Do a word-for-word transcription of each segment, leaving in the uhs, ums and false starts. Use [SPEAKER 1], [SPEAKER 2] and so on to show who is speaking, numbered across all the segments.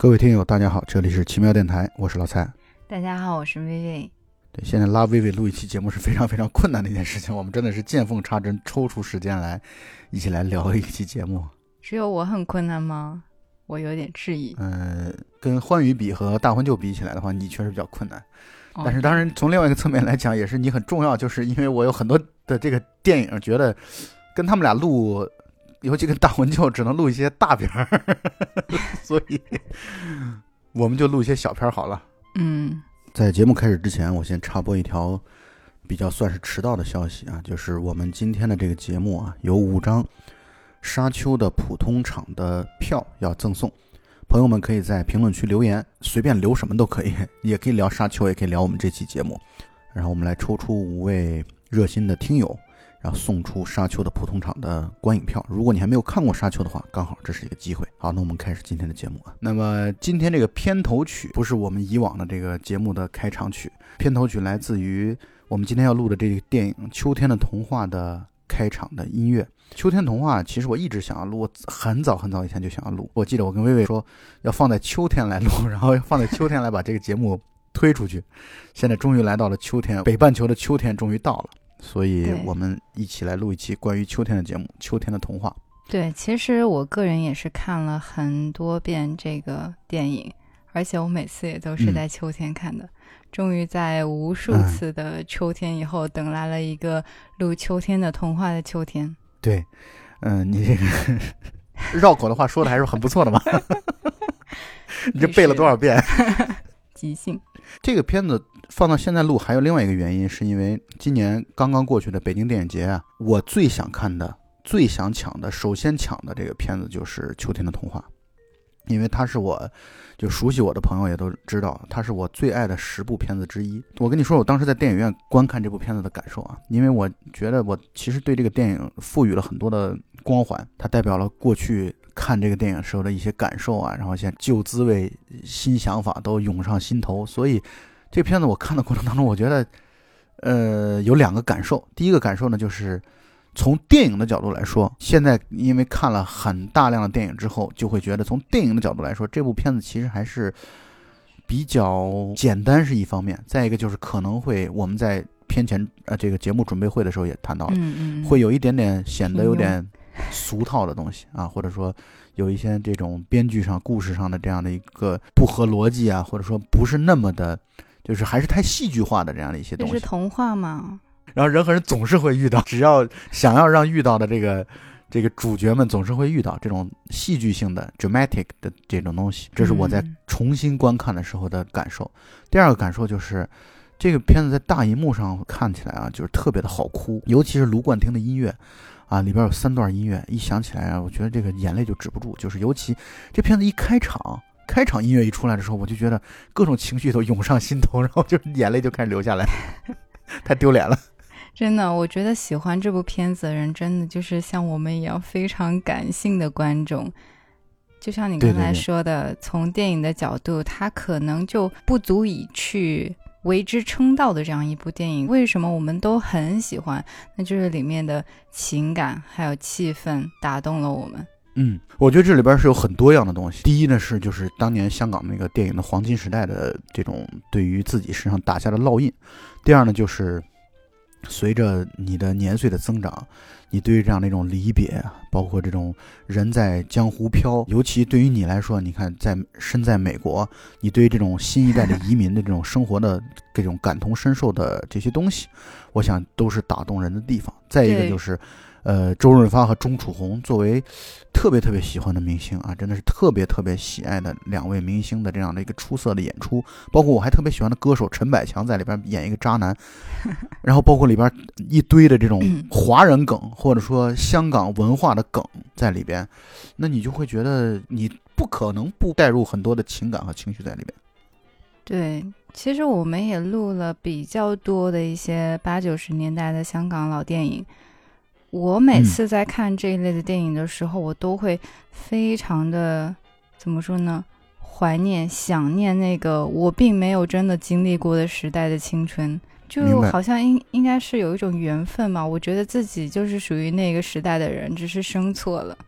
[SPEAKER 1] 各位听友大家好，这里是奇妙电台，我是老蔡。
[SPEAKER 2] 大家好，我是薇薇。
[SPEAKER 1] 对，现在拉薇薇录一期节目是非常非常困难的一件事情，我们真的是见缝插针抽出时间来一起来聊一期节目。
[SPEAKER 2] 只有我很困难吗？我有点质疑。
[SPEAKER 1] 呃，跟欢愉比和大婚舅比起来的话，你确实比较困难。但是当然从另外一个侧面来讲也是你很重要，就是因为我有很多的这个电影觉得跟他们俩录，尤其跟大婚舅只能录一些大片儿所以我们就录一些小片好了。
[SPEAKER 2] 嗯，
[SPEAKER 1] 在节目开始之前，我先插播一条比较算是迟到的消息啊，就是我们今天的这个节目啊，有五张沙丘的普通场的票要赠送，朋友们可以在评论区留言，随便留什么都可以，也可以聊沙丘，也可以聊我们这期节目，然后我们来抽出五位热心的听友，然后送出沙丘的普通场的观影票。如果你还没有看过沙丘的话，刚好这是一个机会。好，那我们开始今天的节目啊。那么今天这个片头曲不是我们以往的这个节目的开场曲，片头曲来自于我们今天要录的这个电影《秋天的童话》的开场的音乐。秋天童话其实我一直想要录，我很早很早以前就想要录。我记得我跟薇薇说要放在秋天来录，然后要放在秋天来把这个节目推出去。现在终于来到了秋天，北半球的秋天终于到了，所以我们一起来录一期关于秋天的节目，秋天的童话。
[SPEAKER 2] 对，其实我个人也是看了很多遍这个电影，而且我每次也都是在秋天看的。嗯，终于在无数次的秋天以后，等来了一个录秋天的童话的秋天。
[SPEAKER 1] 对，嗯、呃，你这个绕口的话说的还是很不错的嘛。你这背了多少遍？
[SPEAKER 2] 即兴。
[SPEAKER 1] 这个片子放到现在录还有另外一个原因，是因为今年刚刚过去的北京电影节啊，我最想看的、最想抢的、首先抢的这个片子就是《秋天的童话》。因为它是我就熟悉我的朋友也都知道，它是我最爱的十部片子之一。我跟你说我当时在电影院观看这部片子的感受啊，因为我觉得我其实对这个电影赋予了很多的光环，它代表了过去看这个电影时候的一些感受啊，然后现在旧滋味新想法都涌上心头。所以这片子我看的过程当中，我觉得呃有两个感受。第一个感受呢，就是从电影的角度来说，现在因为看了很大量的电影之后，就会觉得从电影的角度来说，这部片子其实还是比较简单是一方面，再一个就是可能会我们在片前呃这个节目准备会的时候也谈到了，
[SPEAKER 2] 嗯嗯，
[SPEAKER 1] 会有一点点显得有点俗套的东西啊，或者说有一些这种编剧上故事上的这样的一个不合逻辑啊，或者说不是那么的就是还是太戏剧化的这样的一些东西。
[SPEAKER 2] 这是童话嘛，然
[SPEAKER 1] 后人和人总是会遇到，只要想要让遇到的这个这个主角们总是会遇到这种戏剧性的 dramatic 的这种东西，这是我在重新观看的时候的感受。嗯、第二个感受就是这个片子在大荧幕上看起来啊，就是特别的好哭，尤其是卢冠廷的音乐啊，里边有三段音乐，一响起来啊，我觉得这个眼泪就止不住。就是尤其这片子一开场开场音乐一出来的时候，我就觉得各种情绪都涌上心头，然后就眼泪就开始流下来，太丢脸了。
[SPEAKER 2] 真的，我觉得喜欢这部片子的人真的就是像我们一样非常感性的观众。就像你刚才说的，对对对，从电影的角度它可能就不足以去为之称道的这样一部电影，为什么我们都很喜欢？那就是里面的情感还有气氛打动了我们。
[SPEAKER 1] 嗯，我觉得这里边是有很多样的东西。第一呢是就是当年香港那个电影的黄金时代的这种对于自己身上打下的烙印。第二呢就是随着你的年岁的增长，你对于这样的一种离别，包括这种人在江湖飘，尤其对于你来说，你看在身在美国，你对于这种新一代的移民的这种生活的这种感同身受的这些东西，我想都是打动人的地方。再一个就是呃，周润发和钟楚红作为特别特别喜欢的明星啊，真的是特别特别喜爱的两位明星的这样的一个出色的演出，包括我还特别喜欢的歌手陈百强在里边演一个渣男，然后包括里边一堆的这种华人梗或者说香港文化的梗在里边，那你就会觉得你不可能不带入很多的情感和情绪在里边。
[SPEAKER 2] 对，其实我们也录了比较多的一些八九十年代的香港老电影，我每次在看这一类的电影的时候，嗯、我都会非常的怎么说呢，怀念想念那个我并没有真的经历过的时代的青春，就好像应应该是有一种缘分嘛，我觉得自己就是属于那个时代的人，只是生错了，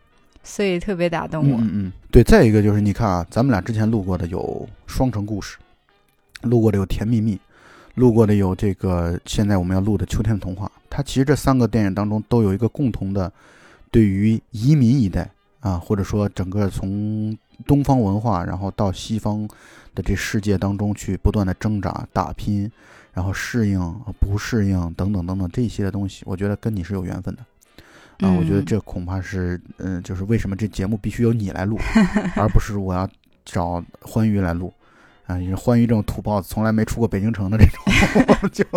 [SPEAKER 2] 所以特别打动我。
[SPEAKER 1] 嗯嗯，对。再一个就是你看啊，咱们俩之前录过的有双城故事，录过的有甜蜜蜜，录过的有这个现在我们要录的秋天的童话。它其实这三个电影当中都有一个共同的，对于移民一代啊，或者说整个从东方文化然后到西方的这世界当中去不断的挣扎打拼，然后适应不适应等等等等这一系列东西，我觉得跟你是有缘分的啊。我觉得这恐怕是嗯、呃，就是为什么这节目必须由你来录而不是我要找欢愉来录啊。因为欢愉这种土包子从来没出过北京城的这种我就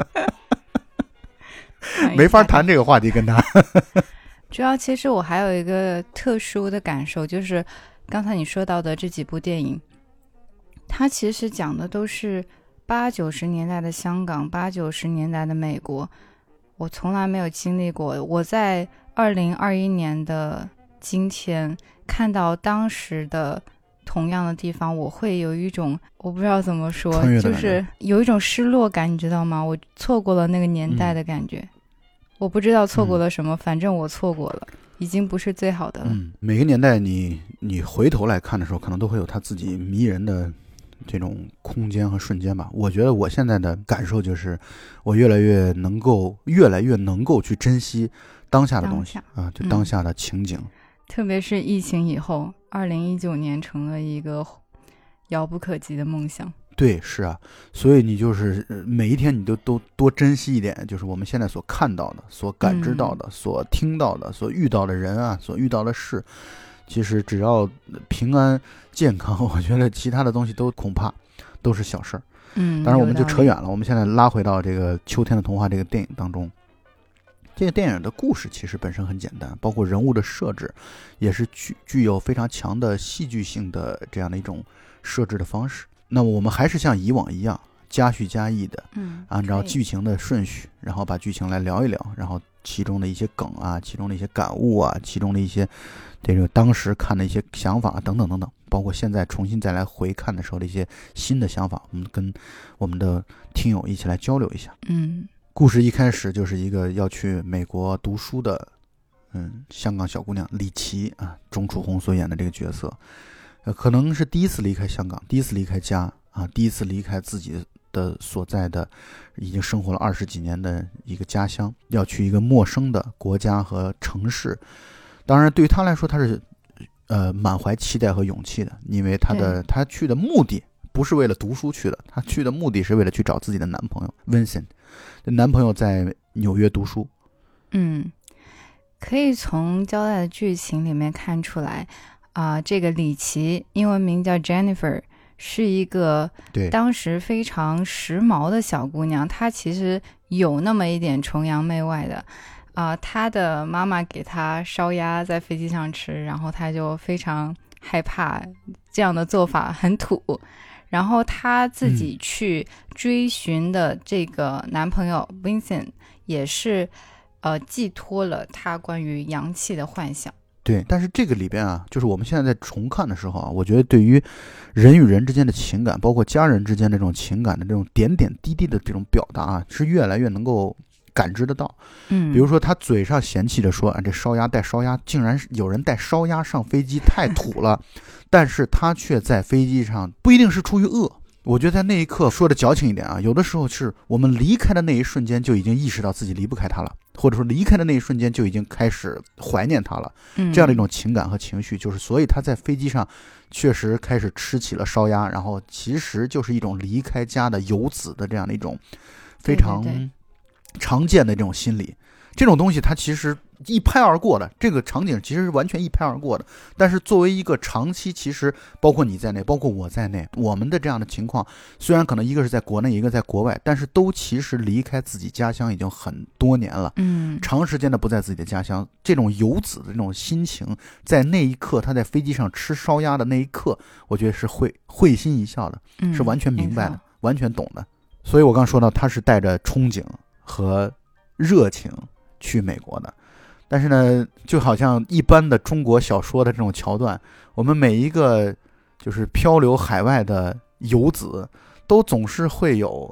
[SPEAKER 1] 没法谈这个话题跟他
[SPEAKER 2] 主要其实我还有一个特殊的感受，就是刚才你说到的这几部电影，它其实讲的都是八九十年代的香港，八九十年代的美国，我从来没有经历过。我在二零二一年的今天看到当时的同样的地方，我会有一种我不知道怎么说，就是有一种失落感，你知道吗？我错过了那个年代的感觉、嗯、我不知道错过了什么、嗯、反正我错过了，已经不是最好的了。
[SPEAKER 1] 嗯，每个年代你你回头来看的时候，可能都会有他自己迷人的这种空间和瞬间吧。我觉得我现在的感受就是，我越来越能够越来越能够去珍惜当下的东西啊，就当下的情景、嗯。
[SPEAKER 2] 特别是疫情以后，二零一九年成了一个遥不可及的梦想。
[SPEAKER 1] 对，是啊，所以你就是每一天你都都多珍惜一点，就是我们现在所看到的、所感知到的、嗯、所听到的、所遇到的人啊、所遇到的事。其实只要平安健康，我觉得其他的东西都恐怕都是小事儿。
[SPEAKER 2] 嗯，
[SPEAKER 1] 当然我们就扯远了，我们现在拉回到这个《秋天的童话》这个电影当中。这个电影的故事其实本身很简单，包括人物的设置也是具具有非常强的戏剧性的这样的一种设置的方式。那么我们还是像以往一样加叙加议的，
[SPEAKER 2] 嗯，
[SPEAKER 1] 按照剧情的顺序，然后把剧情来聊一聊，然后其中的一些梗啊，其中的一些感悟啊，其中的一些这个当时看的一些想法等等等等，包括现在重新再来回看的时候的一些新的想法，我们跟我们的听友一起来交流一下。
[SPEAKER 2] 嗯，
[SPEAKER 1] 故事一开始就是一个要去美国读书的嗯，香港小姑娘李琦啊，钟楚红所演的这个角色，呃，可能是第一次离开香港，第一次离开家啊，第一次离开自己的所在的已经生活了二十几年的一个家乡，要去一个陌生的国家和城市。当然对于他来说他是呃满怀期待和勇气的，因为他的他去的目的不是为了读书去的，他去的目的是为了去找自己的男朋友 Vincent， 男朋友在纽约读书。
[SPEAKER 2] 嗯，可以从交代的剧情里面看出来啊、呃，这个李琦英文名叫 Jennifer， 是一个当时非常时髦的小姑娘，她其实有那么一点崇洋媚外的啊、呃。她的妈妈给她烧鸭在飞机上吃，然后她就非常害怕，这样的做法很土。然后她自己去追寻的这个男朋友 Vincent 也是呃寄托了她关于洋气的幻想。
[SPEAKER 1] 对，但是这个里边啊，就是我们现在在重看的时候啊，我觉得对于人与人之间的情感，包括家人之间的这种情感的这种点点滴滴的这种表达啊，是越来越能够感知得到。
[SPEAKER 2] 嗯，
[SPEAKER 1] 比如说他嘴上嫌弃的说啊，这烧鸭带烧鸭，竟然有人带烧鸭上飞机，太土了。但是他却在飞机上，不一定是出于恶。我觉得在那一刻说的矫情一点啊，有的时候是我们离开的那一瞬间就已经意识到自己离不开他了，或者说离开的那一瞬间就已经开始怀念他了，这样的一种情感和情绪，就是所以他在飞机上确实开始吃起了烧鸭，然后其实就是一种离开家的游子的这样的一种非常常见的这种心理。这种东西它其实一拍而过的，这个场景其实是完全一拍而过的，但是作为一个长期，其实包括你在内，包括我在内，我们的这样的情况，虽然可能一个是在国内，一个在国外，但是都其实离开自己家乡已经很多年了，
[SPEAKER 2] 嗯，
[SPEAKER 1] 长时间的不在自己的家乡，这种游子的这种心情，在那一刻他在飞机上吃烧鸭的那一刻，我觉得是会会心一笑的，
[SPEAKER 2] 嗯，
[SPEAKER 1] 是完全明白的，完全懂的。所以我刚说到他是带着憧憬和热情去美国的，但是呢，就好像一般的中国小说的这种桥段，我们每一个就是漂流海外的游子，都总是会有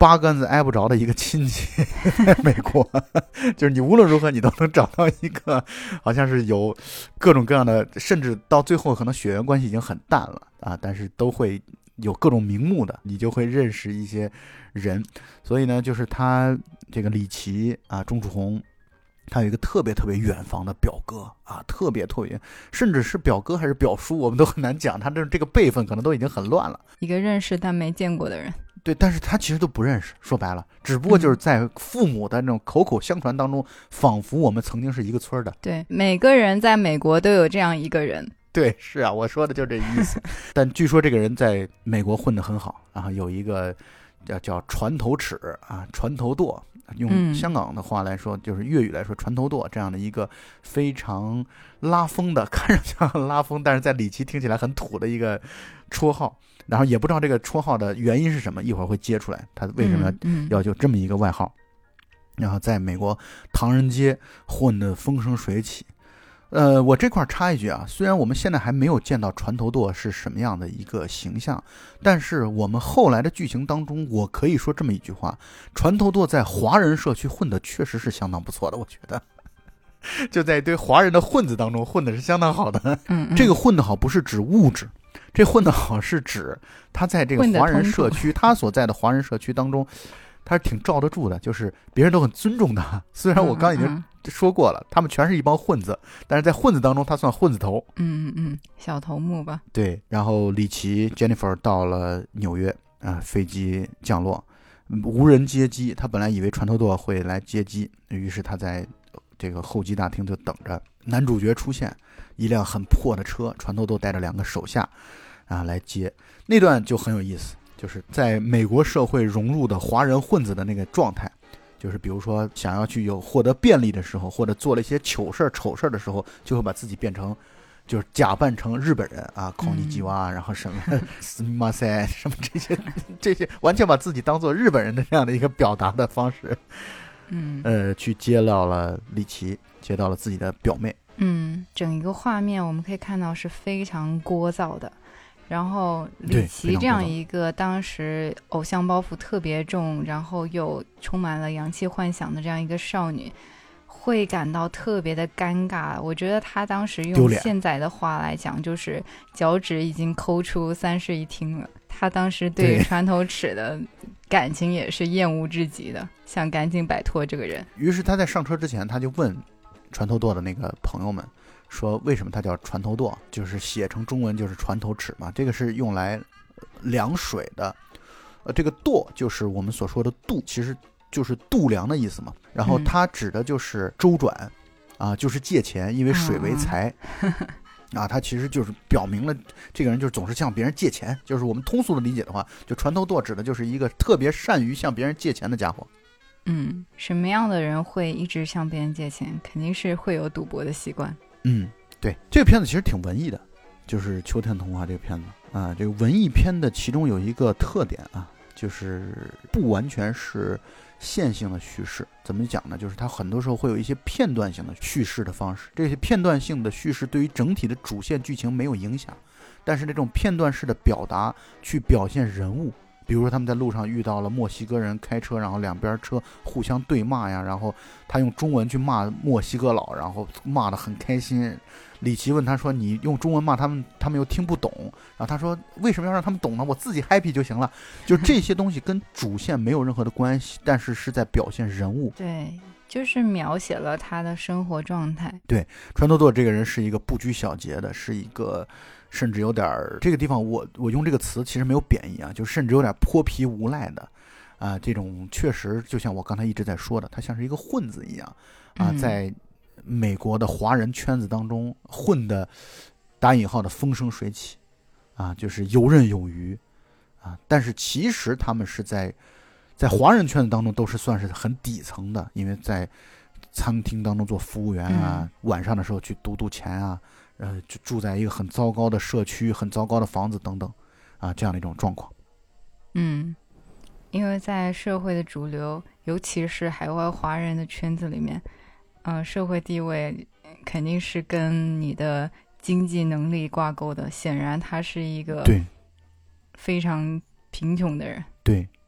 [SPEAKER 1] 八竿子挨不着的一个亲戚，在美国，就是你无论如何你都能找到一个，好像是有各种各样的，甚至到最后可能血缘关系已经很淡了啊，但是都会有各种名目的，你就会认识一些人。所以呢，就是他这个李琦啊，钟楚红。他有一个特别特别远房的表哥啊，特别特别，甚至是表哥还是表叔，我们都很难讲，他这这个辈分可能都已经很乱了。
[SPEAKER 2] 一个认识但没见过的人，
[SPEAKER 1] 对，但是他其实都不认识，说白了，只不过就是在父母的那种口口相传当中，嗯、仿佛我们曾经是一个村的。
[SPEAKER 2] 对，每个人在美国都有这样一个人。
[SPEAKER 1] 对，是啊，我说的就这意思。但据说这个人在美国混得很好，然后有一个叫叫船头尺啊，船头舵。用香港的话来说，嗯、就是粤语来说，船头舵这样的一个非常拉风的，看上去像拉风，但是在李琦听起来很土的一个绰号。然后也不知道这个绰号的原因是什么，一会儿会揭出来，他为什么要有这么一个外号。嗯嗯、然后在美国唐人街混得风生水起。呃，我这块插一句啊，虽然我们现在还没有见到船头舵是什么样的一个形象，但是我们后来的剧情当中，我可以说这么一句话：船头舵在华人社区混的确实是相当不错的，我觉得。就在一堆华人的混子当中混的是相当好的。
[SPEAKER 2] 嗯嗯，
[SPEAKER 1] 这个混的好不是指物质，这混的好是指他在这个华人社区，他所在的华人社区当中，他是挺罩得住的，就是别人都很尊重他。虽然我刚已经说过了，嗯嗯，他们全是一帮混子，但是在混子当中他算混子头。
[SPEAKER 2] 嗯嗯嗯，小头目吧。
[SPEAKER 1] 对，然后李琦 Jennifer 到了纽约啊，飞机降落，无人接机，他本来以为船头舵会来接机，于是他在这个候机大厅就等着男主角出现，一辆很破的车，船头舵带着两个手下啊来接。那段就很有意思，就是在美国社会融入的华人混子的那个状态，就是比如说想要去有获得便利的时候，或者做了一些糗事丑事的时候，就会把自己变成就是假扮成日本人啊，孔尼基哇，然后什么斯密马塞什么这些这些，完全把自己当做日本人的这样的一个表达的方式，
[SPEAKER 2] 嗯，
[SPEAKER 1] 呃，去接到了李琦，接到了自己的表妹。
[SPEAKER 2] 嗯，整一个画面我们可以看到是非常聒噪的。然后李琦这样一个当时偶像包袱特别重，然后又充满了洋气幻想的这样一个少女，会感到特别的尴尬。我觉得她当时用现在的话来讲，就是脚趾已经抠出三室一厅了。她当时对船头尺的感情也是厌恶至极的，想赶紧摆脱这个人。
[SPEAKER 1] 于是她在上车之前，她就问船头舵的那个朋友们说，为什么它叫船头舵？就是写成中文就是船头尺嘛，这个是用来量水的。呃，这个舵就是我们所说的度，其实就是度量的意思嘛。然后它指的就是周转、嗯、啊，就是借钱，因为水为财、嗯、啊，它其实就是表明了这个人就是总是向别人借钱。就是我们通俗的理解的话，就船头舵指的就是一个特别善于向别人借钱的家伙。
[SPEAKER 2] 嗯，什么样的人会一直向别人借钱？肯定是会有赌博的习惯。
[SPEAKER 1] 嗯，对，这个片子其实挺文艺的，就是《秋天童话》这个片子啊，这个文艺片的其中有一个特点啊，就是不完全是线性的叙事。怎么讲呢？就是它很多时候会有一些片段性的叙事的方式，这些片段性的叙事对于整体的主线剧情没有影响，但是这种片段式的表达去表现人物。比如说他们在路上遇到了墨西哥人开车，然后两边车互相对骂呀，然后他用中文去骂墨西哥佬，然后骂得很开心。李琦问他说，你用中文骂他们，他们又听不懂，然后他说为什么要让他们懂呢？我自己 happy 就行了。就这些东西跟主线没有任何的关系，但是是在表现人物。
[SPEAKER 2] 对，就是描写了他的生活状态。
[SPEAKER 1] 对，船头舵这个人是一个不拘小节的，是一个甚至有点这个地方我我用这个词其实没有贬义啊，就甚至有点泼皮无赖的啊，这种确实就像我刚才一直在说的，他像是一个混子一样啊，在美国的华人圈子当中混的打引号的风生水起啊，就是游刃有余啊，但是其实他们是在在华人圈子当中都是算是很底层的，因为在餐厅当中做服务员啊、嗯、晚上的时候去赌赌钱啊，呃，就住在一个很糟糕的社区、很糟糕的房子等等，啊，这样的一种状况。
[SPEAKER 2] 嗯，因为在社会的主流，尤其是海外华人的圈子里面，呃，社会地位肯定是跟你的经济能力挂钩的。显然，他是一个
[SPEAKER 1] 对
[SPEAKER 2] 非常贫穷的人。
[SPEAKER 1] 对，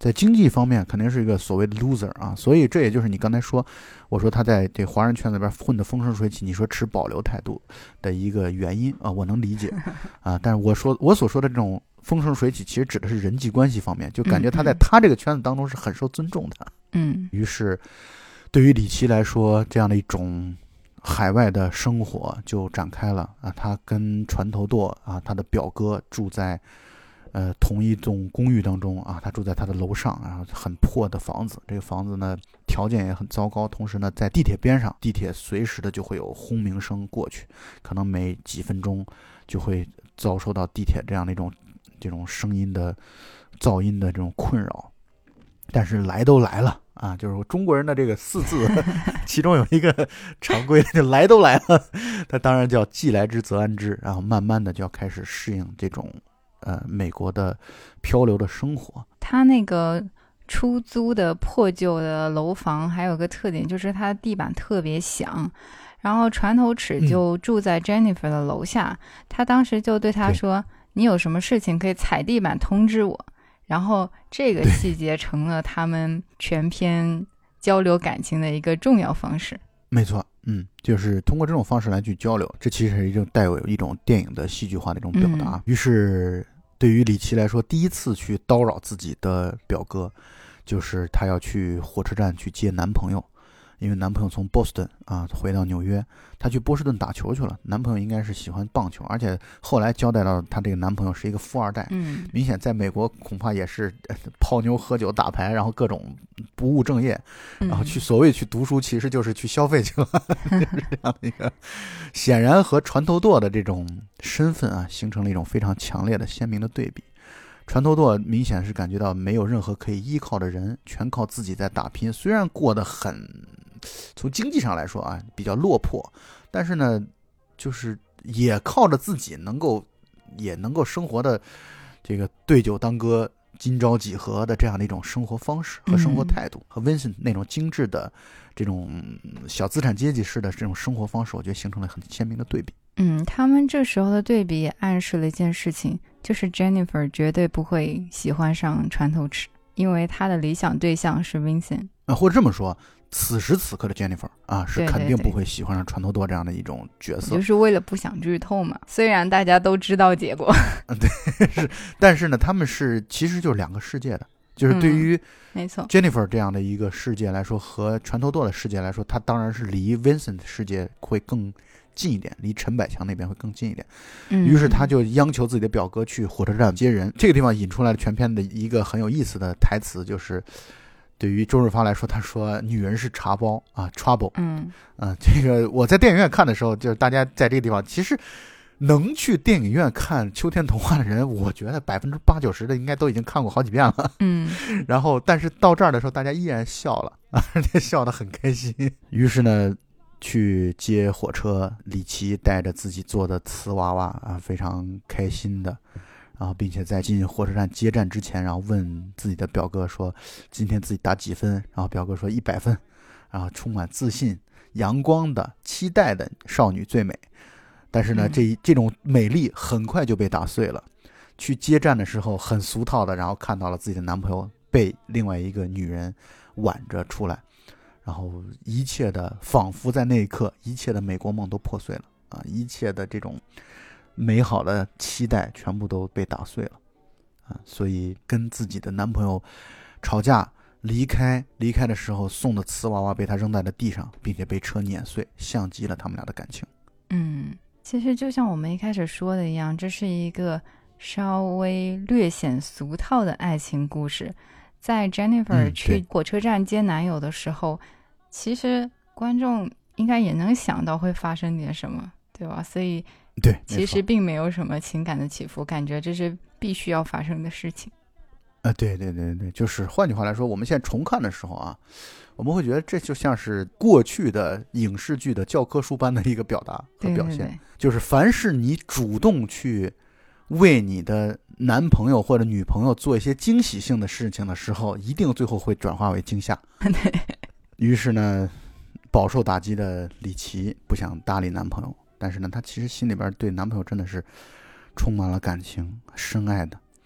[SPEAKER 1] 在经济方面肯定是一个所谓的 loser 啊，所以这也就是你刚才说，我说他在这华人圈子里边混得风生水起，你说持保留态度的一个原因啊，我能理解啊。但是我说我所说的这种风生水起，其实指的是人际关系方面，就感觉他在他这个圈子当中是很受尊重的。
[SPEAKER 2] 嗯，
[SPEAKER 1] 于是对于李琦来说，这样的一种海外的生活就展开了啊。他跟船头舵啊，他的表哥住在呃同一栋公寓当中啊，他住在他的楼上，然后很破的房子，这个房子呢条件也很糟糕，同时呢在地铁边上，地铁随时的就会有轰鸣声过去，可能每几分钟就会遭受到地铁这样的一种这种声音的噪音的这种困扰。但是来都来了啊，就是中国人的这个四字其中有一个常规就来都来了，他当然叫既来之则安之，然后慢慢的就要开始适应这种呃美国的漂流的生活。
[SPEAKER 2] 他那个出租的破旧的楼房还有个特点，就是它地板特别响，然后船头尺就住在 Jennifer 的楼下、嗯、他当时就对他说，你有什么事情可以踩地板通知我。然后这个细节成了他们全篇交流感情的一个重要方式。
[SPEAKER 1] 没错，嗯，就是通过这种方式来去交流，这其实是一种带有一种电影的戏剧化的一种表达、嗯、于是对于李琦来说，第一次去叨扰自己的表哥，就是他要去火车站去接男朋友，因为男朋友从波士顿啊回到纽约，他去波士顿打球去了。男朋友应该是喜欢棒球，而且后来交代到他这个男朋友是一个富二代，
[SPEAKER 2] 嗯，
[SPEAKER 1] 明显在美国恐怕也是泡妞喝酒打牌，然后各种不务正业，然后去所谓去读书，其实就是去消费去了，就是这样的一个，显然和船头舵的这种身份啊，形成了一种非常强烈的鲜明的对比。船头舵明显是感觉到没有任何可以依靠的人，全靠自己在打拼，虽然过得很从经济上来说啊比较落魄，但是呢就是也靠着自己能够也能够生活的这个对酒当歌今朝几何的这样的一种生活方式和生活态度、嗯、和 Vincent 那种精致的这种小资产阶级式的这种生活方式，我觉得形成了很鲜明的对比。
[SPEAKER 2] 嗯，他们这时候的对比也暗示了一件事情，就是 Jennifer 绝对不会喜欢上船头尺，因为她的理想对象是 Vincent、
[SPEAKER 1] 啊、或者这么说，此时此刻的 Jennifer 啊，是肯定不会喜欢上船头舵这样的一种角色，
[SPEAKER 2] 就是为了不想剧透嘛。虽然大家都知道结果，
[SPEAKER 1] 对，是，但是呢，他们是其实就是两个世界的，就是对于
[SPEAKER 2] 没错
[SPEAKER 1] Jennifer 这样的一个世界来说，和船头舵的世界来说，他当然是离 Vincent 的世界会更近一点，离陈百强那边会更近一点。
[SPEAKER 2] 嗯，
[SPEAKER 1] 于是他就央求自己的表哥去火车站接人。这个地方引出来了全篇的一个很有意思的台词，就是对于周润发来说，他说女人是茶包啊 trouble。
[SPEAKER 2] 嗯
[SPEAKER 1] 啊，这个我在电影院看的时候，就是大家在这个地方其实能去电影院看秋天童话的人，我觉得百分之八九十的应该都已经看过好几遍了。
[SPEAKER 2] 嗯，
[SPEAKER 1] 然后但是到这儿的时候大家依然笑了，而且笑得很开心。于是呢去接火车，李琦带着自己做的瓷娃娃啊，非常开心的，然后并且在进火车站接站之前，然后问自己的表哥说今天自己打几分，然后表哥说一百分，然后充满自信阳光的期待的少女最美。但是呢这这种美丽很快就被打碎了。去接站的时候很俗套的，然后看到了自己的男朋友被另外一个女人挽着出来，然后一切的仿佛在那一刻一切的美国梦都破碎了啊！一切的这种美好的期待全部都被打碎了啊！所以跟自己的男朋友吵架离开离开的时候送的瓷娃娃被他扔在了地上，并且被车碾碎，像极了他们俩的感情。
[SPEAKER 2] 嗯，其实就像我们一开始说的一样，这是一个稍微略显俗套的爱情故事。在 Jennifer 去火车站接男友的时候、嗯、其实观众应该也能想到会发生点什么，对吧？所以
[SPEAKER 1] 对，
[SPEAKER 2] 其实并没有什么情感的起伏，感觉这是必须要发生的事情。
[SPEAKER 1] 呃，对对对对，就是换句话来说，我们现在重看的时候啊，我们会觉得这就像是过去的影视剧的教科书般的一个表达和表现。
[SPEAKER 2] 对对对，
[SPEAKER 1] 就是凡是你主动去为你的男朋友或者女朋友做一些惊喜性的事情的时候，一定最后会转化为惊吓。于是呢，饱受打击的李琦不想搭理男朋友，但是呢，她其实心里边对男朋友真的是充满了感情，深爱的。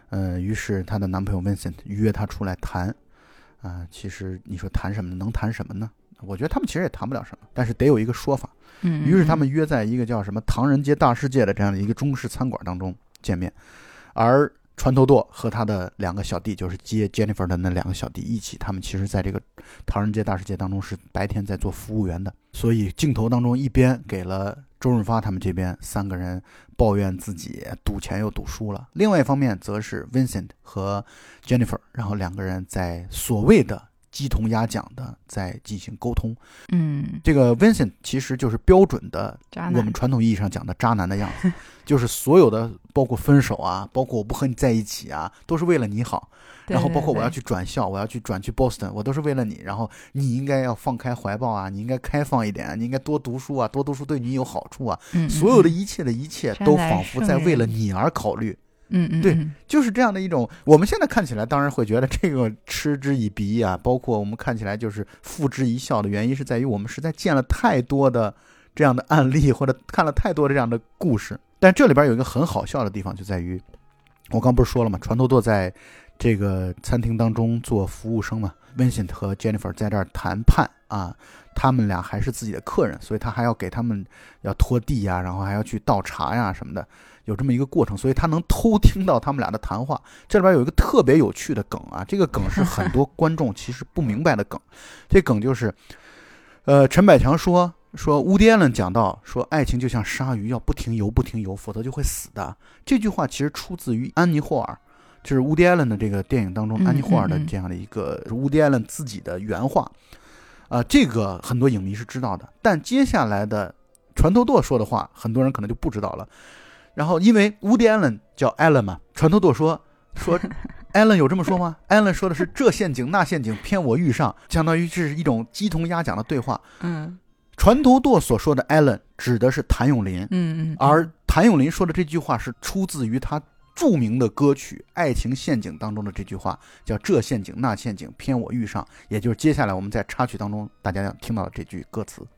[SPEAKER 1] 呃，于是她的男朋友 Vincent 约她出来谈，啊、呃，其实你说谈什么呢？能谈什么呢？我觉得他们其实也谈不了什么，但是得有一个说法。
[SPEAKER 2] 嗯，
[SPEAKER 1] 于是他们约在一个叫什么唐人街大世界的这样的一个中式餐馆当中见面，而船头舵和他的两个小弟，就是接 Jennifer 的那两个小弟一起，他们其实在这个唐人街大世界当中是白天在做服务员的。所以镜头当中一边给了周润发他们这边三个人抱怨自己赌钱又赌输了，另外一方面则是 Vincent 和 Jennifer， 然后两个人在所谓的鸡同鸭讲的在进行沟通。
[SPEAKER 2] 嗯，
[SPEAKER 1] 这个 Vincent 其实就是标准的
[SPEAKER 2] 渣男，
[SPEAKER 1] 我们传统意义上讲的渣男的样子，就是所有的包括分手啊，包括我不和你在一起啊，都是为了你好。然后包括我要去转校，我要去转去 Boston， 我都是为了你。然后你应该要放开怀抱啊，你应该开放一点，你应该多读书啊，多读书对你有好处啊。
[SPEAKER 2] 嗯，
[SPEAKER 1] 所有的一切的一切都仿佛在为了你而考虑。
[SPEAKER 2] 嗯嗯，
[SPEAKER 1] 对，就是这样的一种。我们现在看起来当然会觉得这个嗤之以鼻啊，包括我们看起来就是付之一笑的原因，是在于我们实在见了太多的这样的案例，或者看了太多的这样的故事。但这里边有一个很好笑的地方，就在于我刚不是说了吗？船头舵在这个餐厅当中做服务生嘛， Vincent 和 Jennifer 在这儿谈判啊，他们俩还是自己的客人，所以他还要给他们要拖地呀，然后还要去倒茶呀什么的，有这么一个过程，所以他能偷听到他们俩的谈话。这里边有一个特别有趣的梗啊，这个梗是很多观众其实不明白的梗。这梗就是呃，陈百强说说乌迪艾伦讲到说爱情就像鲨鱼，要不停游不停游，否则就会死的。这句话其实出自于安妮霍尔，就是乌迪艾伦的这个电影当中安妮霍尔的这样的一个乌迪艾伦自己的原话啊、呃，这个很多影迷是知道的，但接下来的船头舵说的话很多人可能就不知道了。然后因为乌迪艾伦叫艾伦嘛，船头舵说说艾伦有这么说吗？艾伦说的是这陷阱那陷阱偏我遇上，相当于是一种鸡同鸭讲的对话。
[SPEAKER 2] 嗯，
[SPEAKER 1] 船头舵所说的艾伦指的是谭咏麟，
[SPEAKER 2] 嗯嗯，
[SPEAKER 1] 而谭咏麟说的这句话是出自于他著名的歌曲《爱情陷阱》当中的这句话，叫这陷阱那陷阱偏我遇上，也就是接下来我们在插曲当中大家要听到的这句歌词。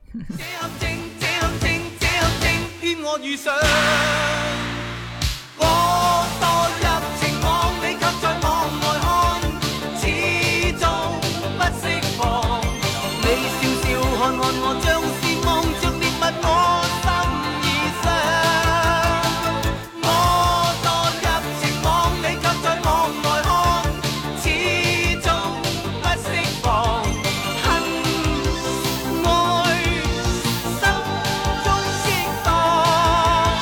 [SPEAKER 1] 我遇上我墮入情網，你卻在網外看，始終不釋放。你笑笑看看我，像是望着獵物我心已傷。我墮入情網，你卻在網外看，始終不釋放。恨愛心中激盪。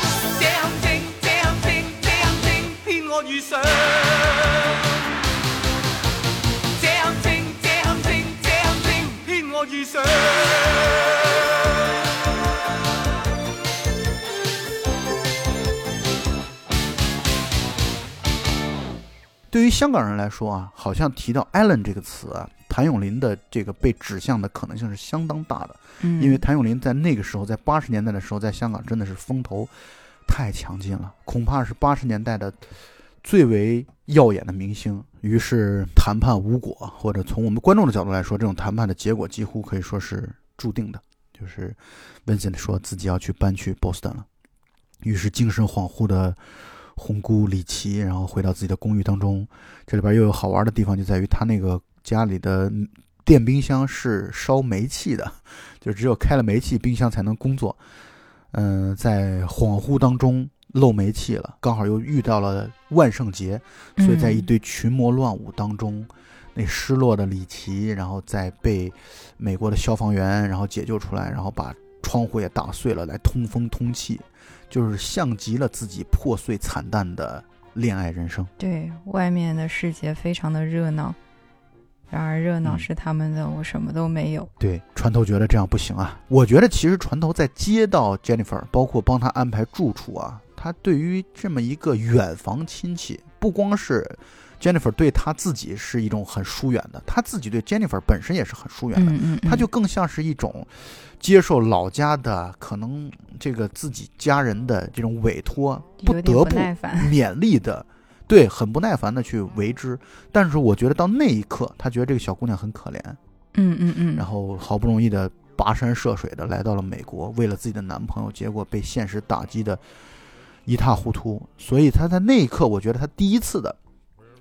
[SPEAKER 1] 遇上這陷阱，這陷阱，這陷阱騙我遇上。对於香港人來說啊，好像提到 Alan 這個詞啊，譚詠麟的這個被指向的可能性是相當大的。
[SPEAKER 2] 嗯，
[SPEAKER 1] 因為譚詠麟在那個時候，在八十年代的時候，在香港真的是風頭太強勁了，恐怕是八十年代的最為耀眼的明星。於是談判無果，或者從我們觀眾的角度來說，這種談判的結果幾乎可以說是注定的，就是 Vincent 說自己要去搬去 Boston 了。於是精神恍惚的紅姑李琦，然後回到自己的公寓當中。這裡邊又有好玩的地方，就在於他那個家裡的電冰箱是燒煤氣的，就只有開了煤氣冰箱才能工作。嗯、呃，在恍惚當中漏煤氣了，剛好又遇到了萬聖節，所以在一堆群魔亂舞當中、嗯、那失落的李琦，然後再被美國的消防員然後解救出來，然後把窗戶也打碎了來通風通氣，就是像極了自己破碎慘淡的戀愛人生。
[SPEAKER 2] 對，外面的世界非常的熱鬧，然而熱鬧是他們的、嗯、我什麼都沒有。
[SPEAKER 1] 對，船頭覺得這樣不行啊。我覺得其實船頭在接到 Jennifer 包括幫他安排住處啊，他對於這麼一個遠房親戚，不光是 Jennifer 對他自己是一種很疏遠的，他自己對 Jennifer 本身也是很疏遠的、
[SPEAKER 2] 嗯嗯嗯、
[SPEAKER 1] 他就更像是一種接受老家的可能這個自己家人的這種委託，不得不勉勵的，對，很不耐煩的去為之。但是我覺得到那一刻，他覺得這個小姑娘很可憐，
[SPEAKER 2] 嗯嗯嗯，
[SPEAKER 1] 然後好不容易的跋山涉水的來到了美國，為了自己的男朋友，結果被現實打擊的一塌糊塗。所以他在那一刻，我覺得他第一次的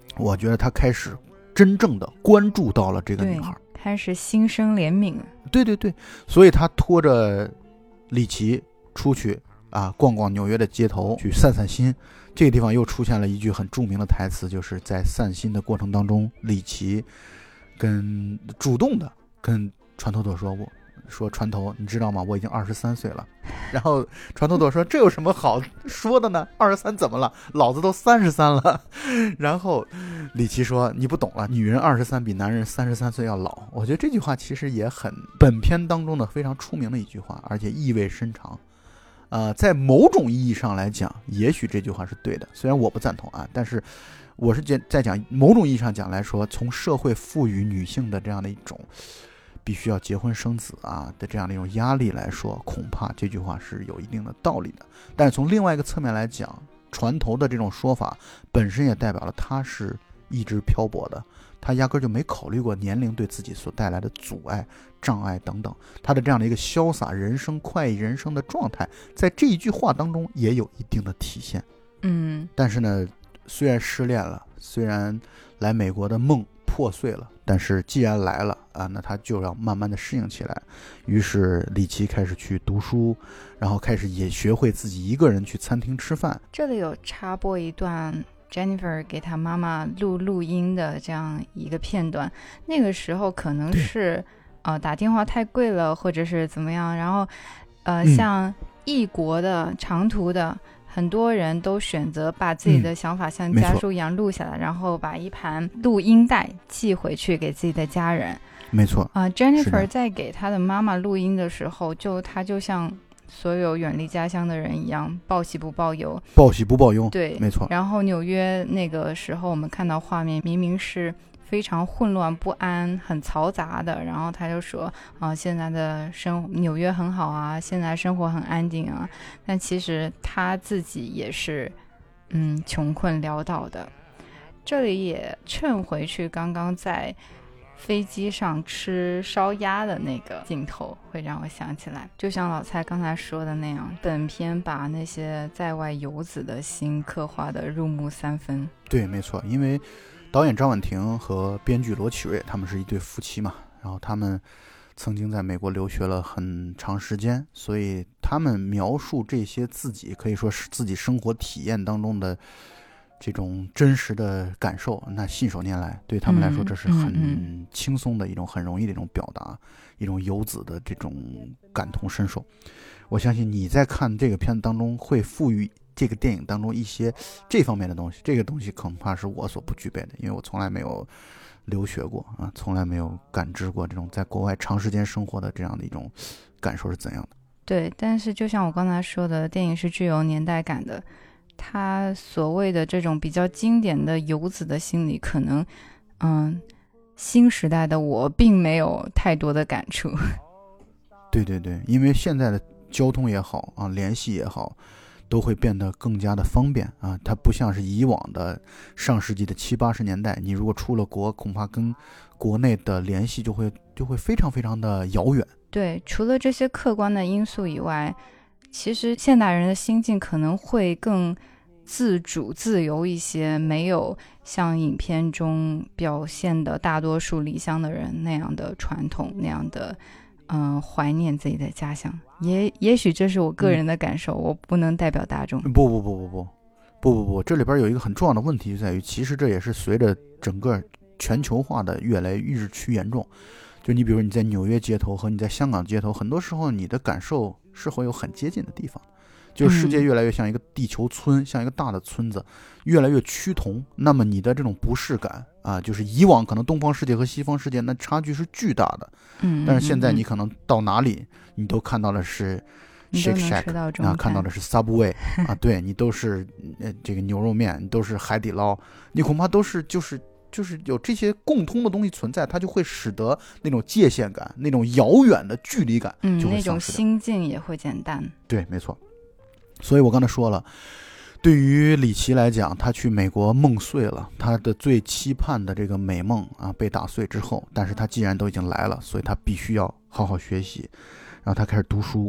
[SPEAKER 1] 我觉得他开始真正的关注到了这个女孩，
[SPEAKER 2] 开始心生怜悯了。
[SPEAKER 1] 对对对，所以他拖着里奇出去啊，逛逛纽约的街头，去散散心。这个地方又出现了一句很著名的台词，就是在散心的过程当中，里奇跟主动的跟船头朵说我说船头，你知道吗？我已经二十三岁了。然后船头朵说：“这有什么好说的呢？二十三怎么了？老子都三十三了。”然后里奇说：“你不懂了，女人二十三比男人三十三岁要老。”我觉得这句话其实也很本片当中的非常出名的一句话，而且意味深长。呃，在某种意义上来讲，也许这句话是对的，虽然我不赞同啊，但是我是在讲某种意义上讲来说，从社会赋予女性的这样的一种必须要结婚生子啊的这样的一种压力来说，恐怕这句话是有一定的道理的。但是从另外一个侧面来讲，船头的这种说法本身也代表了他是一直漂泊的，他压根就没考虑过年龄对自己所带来的阻碍、障碍等等。他的这样的一个潇洒人生、快意人生的状态，在这一句话当中也有一定的体现。
[SPEAKER 2] 嗯，
[SPEAKER 1] 但是呢，虽然失恋了，虽然来美国的梦破碎了，但是既然来了啊，那他就要慢慢的适应起来。于是里奇开始去读书，然后开始也学会自己一个人去餐厅吃饭。
[SPEAKER 2] 这里有插播一段 Jennifer 给她妈妈录录音的这样一个片段，那个时候可能是呃打电话太贵了，或者是怎么样，然后呃、嗯、像异国的长途的，很多人都选择把自己的想法像家书一样录下来、嗯、然后把一盘录音带寄回去给自己的家人。
[SPEAKER 1] 没错
[SPEAKER 2] 啊、呃、Jennifer 在给她的妈妈录音的时候，就她就像所有远离家乡的人一样，报喜不报忧，
[SPEAKER 1] 报喜不报忧，
[SPEAKER 2] 对，
[SPEAKER 1] 没错。
[SPEAKER 2] 然后纽约那个时候我们看到画面明明是非常混乱不安很嘈杂的，然后他就说啊，现在的生纽约很好啊，现在生活很安静啊，但其实他自己也是嗯穷困潦倒的。这里也衬回去刚刚在飞机上吃烧鸭的那个镜头，会让我想起来，就像老蔡刚才说的那样，本片把那些在外游子的心刻画的入木三分。
[SPEAKER 1] 对，没错，因为导演张婉婷和编剧罗启瑞他们是一对夫妻嘛，然后他们曾经在美国留学了很长时间，所以他们描述这些自己可以说是自己生活体验当中的这种真实的感受，那信手拈来，对他们来说这是很轻松的一种、嗯嗯、很容易的一种表达，一种游子的这种感同身受。我相信你在看这个片子当中会赋予这个电影当中一些这方面的东西，这个东西恐怕是我所不具备的，因为我从来没有留学过啊，从来没有感知过这种在国外长时间生活的这样的一种感受是怎样的。
[SPEAKER 2] 对，但是就像我刚才说的，电影是具有年代感的，他所谓的这种比较经典的游子的心理，可能嗯，新时代的我并没有太多的感触。
[SPEAKER 1] 对对对，因为现在的交通也好啊，联系也好，都会变得更加的方便啊，它不像是以往的上世纪的七八十年代，你如果出了国，恐怕跟国内的联系就会就会非常非常的遥远。
[SPEAKER 2] 对，除了这些客观的因素以外，其实现代人的心境可能会更自主自由一些，没有像影片中表现的大多数离乡的人那样的传统，那样的嗯、呃、怀念自己的家乡。也也许这是我个人的感受、嗯、我不能代表大众。
[SPEAKER 1] 不不不不不不不不，这里边有一个很重要的问题就在于，其实这也是随着整个全球化的越来越日趋严重。就你比如你在纽约街头和你在香港街头，很多时候你的感受是会有很接近的地方，就是世界越来越像一个地球村、嗯、像一个大的村子，越来越趋同。那么你的这种不适感啊，就是以往可能东方世界和西方世界那差距是巨大的，
[SPEAKER 2] 嗯，
[SPEAKER 1] 但是现在你可能到哪里你都看到的是 Shake Shack 啊，看到的是 Subway 啊，对，你都是呃这个牛肉面，你都是海底捞，你恐怕都是就是就是有这些共通的东西存在，它就会使得那种界限感、那种遥远的距离感就会丧失掉，嗯，
[SPEAKER 2] 那种心境也会减淡。
[SPEAKER 1] 对，没错。所以我刚才说了，对于里奇来讲，他去美国梦碎了，他的最期盼的这个美梦啊被打碎之后，但是他既然都已经来了，所以他必须要好好学习，然后他开始读书，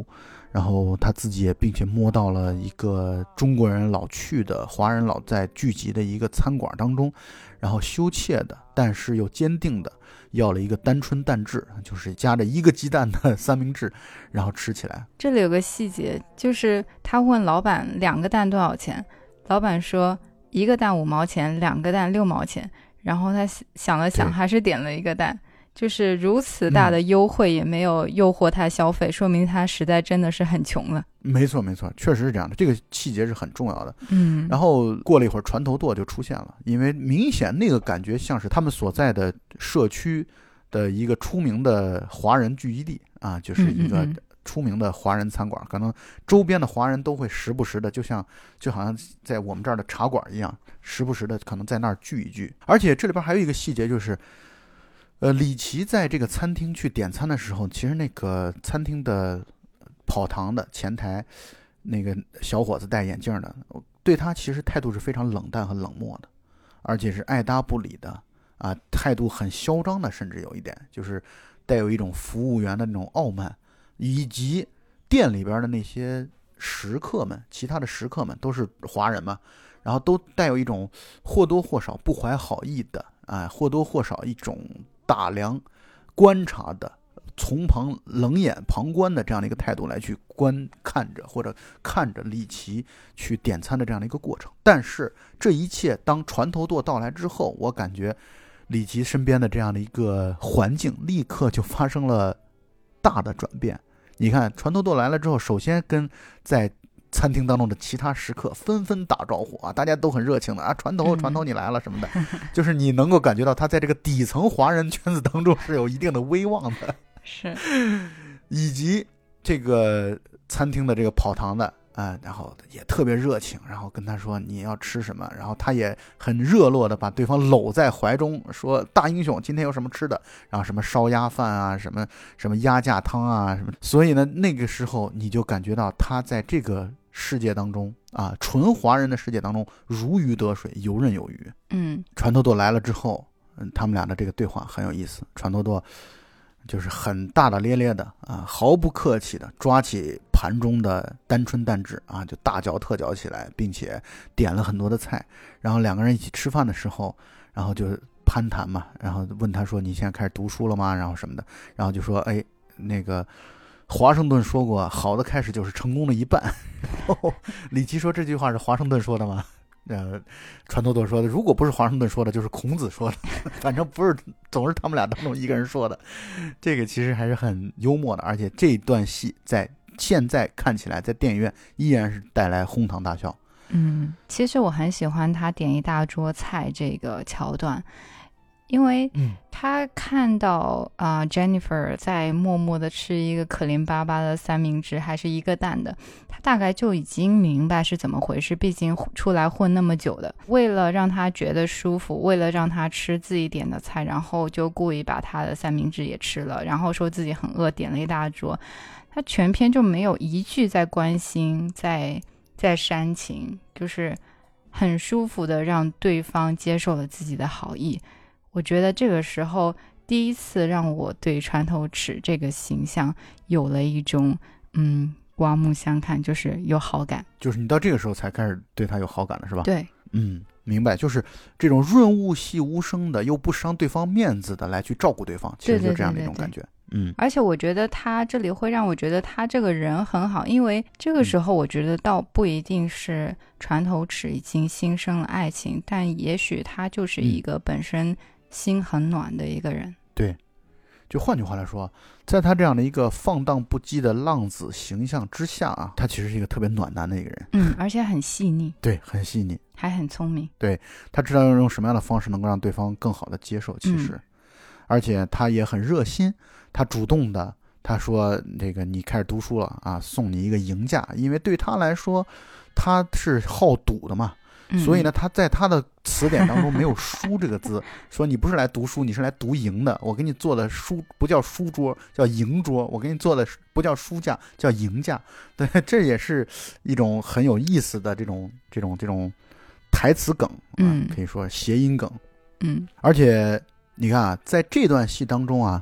[SPEAKER 1] 然后他自己也并且摸到了一个中国人老去的华人老在聚集的一个餐馆当中，然后羞怯的但是又坚定的要了一个单春蛋治，就是夹着一个鸡蛋的三明治，然后吃起来。
[SPEAKER 2] 这里有个细节，就是他问老板两个蛋多少钱，老板说一个蛋五毛钱，两个蛋六毛钱，然后他想了想还是点了一个蛋，就是如此大的优惠也没有诱惑他消费、嗯、说明他实在真的是很穷了。
[SPEAKER 1] 没错没错，确实是这样的，这个细节是很重要的。
[SPEAKER 2] 嗯，
[SPEAKER 1] 然后过了一会儿船头舵就出现了，因为明显那个感觉像是他们所在的社区的一个出名的华人聚集地啊，就是一个出名的华人餐馆，嗯嗯嗯，可能周边的华人都会时不时的，就像就好像在我们这儿的茶馆一样，时不时的可能在那儿聚一聚。而且这里边还有一个细节，就是呃，李琦在这个餐厅去点餐的时候，其实那个餐厅的跑堂的前台那个小伙子戴眼镜的，对他其实态度是非常冷淡和冷漠的，而且是爱答不理的啊，态度很嚣张的，甚至有一点就是带有一种服务员的那种傲慢，以及店里边的那些食客们，其他的食客们都是华人嘛，然后都带有一种或多或少不怀好意的啊，或多或少一种打量、观察的、从旁冷眼旁观的这样的一个态度来去观看着或者看着李琦去点餐的这样的一个过程。但是这一切当船头舵到来之后，我感觉李琦身边的这样的一个环境立刻就发生了大的转变。你看船头舵来了之后，首先跟在餐厅当中的其他食客纷纷打招呼啊，大家都很热情的啊，船头船头你来了什么的，就是你能够感觉到他在这个底层华人圈子当中是有一定的威望的，
[SPEAKER 2] 是，
[SPEAKER 1] 以及这个餐厅的这个跑堂的啊，然后也特别热情，然后跟他说你要吃什么，然后他也很热络的把对方搂在怀中，说大英雄今天有什么吃的，然后什么烧鸭饭啊，什么什么鸭架汤啊什么，所以呢那个时候你就感觉到他在这个世界当中啊，纯华人的世界当中如鱼得水，游刃有余。
[SPEAKER 2] 嗯，
[SPEAKER 1] 船头舵来了之后，嗯，他们俩的这个对话很有意思。船头舵就是很大大咧咧的啊，毫不客气的抓起盘中的单春蛋治啊，就大嚼特嚼起来，并且点了很多的菜。然后两个人一起吃饭的时候，然后就攀谈嘛，然后问他说：“你现在开始读书了吗？”然后什么的，然后就说：“哎，那个。”华盛顿说过，好的开始就是成功的一半。李琦说这句话是华盛顿说的吗？呃，船头舵说的，如果不是华盛顿说的，就是孔子说的，反正不是，总是他们俩当中一个人说的。这个其实还是很幽默的，而且这一段戏在现在看起来，在电影院依然是带来哄堂大笑。
[SPEAKER 2] 嗯，其实我很喜欢他点一大桌菜这个桥段。因为他看到啊、呃、Jennifer 在默默的吃一个可怜巴巴的三明治，还是一个蛋的，他大概就已经明白是怎么回事，毕竟出来混那么久的，为了让他觉得舒服，为了让他吃自己点的菜，然后就故意把他的三明治也吃了，然后说自己很饿，点了一大桌。他全篇就没有一句在关心，在在煽情，就是很舒服的让对方接受了自己的好意。我觉得这个时候第一次让我对船头尺这个形象有了一种嗯刮目相看，就是有好感。
[SPEAKER 1] 就是你到这个时候才开始对他有好感了是吧？
[SPEAKER 2] 对，
[SPEAKER 1] 嗯，明白，就是这种润物细无声的又不伤对方面子的来去照顾对方，其实就这样的一种感觉。
[SPEAKER 2] 对对对对对，
[SPEAKER 1] 嗯，
[SPEAKER 2] 而且我觉得他这里会让我觉得他这个人很好，因为这个时候我觉得倒不一定是船头尺已经心生了爱情，但也许他就是一个本身心很暖的一个人。
[SPEAKER 1] 对，就换句话来说，在他这样的一个放荡不羁的浪子形象之下啊，他其实是一个特别暖男的一个人。
[SPEAKER 2] 嗯，而且很细腻。
[SPEAKER 1] 对，很细腻，
[SPEAKER 2] 还很聪明。
[SPEAKER 1] 对，他知道用什么样的方式能够让对方更好的接受，其实、嗯、而且他也很热心，他主动的他说这个你开始读书了啊，送你一个赢家，因为对他来说他是好赌的嘛，所以呢他在他的词典当中没有输这个字，说你不是来读书，你是来读赢的，我给你做的书不叫书桌，叫赢桌，我给你做的不叫书架，叫赢架。对，这也是一种很有意思的这种这种这种台词梗、啊、
[SPEAKER 2] 嗯，
[SPEAKER 1] 可以说谐音梗。
[SPEAKER 2] 嗯，
[SPEAKER 1] 而且你看啊，在这段戏当中啊，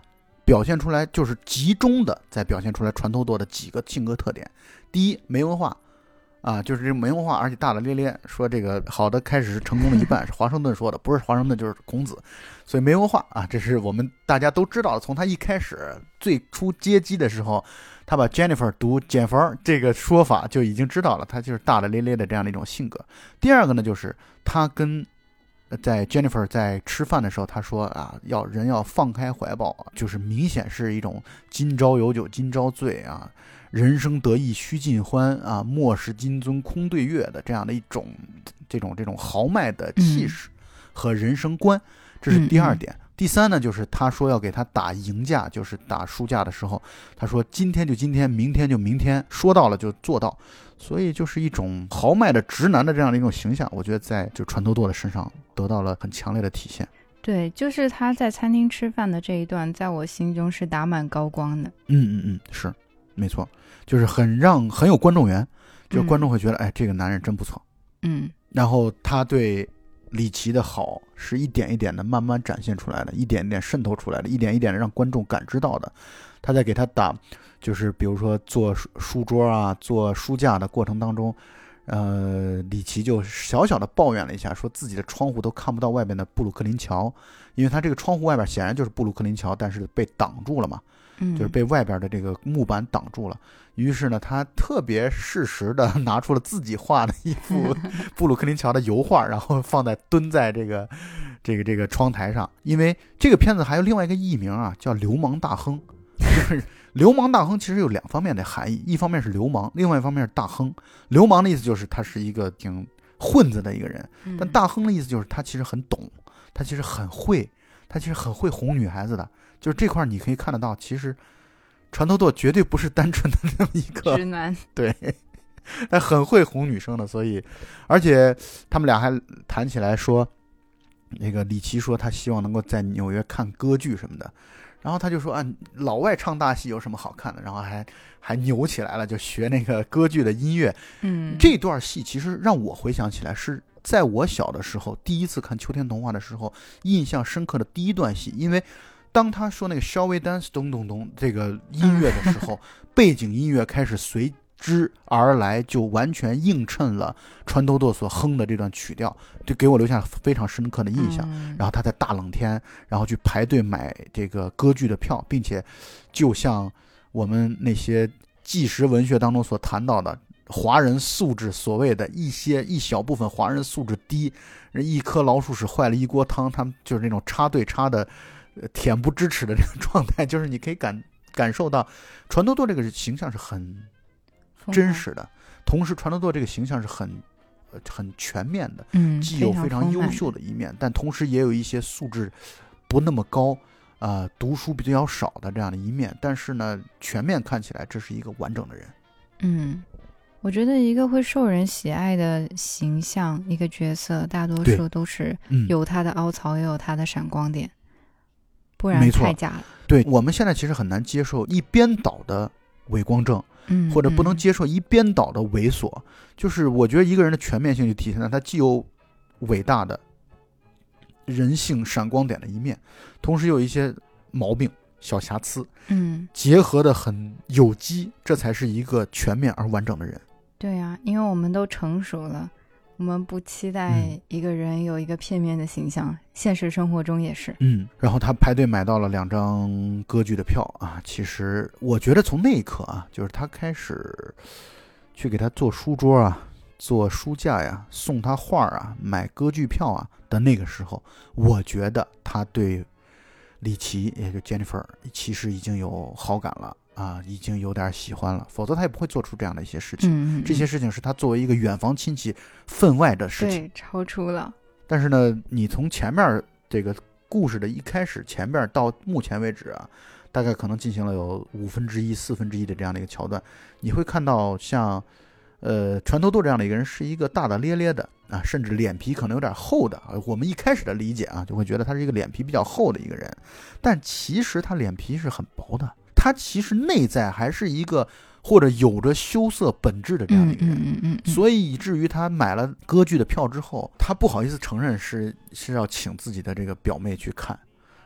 [SPEAKER 1] 表现出来，就是集中的在表现出来船头舵的几个性格特点。第一，没文化啊，就是这没文化，而且大大咧咧，说这个好的开始是成功了一半，是华盛顿说的，不是华盛顿就是孔子，所以没文化啊，这是我们大家都知道的。从他一开始最初接机的时候，他把 Jennifer 读简房这个说法就已经知道了，他就是大大咧咧的这样的一种性格。第二个呢，就是他跟在 Jennifer 在吃饭的时候，他说啊，要人要放开怀抱，就是明显是一种今朝有酒今朝醉啊，人生得意须尽欢啊，莫使金樽空对月的这样的一种这种这种豪迈的气势和人生观，这是第二点。嗯嗯第三呢，就是他说要给他打赢架，就是打输架的时候，他说今天就今天，明天就明天，说到了就做到，所以就是一种豪迈的直男的这样的一种形象，我觉得在就船头舵的身上得到了很强烈的体现。
[SPEAKER 2] 对，就是他在餐厅吃饭的这一段，在我心中是打满高光的。
[SPEAKER 1] 嗯嗯嗯，是没错，就是很让很有观众缘，就是观众会觉得、嗯、哎，这个男人真不错。
[SPEAKER 2] 嗯，
[SPEAKER 1] 然后他对李琦的好是一点一点的慢慢展现出来的，一点一点渗透出来的，一点一点的让观众感知到的。他在给他打，就是比如说做书桌啊、做书架的过程当中，呃，李琦就小小的抱怨了一下，说自己的窗户都看不到外面的布鲁克林桥，因为他这个窗户外边显然就是布鲁克林桥，但是被挡住了嘛。就是被外边的这个木板挡住了，于是呢，他特别适时的拿出了自己画的一幅布鲁克林桥的油画，然后放在蹲在这个这个这个窗台上。因为这个片子还有另外一个艺名啊，叫《流氓大亨》，就是流氓大亨其实有两方面的含义，一方面是流氓，另外一方面是大亨。流氓的意思就是他是一个挺混子的一个人，但大亨的意思就是他其实很懂，他其实很会，他其实很会哄女孩子的。就是这块你可以看得到，其实船头舵绝对不是单纯的那么一个
[SPEAKER 2] 直男，
[SPEAKER 1] 对，他很会哄女生的。所以而且他们俩还谈起来说，那个李琦说他希望能够在纽约看歌剧什么的，然后他就说啊，老外唱大戏有什么好看的，然后还还扭起来了，就学那个歌剧的音乐。
[SPEAKER 2] 嗯，
[SPEAKER 1] 这段戏其实让我回想起来是在我小的时候第一次看秋天童话的时候印象深刻的第一段戏。因为当他说那个 Shall we dance 咚咚咚这个音乐的时候，背景音乐开始随之而来，就完全映衬了船头舵所哼的这段曲调，就给我留下非常深刻的印象。然后他在大冷天，然后去排队买这个歌剧的票，并且就像我们那些纪实文学当中所谈到的，华人素质所谓的一些一小部分华人素质低，一颗老鼠屎坏了一锅汤，他们就是那种插队插的恬不知耻的这个状态，就是你可以感感受到船头舵这个形象是很真实的，同时船头舵这个形象是很很全面的，
[SPEAKER 2] 嗯，
[SPEAKER 1] 既有非常优秀的一面，但同时也有一些素质不那么高啊、呃，读书比较少的这样的一面，但是呢，全面看起来这是一个完整的人。
[SPEAKER 2] 嗯，我觉得一个会受人喜爱的形象，一个角色，大多数都是有他的凹槽，也有他的闪光点。不然太假了。
[SPEAKER 1] 对，我们现在其实很难接受一边倒的伪光正，
[SPEAKER 2] 嗯，
[SPEAKER 1] 或者不能接受一边倒的猥琐。嗯、就是我觉得一个人的全面性就体现在他既有伟大的人性闪光点的一面，同时有一些毛病小瑕疵，
[SPEAKER 2] 嗯，
[SPEAKER 1] 结合的很有机，这才是一个全面而完整的人。
[SPEAKER 2] 对啊，因为我们都成熟了，我们不期待一个人有一个片面的形象、嗯、现实生活中也是。
[SPEAKER 1] 嗯，然后他排队买到了两张歌剧的票啊。其实我觉得从那一刻啊，就是他开始去给他做书桌啊、做书架呀、送他画啊、买歌剧票啊的那个时候，我觉得他对李琦也就 Jennifer 其实已经有好感了啊，已经有点喜欢了，否则他也不会做出这样的一些事情。
[SPEAKER 2] 嗯嗯嗯，
[SPEAKER 1] 这些事情是他作为一个远房亲戚分外的事情，
[SPEAKER 2] 对，超出了。
[SPEAKER 1] 但是呢，你从前面这个故事的一开始，前面到目前为止啊，大概可能进行了有五分之一、四分之一的这样的一个桥段，你会看到像呃船头舵这样的一个人是一个大大咧咧的啊，甚至脸皮可能有点厚的。我们一开始的理解啊，就会觉得他是一个脸皮比较厚的一个人，但其实他脸皮是很薄的。他其实内在还是一个或者有着羞涩本质的这样的一个人，
[SPEAKER 2] 嗯嗯嗯嗯，
[SPEAKER 1] 所以以至于他买了歌剧的票之后，他不好意思承认是是要请自己的这个表妹去看，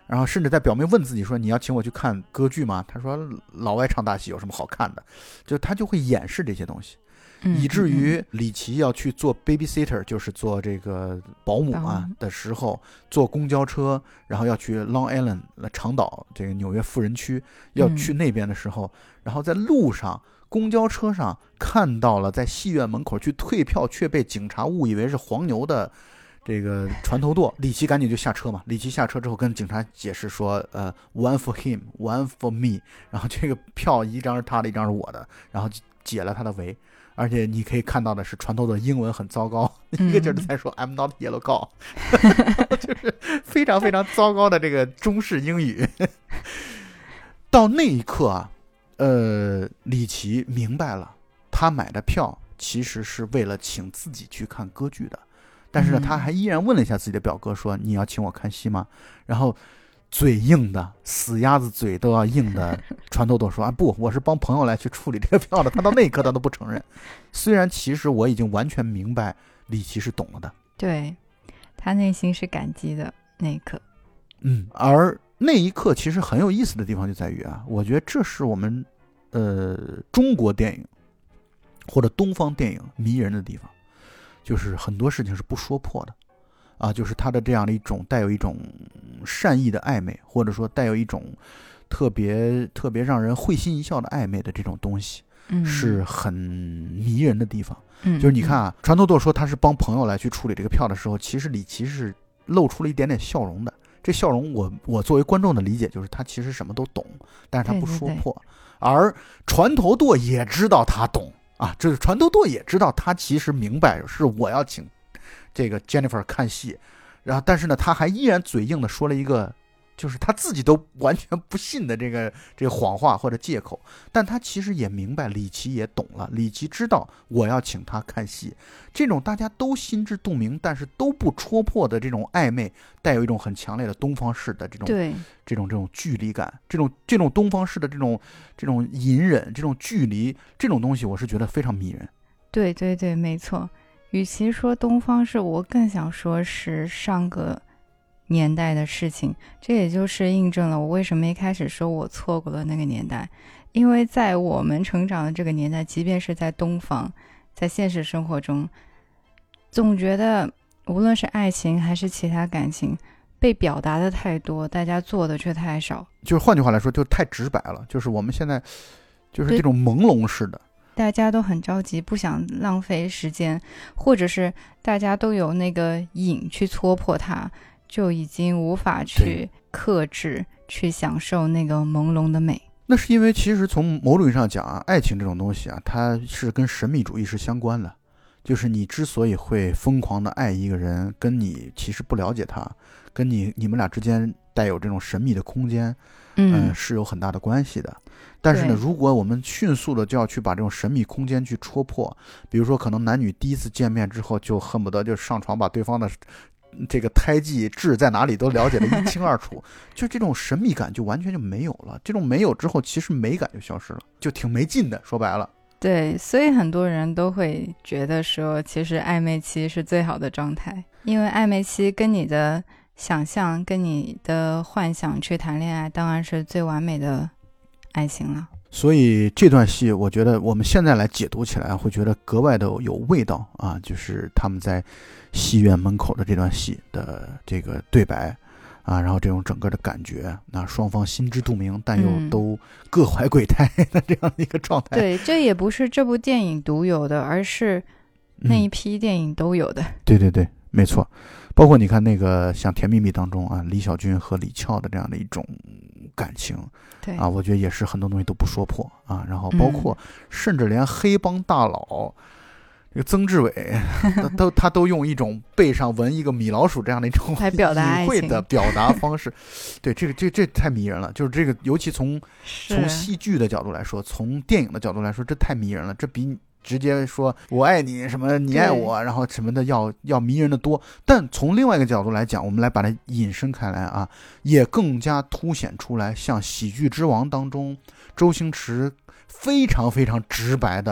[SPEAKER 1] 然后甚至在表面问自己说你要请我去看歌剧吗？他说老外唱大戏有什么好看的，就他就会掩饰这些东西，以至于李琦要去做 babysitter， 就是做这个保姆啊的时候，坐公交车，然后要去 Long Island 长岛这个纽约富人区，要去那边的时候，然后在路上公交车上看到了在戏院门口去退票却被警察误以为是黄牛的这个船头舵，李琦赶紧就下车嘛。李琦下车之后跟警察解释说，呃 ，one for him, one for me， 然后这个票一张是他的，一张是我的，然后解了他的围。而且你可以看到的是，船头的英文很糟糕，嗯、一个劲儿的在说 I'm not yellow cow， 就是非常非常糟糕的这个中式英语。到那一刻啊，呃，李琦明白了，他买的票其实是为了请自己去看歌剧的。但是呢，他还依然问了一下自己的表哥说，你要请我看戏吗？然后嘴硬的死鸭子嘴都要硬的船头舵说啊，不，我是帮朋友来去处理这个票的。他到那一刻他都不承认，虽然其实我已经完全明白李琦是懂了的，
[SPEAKER 2] 对，他内心是感激的那一刻。
[SPEAKER 1] 嗯，而那一刻其实很有意思的地方就在于啊，我觉得这是我们呃中国电影或者东方电影迷人的地方，就是很多事情是不说破的啊，就是它的这样的一种带有一种善意的暧昧，或者说带有一种特别特别让人会心一笑的暧昧的这种东西，嗯、是很迷人的地方。嗯，就是你看啊，船头舵说他是帮朋友来去处理这个票的时候，其实李琦是露出了一点点笑容的。这笑容我我作为观众的理解就是他其实什么都懂，但是他不说破。对对对，而船头舵也知道他懂啊，这船头舵也知道他其实明白是我要请这个 Jennifer 看戏，然后但是呢他还依然嘴硬的说了一个就是他自己都完全不信的这个这个谎话或者借口，但他其实也明白，李琦也懂了，李琦知道我要请他看戏，这种大家都心知肚明但是都不戳破的这种暧昧，带有一种很强烈的东方式的这种
[SPEAKER 2] 对
[SPEAKER 1] 这种这种距离感，这种这种东方式的这种这种隐忍，这种距离，这种东西我是觉得非常迷人。
[SPEAKER 2] 对对对，没错，与其说东方式，我更想说是上个年代的事情，这也就是印证了我为什么一开始说我错过了那个年代。因为在我们成长的这个年代，即便是在东方，在现实生活中，总觉得无论是爱情还是其他感情被表达的太多，大家做的却太少。
[SPEAKER 1] 就是换句话来说，就太直白了，就是我们现在就是这种朦胧式的，
[SPEAKER 2] 大家都很着急，不想浪费时间，或者是大家都有那个瘾去戳破它，就已经无法去克制，去享受那个朦胧的美。
[SPEAKER 1] 那是因为其实从某种意义上讲啊，爱情这种东西啊，它是跟神秘主义是相关的。就是你之所以会疯狂的爱一个人，跟你其实不了解他，跟你你们俩之间带有这种神秘的空间，嗯、呃，是有很大的关系的。但是呢，如果我们迅速的就要去把这种神秘空间去戳破，比如说可能男女第一次见面之后就恨不得就上床把对方的这个胎记痣在哪里都了解得一清二楚，就这种神秘感就完全就没有了。这种没有之后，其实美感就消失了，就挺没劲的。说白了，
[SPEAKER 2] 对，所以很多人都会觉得说，其实暧昧期是最好的状态，因为暧昧期跟你的想象、跟你的幻想去谈恋爱，当然是最完美的爱情了。
[SPEAKER 1] 所以这段戏我觉得我们现在来解读起来会觉得格外的有味道啊，就是他们在戏院门口的这段戏的这个对白啊，然后这种整个的感觉，那双方心知肚明但又都各怀鬼胎的这样的一个状态、嗯、
[SPEAKER 2] 对，这也不是这部电影独有的，而是那一批电影都有的、嗯、
[SPEAKER 1] 对对对，没错。包括你看那个像《甜蜜蜜》当中啊，李小军和李翘的这样的一种感情，
[SPEAKER 2] 对
[SPEAKER 1] 啊，我觉得也是很多东西都不说破啊。然后包括甚至连黑帮大佬、嗯、这个曾志伟都他都用一种背上纹一个米老鼠这样的一种隐晦的表达方式，对，这个这这太迷人了。就是这个，尤其从从戏剧的角度来说，从电影的角度来说，这太迷人了，这比直接说我爱你什么你爱我然后什么的要要迷人的多。但从另外一个角度来讲，我们来把它引申开来啊，也更加凸显出来，像喜剧之王当中周星驰非常非常直白的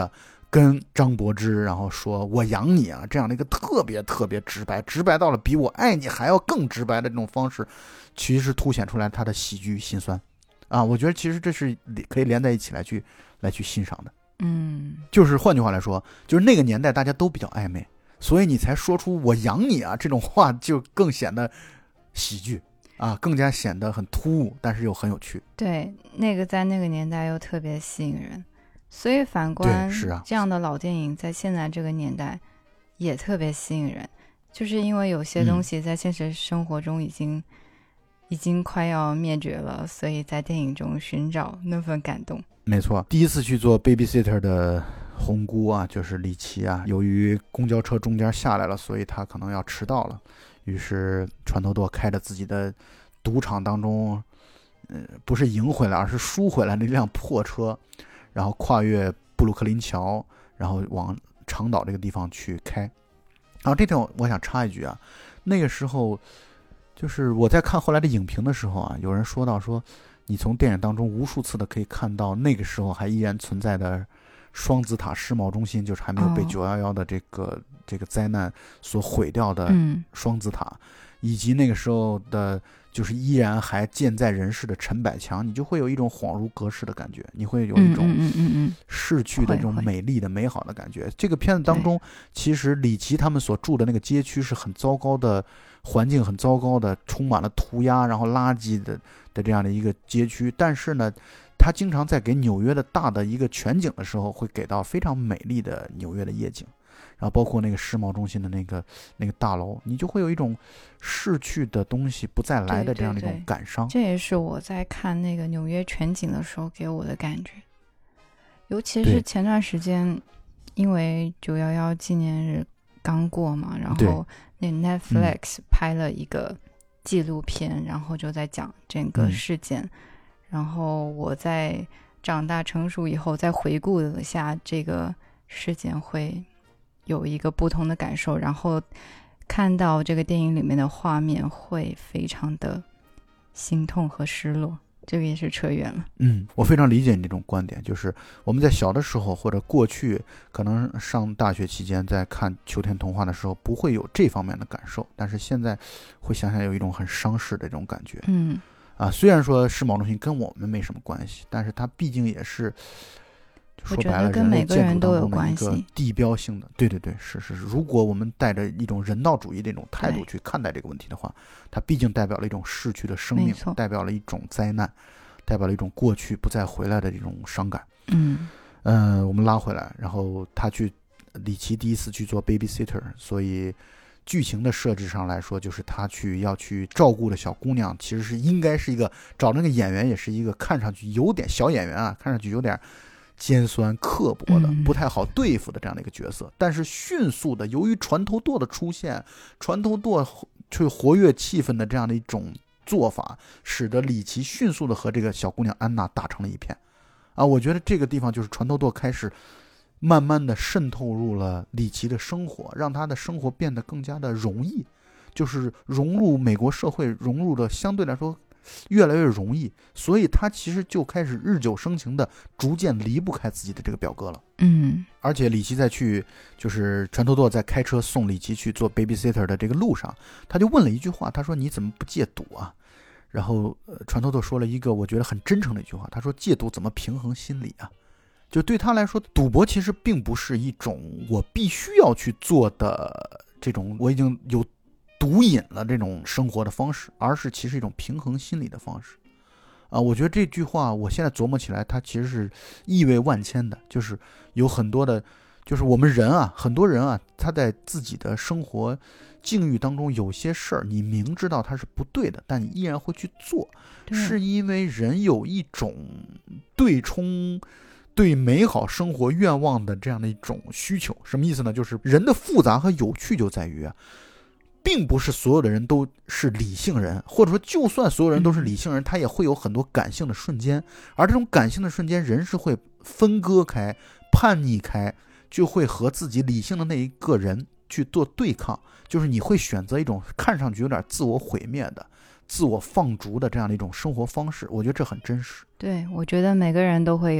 [SPEAKER 1] 跟张柏芝然后说我养你啊，这样的一个特别特别直白直白到了比我爱你还要更直白的这种方式，其实凸显出来他的喜剧心酸啊。我觉得其实这是可以连在一起来去来去欣赏的。
[SPEAKER 2] 嗯，
[SPEAKER 1] 就是换句话来说，就是那个年代大家都比较暧昧，所以你才说出我养你啊这种话，就更显得喜剧啊，更加显得很突兀，但是又很有趣。
[SPEAKER 2] 对，那个在那个年代又特别吸引人，所以反观
[SPEAKER 1] 是啊，
[SPEAKER 2] 这样的老电影在现在这个年代也特别吸引人，就是因为有些东西在现实生活中已经、嗯、已经快要灭绝了，所以在电影中寻找那份感动。
[SPEAKER 1] 没错，第一次去做 babysitter 的红姑啊，就是李琦啊，由于公交车中间下来了，所以他可能要迟到了，于是船头舵开着自己的赌场当中呃，不是赢回来而是输回来那辆破车，然后跨越布鲁克林桥，然后往长岛这个地方去开。然后这点我想插一句啊，那个时候就是我在看后来的影评的时候啊，有人说到说你从电影当中无数次的可以看到那个时候还依然存在的双子塔世贸中心，就是还没有被九一一的这个、哦、这个灾难所毁掉的双子塔、嗯、以及那个时候的就是依然还健在人世的陈百强，你就会有一种恍如隔世的感觉，你会有一种逝去的这种美丽的美好的感觉。这个片子当中其实李琦他们所住的那个街区是很糟糕的环境，很糟糕的，充满了涂鸦然后垃圾的的这样的一个街区，但是呢他经常在给纽约的大的一个全景的时候会给到非常美丽的纽约的夜景，然后包括那个世贸中心的那个那个大楼，你就会有一种逝去的东西不再来的这样的一种感伤。
[SPEAKER 2] 对对对，这也是我在看那个纽约全景的时候给我的感觉。尤其是前段时间因为九一一纪念日刚过嘛，然后那 Netflix 拍了一个纪录片、嗯、然后就在讲整个事件、嗯、然后我在长大成熟以后再回顾了下这个事件，会有一个不同的感受，然后看到这个电影里面的画面会非常的心痛和失落。这个也是扯远了。
[SPEAKER 1] 嗯，我非常理解你这种观点，就是我们在小的时候或者过去可能上大学期间在看秋天童话的时候不会有这方面的感受，但是现在会想想有一种很伤逝的这种感觉。
[SPEAKER 2] 嗯，
[SPEAKER 1] 啊，虽然说世贸中心跟我们没什么关系，但是它毕竟也是说白了人类建筑当中的一个地标性的，对对对，是是是。如果我们带着一种人道主义的一种态度去看待这个问题的话，它毕竟代表了一种逝去的生命，代表了一种灾难，代表了一种过去不再回来的这种伤感。
[SPEAKER 2] 嗯，
[SPEAKER 1] 呃，我们拉回来，然后他去李琦第一次去做 babysitter， 所以剧情的设置上来说，就是他去要去照顾的小姑娘，其实是应该是一个找那个演员也是一个看上去有点小演员啊，看上去有点尖酸刻薄的不太好对付的这样的一个角色、嗯、但是迅速的由于船头舵的出现，船头舵去活跃气氛的这样的一种做法，使得李琦迅速的和这个小姑娘安娜打成了一片啊！我觉得这个地方就是船头舵开始慢慢的渗透入了李琦的生活，让他的生活变得更加的容易，就是融入美国社会，融入的相对来说越来越容易，所以他其实就开始日久生情的逐渐离不开自己的这个表哥了。
[SPEAKER 2] 嗯，
[SPEAKER 1] 而且李琦在去就是船头舵在开车送李琦去做 babysitter 的这个路上，他就问了一句话，他说你怎么不戒赌啊？然后、呃、船头舵说了一个我觉得很真诚的一句话，他说戒赌怎么平衡心理啊？就对他来说，赌博其实并不是一种我必须要去做的这种我已经有毒瘾了这种生活的方式，而是其实一种平衡心理的方式啊。我觉得这句话我现在琢磨起来，它其实是意味万千的，就是有很多的就是我们人啊，很多人啊，他在自己的生活境遇当中有些事儿你明知道它是不对的，但你依然会去做，是因为人有一种对冲对美好生活愿望的这样的一种需求。什么意思呢？就是人的复杂和有趣就在于啊，并不是所有的人都是理性人，或者说就算所有人都是理性人，他也会有很多感性的瞬间，而这种感性的瞬间人是会分割开叛逆开，就会和自己理性的那一个人去做对抗，就是你会选择一种看上去有点自我毁灭的自我放逐的这样的一种生活方式。我觉得这很真实。
[SPEAKER 2] 对，我觉得每个人都会有。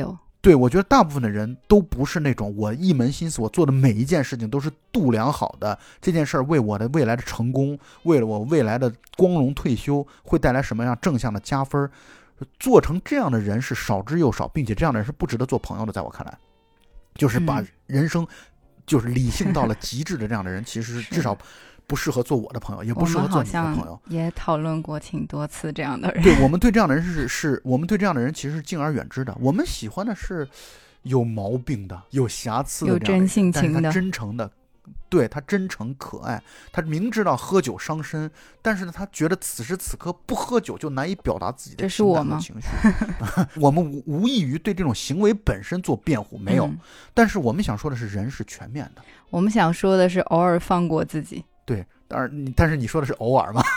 [SPEAKER 1] 对，我觉得大部分的人都不是那种我一门心思，我做的每一件事情都是度量好的，这件事儿为我的未来的成功，为了我未来的光荣退休会带来什么样正向的加分，做成这样的人是少之又少，并且这样的人是不值得做朋友的。在我看来，就是把人生就是理性到了极致的这样的人，其实至少不适合做我的朋友，也不适合做你的朋友。
[SPEAKER 2] 也讨论过挺多次这样的人。
[SPEAKER 1] 对，我们对这样的人是是，我们对这样的人其实是敬而远之的。我们喜欢的是有毛病的、有瑕疵的、
[SPEAKER 2] 有真性情的、
[SPEAKER 1] 真诚的。对，他真诚可爱，他明知道喝酒伤身，但是呢，他觉得此时此刻不喝酒就难以表达自己的情感和情绪。我们无无异于对这种行为本身做辩护，没有、嗯。但是我们想说的是，人是全面的。
[SPEAKER 2] 我们想说的是，偶尔放过自己。
[SPEAKER 1] 对，当然你，但是你说的是偶尔嘛？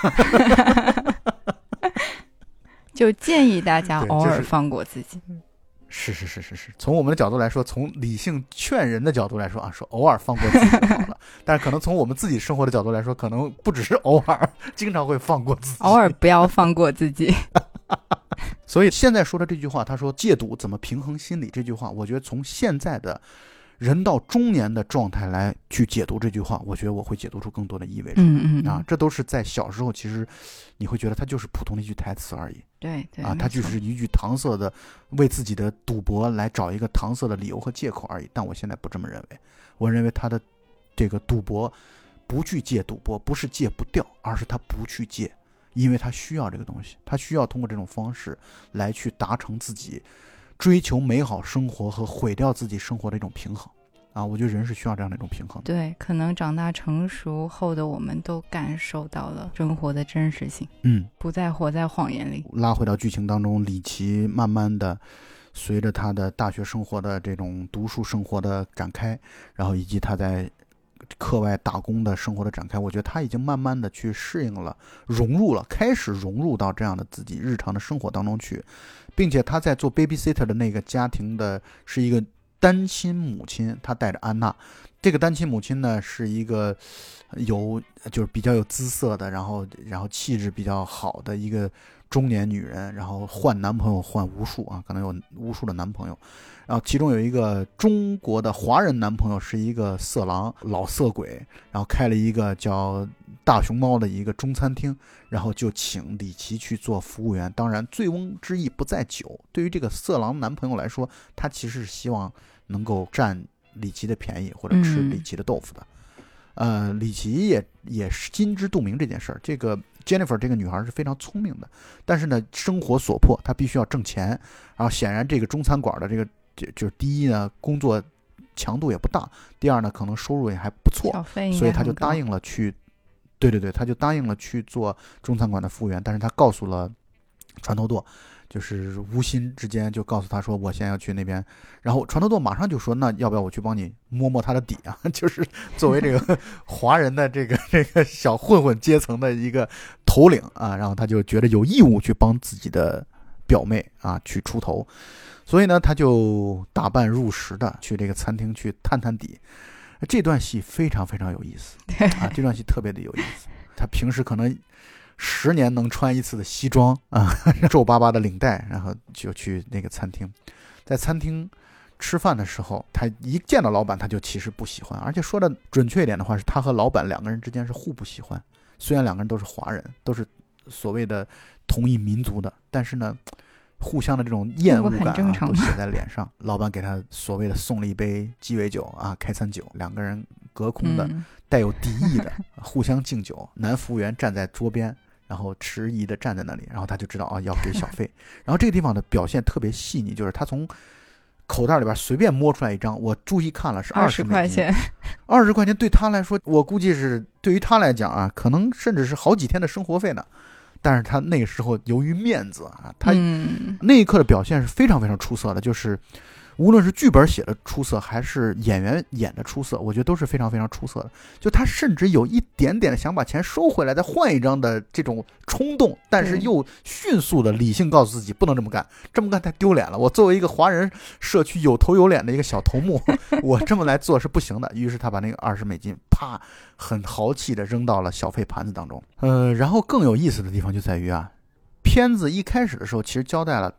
[SPEAKER 2] 就建议大家偶尔放过自己。
[SPEAKER 1] 是是是是是，从我们的角度来说，从理性劝人的角度来说啊，说偶尔放过自己就好了。但是可能从我们自己生活的角度来说，可能不只是偶尔，经常会放过自己。
[SPEAKER 2] 偶尔不要放过自己。
[SPEAKER 1] 所以现在说的这句话，他说戒赌怎么平衡心理这句话，我觉得从现在的人到中年的状态来去解读这句话，我觉得我会解读出更多的意味。
[SPEAKER 2] 嗯嗯
[SPEAKER 1] 啊，这都是在小时候，其实你会觉得它就是普通的一句台词而已。
[SPEAKER 2] 对对
[SPEAKER 1] 啊，它就是一句搪塞的，为自己的赌博来找一个搪塞的理由和借口而已。但我现在不这么认为，我认为他的这个赌博不去戒赌博，不是戒不掉，而是他不去戒，因为他需要这个东西，他需要通过这种方式来去达成自己追求美好生活和毁掉自己生活的一种平衡。啊，我觉得人是需要这样的一种平衡的。
[SPEAKER 2] 对，可能长大成熟后的我们都感受到了生活的真实性，
[SPEAKER 1] 嗯，
[SPEAKER 2] 不再活在谎言里。
[SPEAKER 1] 拉回到剧情当中，李琦慢慢的随着他的大学生活的这种读书生活的展开，然后以及他在课外打工的生活的展开，我觉得他已经慢慢的去适应了，融入了，开始融入到这样的自己日常的生活当中去，并且他在做 babysitter 的那个家庭的是一个单亲母亲，她带着安娜。这个单亲母亲呢，是一个有就是比较有姿色的，然后然后气质比较好的一个中年女人，然后换男朋友换无数啊，可能有无数的男朋友。然后其中有一个中国的华人男朋友是一个色狼老色鬼，然后开了一个叫大熊猫的一个中餐厅，然后就请李琦去做服务员。当然醉翁之意不在酒，对于这个色狼男朋友来说，他其实是希望能够占李琦的便宜或者吃李琦的豆腐的。嗯、呃，李琦也也心知肚明这件事儿。这个 Jennifer 这个女孩是非常聪明的，但是呢，生活所迫，她必须要挣钱。然后显然这个中餐馆的这个就就是第一呢，工作强度也不大；第二呢，可能收入也还不错，所以她就答应了去。对对对，她就答应了去做中餐馆的服务员。但是她告诉了船头舵，就是无心之间就告诉他说我现在要去那边，然后船头舵马上就说那要不要我去帮你摸摸他的底啊，就是作为这个华人的这个这个小混混阶层的一个头领啊，然后他就觉得有义务去帮自己的表妹啊去出头，所以呢他就打扮入时的去这个餐厅去探探底。这段戏非常非常有意思啊，这段戏特别的有意思。他平时可能十年能穿一次的西装啊，皱巴巴的领带，然后就去那个餐厅。在餐厅吃饭的时候，他一见到老板他就其实不喜欢，而且说的准确一点的话是他和老板两个人之间是互不喜欢。虽然两个人都是华人，都是所谓的同一民族的，但是呢互相的这种厌恶感啊都写在脸上。老板给他所谓的送了一杯鸡尾酒啊，开餐酒，两个人隔空的、嗯、带有敌意的互相敬酒。男服务员站在桌边，然后迟疑的站在那里，然后他就知道啊要给小费。然后这个地方的表现特别细腻，就是他从口袋里边随便摸出来一张，我注意看了是二十
[SPEAKER 2] 块钱，
[SPEAKER 1] 二十块钱对他来说，我估计是对于他来讲啊，可能甚至是好几天的生活费呢。但是他那个时候由于面子啊，他那一刻的表现是非常非常出色的，就是无论是剧本写的出色，还是演员演的出色，我觉得都是非常非常出色的。就他甚至有一点点的想把钱收回来再换一张的这种冲动，但是又迅速的理性告诉自己不能这么干，这么干太丢脸了。我作为一个华人社区有头有脸的一个小头目，我这么来做是不行的。于是他把那个二十美金啪很豪气的扔到了小费盘子当中。呃，然后更有意思的地方就在于啊，片子一开始的时候其实交代了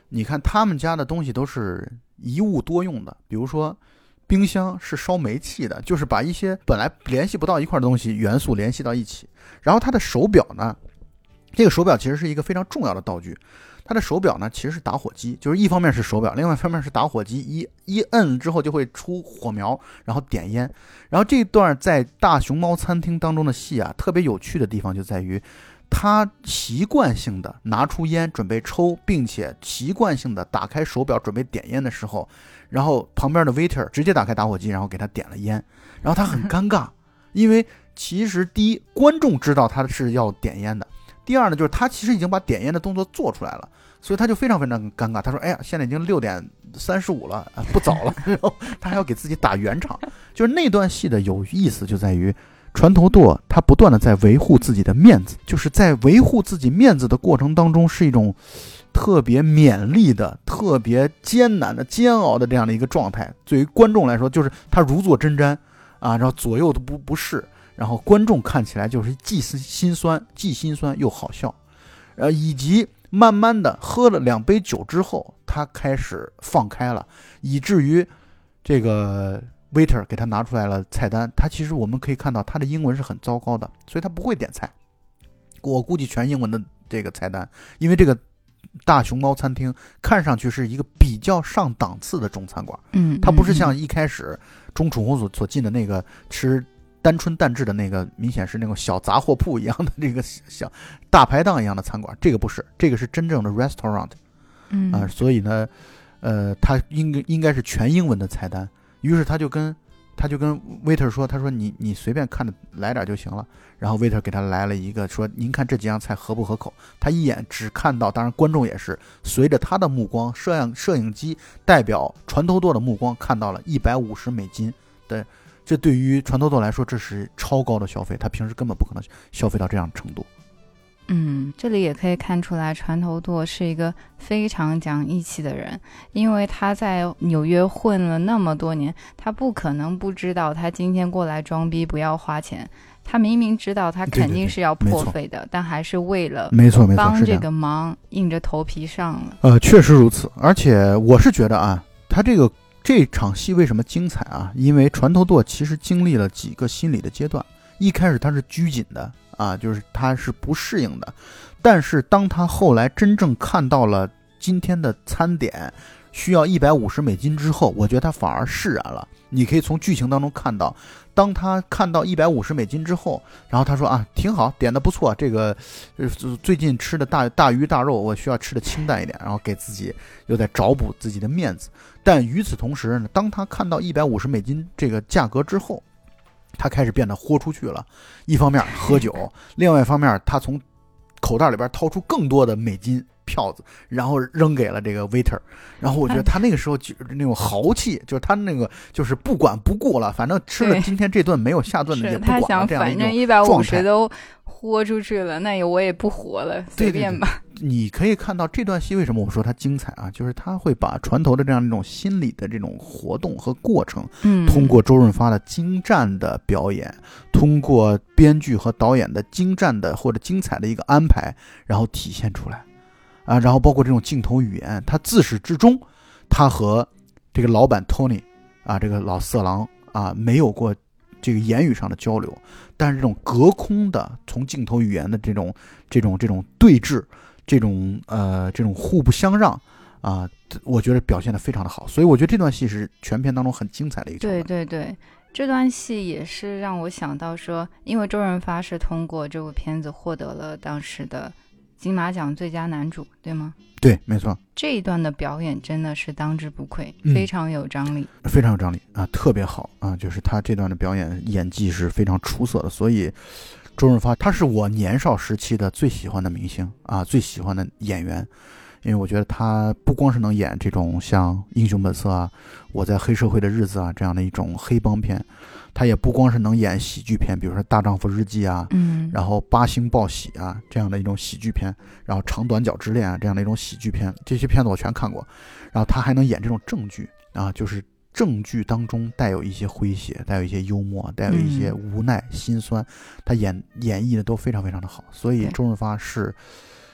[SPEAKER 1] 你看他们家的东西都是一物多用的，比如说冰箱是烧煤气的，就是把一些本来联系不到一块的东西元素联系到一起。然后他的手表呢，这个手表其实是一个非常重要的道具。它的手表呢其实是打火机，就是一方面是手表，另外一方面是打火机，一一摁之后就会出火苗，然后点烟。然后这段在大熊猫餐厅当中的戏啊，特别有趣的地方就在于他习惯性的拿出烟准备抽，并且习惯性的打开手表准备点烟的时候，然后旁边的 waiter 直接打开打火机，然后给他点了烟，然后他很尴尬，因为其实第一，观众知道他是要点烟的，第二呢，就是他其实已经把点烟的动作做出来了，所以他就非常非常尴尬。他说：“哎呀，现在已经六点三十五了，啊，不早了。”然后他还要给自己打圆场。就是那段戏的有意思就在于，船头舵他不断的在维护自己的面子，就是在维护自己面子的过程当中，是一种特别勉励的、特别艰难的、煎熬的这样的一个状态。对于观众来说，就是他如坐针毡啊，然后左右都不不是。然后观众看起来就是既心酸既心酸又好笑，呃，以及慢慢的喝了两杯酒之后，他开始放开了，以至于这个 waiter 给他拿出来了菜单，他其实我们可以看到他的英文是很糟糕的，所以他不会点菜，我估计全英文的这个菜单，因为这个大熊猫餐厅看上去是一个比较上档次的中餐馆，
[SPEAKER 2] 嗯，
[SPEAKER 1] 它不是像一开始钟楚红所所进的那个吃单春淡制的那个明显是那种小杂货铺一样的这个小大排档一样的餐馆，这个不是，这个是真正的 restaurant，
[SPEAKER 2] 嗯
[SPEAKER 1] 啊、呃，所以呢，呃，他应该应该是全英文的菜单，于是他就跟他就跟 waiter 说，他说你你随便看着来点就行了，然后 waiter 给他来了一个说，您看这几样菜合不合口？他一眼只看到，当然观众也是随着他的目光，摄像摄影机代表船头舵的目光看到了一百五十美金的。这对于船头舵来说，这是超高的消费，他平时根本不可能消费到这样的程度。
[SPEAKER 2] 嗯，这里也可以看出来，船头舵是一个非常讲义气的人，因为他在纽约混了那么多年，他不可能不知道他今天过来装逼不要花钱，他明明知道他肯定是要破费的，对对对，但还是为了
[SPEAKER 1] 没错没错
[SPEAKER 2] 帮这个忙硬着头皮上了。
[SPEAKER 1] 呃，确实如此，而且我是觉得啊，他这个这场戏为什么精彩啊？因为船头舵其实经历了几个心理的阶段，一开始他是拘谨的啊，就是他是不适应的，但是当他后来真正看到了今天的餐点需要一百五十美金之后，我觉得他反而释然了。你可以从剧情当中看到，当他看到一百五十美金之后，然后他说啊，挺好，点的不错，这个最近吃的大大鱼大肉，我需要吃的清淡一点，然后给自己又在找补自己的面子。但与此同时呢，当他看到一百五十美金这个价格之后，他开始变得豁出去了。一方面喝酒，另外一方面他从口袋里边掏出更多的美金票子，然后扔给了这个 waiter。然后我觉得他那个时候就那种豪气，就是他那个就是不管不顾了，反正吃了今天这顿没有下顿的也不管了，
[SPEAKER 2] 他想
[SPEAKER 1] 这样的一种状态。
[SPEAKER 2] 反正一百五十都豁出去了，那我也不活了，随便吧。
[SPEAKER 1] 对对对，你可以看到这段戏为什么我说它精彩啊，就是他会把船头的这样一种心理的这种活动和过程，
[SPEAKER 2] 嗯，
[SPEAKER 1] 通过周润发的精湛的表演，通过编剧和导演的精湛的或者精彩的一个安排，然后体现出来啊，然后包括这种镜头语言，他自始至终他和这个老板 Tony 啊，这个老色狼啊没有过这个言语上的交流，但是这种隔空的从镜头语言的这种这种这种对峙，这种呃这种互不相让啊，我觉得表现得非常的好，所以我觉得这段戏是全片当中很精彩的一个桥段。
[SPEAKER 2] 对对对，这段戏也是让我想到说，因为周润发是通过这部片子获得了当时的金马奖最佳男主，对吗？
[SPEAKER 1] 对，没错。
[SPEAKER 2] 这一段的表演真的是当之无愧，
[SPEAKER 1] 嗯、
[SPEAKER 2] 非常有张力，
[SPEAKER 1] 非常有张力啊，特别好啊！就是他这段的表演演技是非常出色的，所以周润发他是我年少时期的最喜欢的明星啊，最喜欢的演员。因为我觉得他不光是能演这种像《英雄本色》啊、我在黑社会的日子啊这样的一种黑帮片，他也不光是能演喜剧片，比如说《大丈夫日记》啊，
[SPEAKER 2] 嗯，
[SPEAKER 1] 然后《八星报喜》啊这样的一种喜剧片，然后《长短脚之恋》啊这样的一种喜剧片，这些片子我全看过。然后他还能演这种正剧啊，就是正剧当中带有一些诙谐，带有一些幽默，带有一些无奈、心酸，他演演绎的都非常非常的好。所以周润发是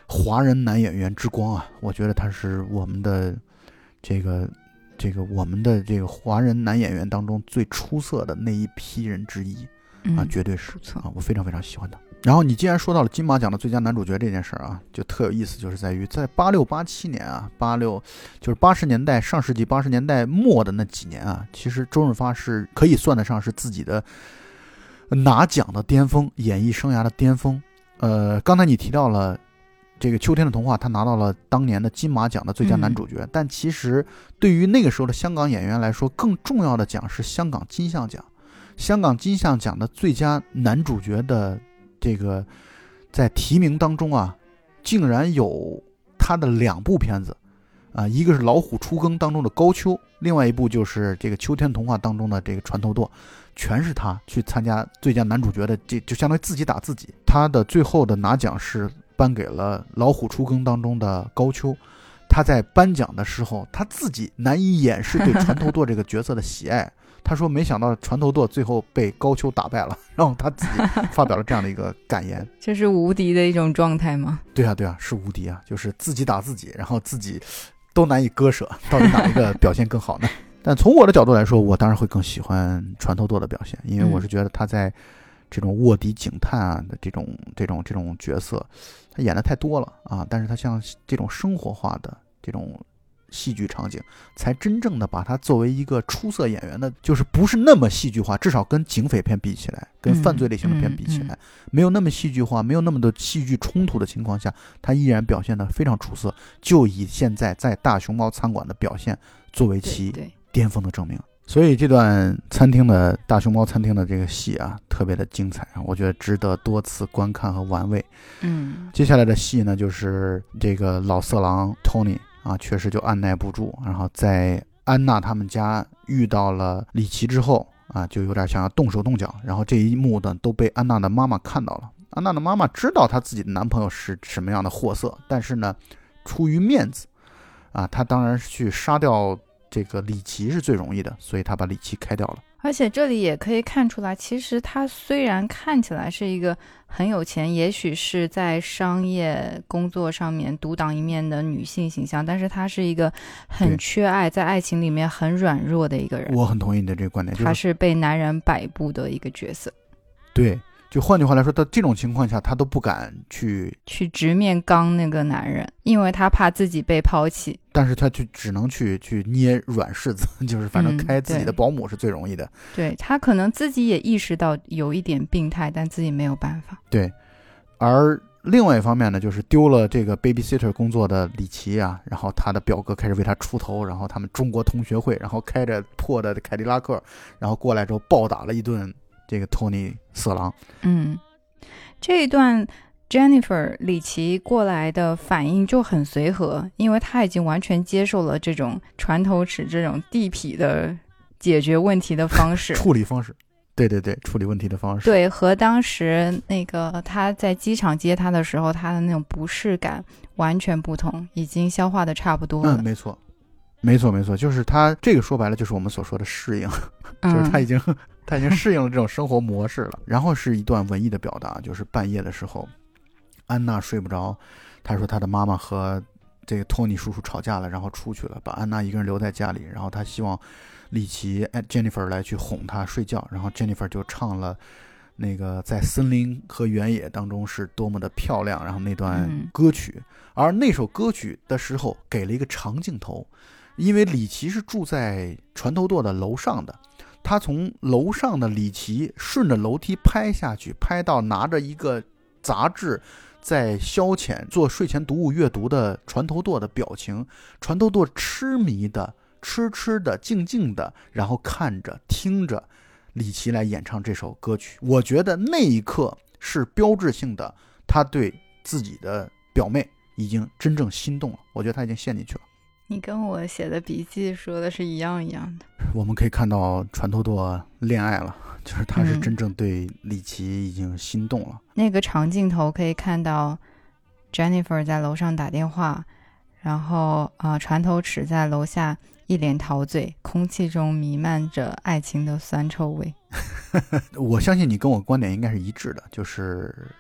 [SPEAKER 1] 华人男演员之光啊，我觉得他是我们的这个这个我们的这个华人男演员当中最出色的那一批人之一啊，
[SPEAKER 2] 嗯、
[SPEAKER 1] 绝对是
[SPEAKER 2] 啊，
[SPEAKER 1] 我非常非常喜欢他。然后你既然说到了金马奖的最佳男主角这件事啊，就特有意思，就是在于在八六八七年啊，八六就是八十年代上世纪八十年代末的那几年啊，其实周润发是可以算得上是自己的拿奖的巅峰，演艺生涯的巅峰。呃，刚才你提到了这个《秋天的童话》，他拿到了当年的金马奖的最佳男主角，嗯、但其实对于那个时候的香港演员来说，更重要的奖是香港金像奖。香港金像奖的最佳男主角的这个在提名当中啊，竟然有他的两部片子啊，一个是《老虎出更》当中的高丘，另外一部就是这个《秋天童话》当中的这个船头舵，全是他去参加最佳男主角的，这就相当于自己打自己。他的最后的拿奖是颁给了《老虎出更》当中的高丘。他在颁奖的时候，他自己难以掩饰对船头舵这个角色的喜爱。他说没想到船头舵最后被高丘打败了，然后他自己发表了这样的一个感言。
[SPEAKER 2] 这是无敌的一种状态吗？
[SPEAKER 1] 对啊对啊，是无敌啊，就是自己打自己，然后自己都难以割舍，到底哪一个表现更好呢？但从我的角度来说，我当然会更喜欢船头舵的表现，因为我是觉得他在这种卧底警探啊的这种这种这种角色，他演的太多了啊，但是他像这种生活化的这种戏剧场景，才真正的把他作为一个出色演员的，就是不是那么戏剧化，至少跟警匪片比起来，跟犯罪类型的片比起来，嗯嗯嗯、没有那么戏剧化，没有那么多戏剧冲突的情况下，他依然表现得非常出色，就以现在在大熊猫餐馆的表现作为其巅峰的证明。所以这段餐厅的大熊猫餐厅的这个戏啊，特别的精彩，我觉得值得多次观看和玩味。
[SPEAKER 2] 嗯，
[SPEAKER 1] 接下来的戏呢，就是这个老色狼 Tony。啊，确实就按耐不住，然后在安娜他们家遇到了李奇之后啊，就有点想要动手动脚，然后这一幕呢都被安娜的妈妈看到了。安娜的妈妈知道她自己的男朋友是什么样的货色，但是呢，出于面子啊，她当然是去杀掉这个李奇是最容易的，所以她把李奇开掉了。
[SPEAKER 2] 而且这里也可以看出来，其实她虽然看起来是一个很有钱，也许是在商业工作上面独当一面的女性形象，但是她是一个很缺爱，在爱情里面很软弱的一个人。
[SPEAKER 1] 我很同意你的这个观点，
[SPEAKER 2] 她是被男人摆布的一个角色。
[SPEAKER 1] 对，就换句话来说，到这种情况下，她都不敢去
[SPEAKER 2] 去直面刚那个男人，因为她怕自己被抛弃。
[SPEAKER 1] 但是他就只能去去捏软柿子，就是反正开自己的保姆是最容易的。
[SPEAKER 2] 嗯、对, 对他可能自己也意识到有一点病态，但自己没有办法。
[SPEAKER 1] 对，而另外一方面呢，就是丢了这个 babysitter 工作的李奇啊，然后他的表哥开始为他出头，然后他们中国同学会，然后开着破的凯迪拉克，然后过来之后暴打了一顿这个托尼色狼。
[SPEAKER 2] 嗯，这一段。Jennifer 李奇过来的反应就很随和，因为他已经完全接受了这种船头尺这种地痞的解决问题的方式
[SPEAKER 1] 处理方式，对对对，处理问题的方式，
[SPEAKER 2] 对，和当时那个他在机场接他的时候他的那种不适感完全不同，已经消化的差不多了。
[SPEAKER 1] 嗯，没错没错没错，就是他这个说白了就是我们所说的适应，就是他已经、嗯、他已经适应了这种生活模式了。然后是一段文艺的表达，就是半夜的时候安娜睡不着，她说她的妈妈和这个托尼叔叔吵架了，然后出去了，把安娜一个人留在家里，然后她希望李奇 Jennifer 来去哄她睡觉，然后 Jennifer 就唱了那个在森林和原野当中是多么的漂亮，然后那段歌曲、嗯、而那首歌曲的时候给了一个长镜头，因为李奇是住在船头舵的楼上的，他从楼上的李奇顺着楼梯拍下去，拍到拿着一个杂志在消遣做睡前读物阅读的船头舵的表情，船头舵痴迷的痴痴的静静的，然后看着听着李奇来演唱这首歌曲。我觉得那一刻是标志性的，他对自己的表妹已经真正心动了，我觉得他已经陷进去了。
[SPEAKER 2] 你跟我写的笔记说的是一样一样的。
[SPEAKER 1] 我们可以看到船头舵恋爱了，就是他是真正对李奇已经心动了、嗯、
[SPEAKER 2] 那个长镜头可以看到 Jennifer 在楼上打电话，然后、呃、船头尺在楼下一脸陶醉，空气中弥漫着爱情的酸臭味。
[SPEAKER 1] 我相信你跟我观点应该是一致的，就是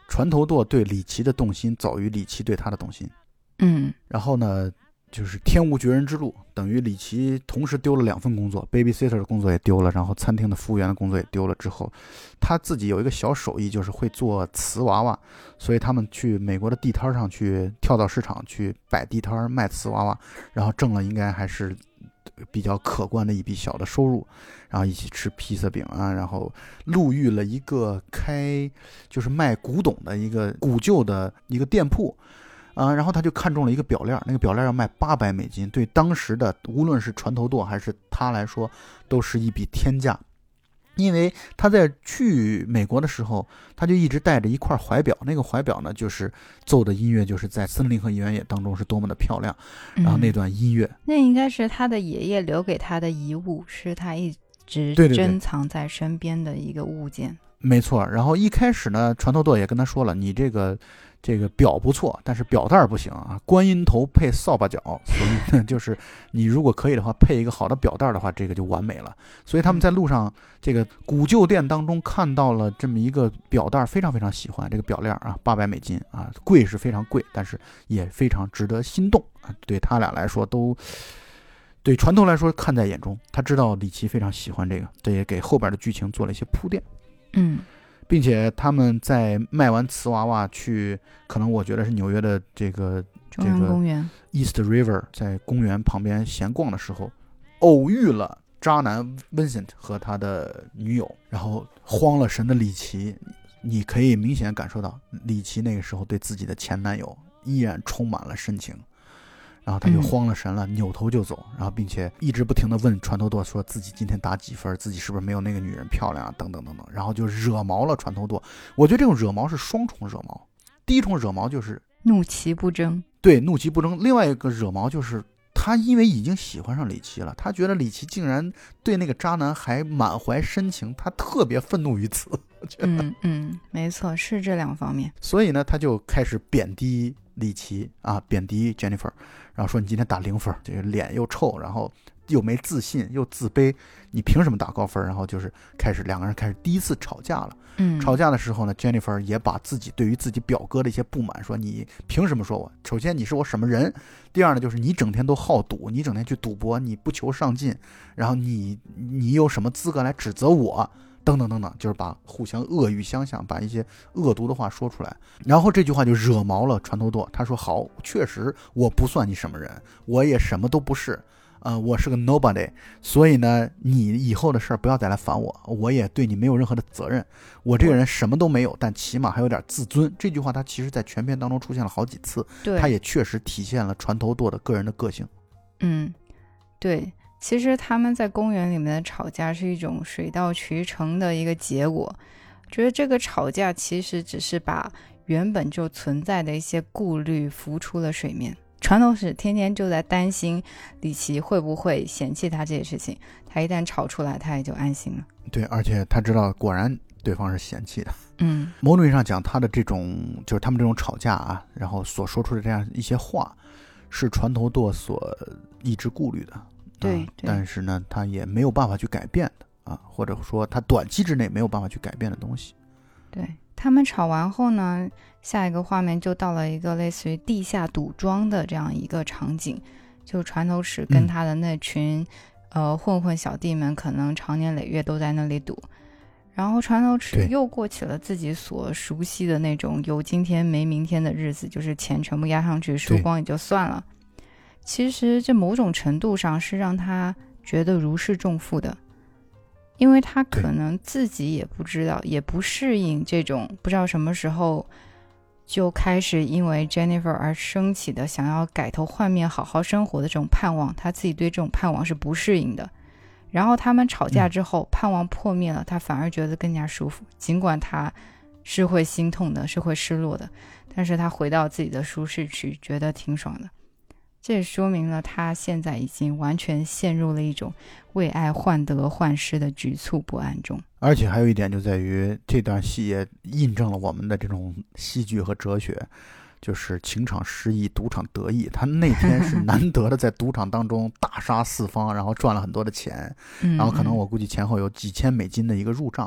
[SPEAKER 1] 船头舵对里奇的动心早于里奇对他的动心。
[SPEAKER 2] 嗯，
[SPEAKER 1] 然后呢，就是天无绝人之路，等于里奇同时丢了两份工作 ，babysitter 的工作也丢了，然后餐厅的服务员的工作也丢了之后，他自己有一个小手艺，就是会做瓷娃娃，所以他们去美国的地摊上去跳蚤市场去摆地摊卖瓷娃娃，然后挣了应该还是比较可观的一笔小的收入，然后一起吃披萨饼啊，然后路遇了一个开就是卖古董的一个古旧的一个店铺。啊，然后他就看中了一个表链，那个表链要卖八百美金，对当时的无论是船头舵还是他来说，都是一笔天价。因为他在去美国的时候，他就一直带着一块怀表，那个怀表呢，就是奏的音乐就是在《森林和原野》当中是多么的漂亮，然后那段音乐，
[SPEAKER 2] 嗯、那应该是他的爷爷留给他的遗物，是他一直珍藏在身边的一个物件。
[SPEAKER 1] 对对对，没错。然后一开始呢，船头舵也跟他说了，你这个。这个表不错，但是表带不行啊，观音头配扫把脚，所以呢，就是你如果可以的话，配一个好的表带的话，这个就完美了。所以他们在路上这个古旧店当中看到了这么一个表带，非常非常喜欢这个表链啊，八百美金啊，贵是非常贵，但是也非常值得心动啊，对他俩来说都。对船头来说看在眼中，他知道里奇非常喜欢这个，这也给后边的剧情做了一些铺垫。
[SPEAKER 2] 嗯。
[SPEAKER 1] 并且他们在卖完瓷娃娃去，可能我觉得是纽约的这个
[SPEAKER 2] 中央公园
[SPEAKER 1] East River， 在公园旁边闲逛的时候，偶遇了渣男 Vincent 和他的女友，然后慌了神的里奇，你可以明显感受到里奇那个时候对自己的前男友依然充满了深情。然后他就慌了神了、嗯、扭头就走，然后并且一直不停地问船头舵说自己今天打几分，自己是不是没有那个女人漂亮啊，等等等等，然后就惹毛了船头舵。我觉得这种惹毛是双重惹毛，第一重惹毛就是
[SPEAKER 2] 怒其不争，
[SPEAKER 1] 对，怒其不争。另外一个惹毛就是他因为已经喜欢上里奇了，他觉得里奇竟然对那个渣男还满怀深情，他特别愤怒于此。
[SPEAKER 2] 嗯嗯，没错，是这两方面。
[SPEAKER 1] 所以呢，他就开始贬低里奇啊，贬低 Jennifer， 然后说你今天打零分，这个脸又臭，然后又没自信又自卑，你凭什么打高分？然后就是开始两个人开始第一次吵架了。
[SPEAKER 2] 嗯，
[SPEAKER 1] 吵架的时候呢 ，Jennifer 也把自己对于自己表哥的一些不满说，你凭什么说我？首先你是我什么人？第二呢，就是你整天都好赌，你整天去赌博，你不求上进，然后你你有什么资格来指责我？等等等等，就是把互相恶语相向，把一些恶毒的话说出来。然后这句话就惹毛了船头舵，他说好，确实我不算你什么人，我也什么都不是，呃，我是个 nobody， 所以呢，你以后的事儿不要再来烦我，我也对你没有任何的责任，我这个人什么都没有，但起码还有点自尊。这句话他其实在全片当中出现了好几次，
[SPEAKER 2] 对，
[SPEAKER 1] 他也确实体现了船头舵的个人的个性。
[SPEAKER 2] 嗯，对。其实他们在公园里面的吵架是一种水到渠成的一个结果，觉得这个吵架其实只是把原本就存在的一些顾虑浮出了水面。船头是天天就在担心里奇会不会嫌弃他这些事情，他一旦吵出来他也就安心了。
[SPEAKER 1] 对，而且他知道果然对方是嫌弃的。
[SPEAKER 2] 嗯，
[SPEAKER 1] 某种意义上讲，他的这种就是他们这种吵架啊，然后所说出的这样一些话，是船头舵所一直顾虑的。
[SPEAKER 2] 对、
[SPEAKER 1] 啊，但是呢，他也没有办法去改变的啊，或者说他短期之内没有办法去改变的东西。
[SPEAKER 2] 对，他们吵完后呢，下一个画面就到了一个类似于地下赌庄的这样一个场景，就船头尺跟他的那群、嗯、呃混混小弟们可能常年累月都在那里赌，然后船头尺又过起了自己所熟悉的那种有今天没明天的日子，就是钱全部压上去输光也就算了。其实这某种程度上是让他觉得如释重负的，因为他可能自己也不知道，也不适应这种不知道什么时候就开始因为 Jennifer 而升起的想要改头换面好好生活的这种盼望，他自己对这种盼望是不适应的。然后他们吵架之后、嗯、盼望破灭了，他反而觉得更加舒服，尽管他是会心痛的，是会失落的，但是他回到自己的舒适区觉得挺爽的。这也说明了他现在已经完全陷入了一种为爱患得患失的局促不安中。
[SPEAKER 1] 而且还有一点就在于这段戏也印证了我们的这种戏剧和哲学，就是情场失意赌场得意。他那天是难得的在赌场当中大杀四方，然后赚了很多的钱，然后可能我估计前后有几千美金的一个入账。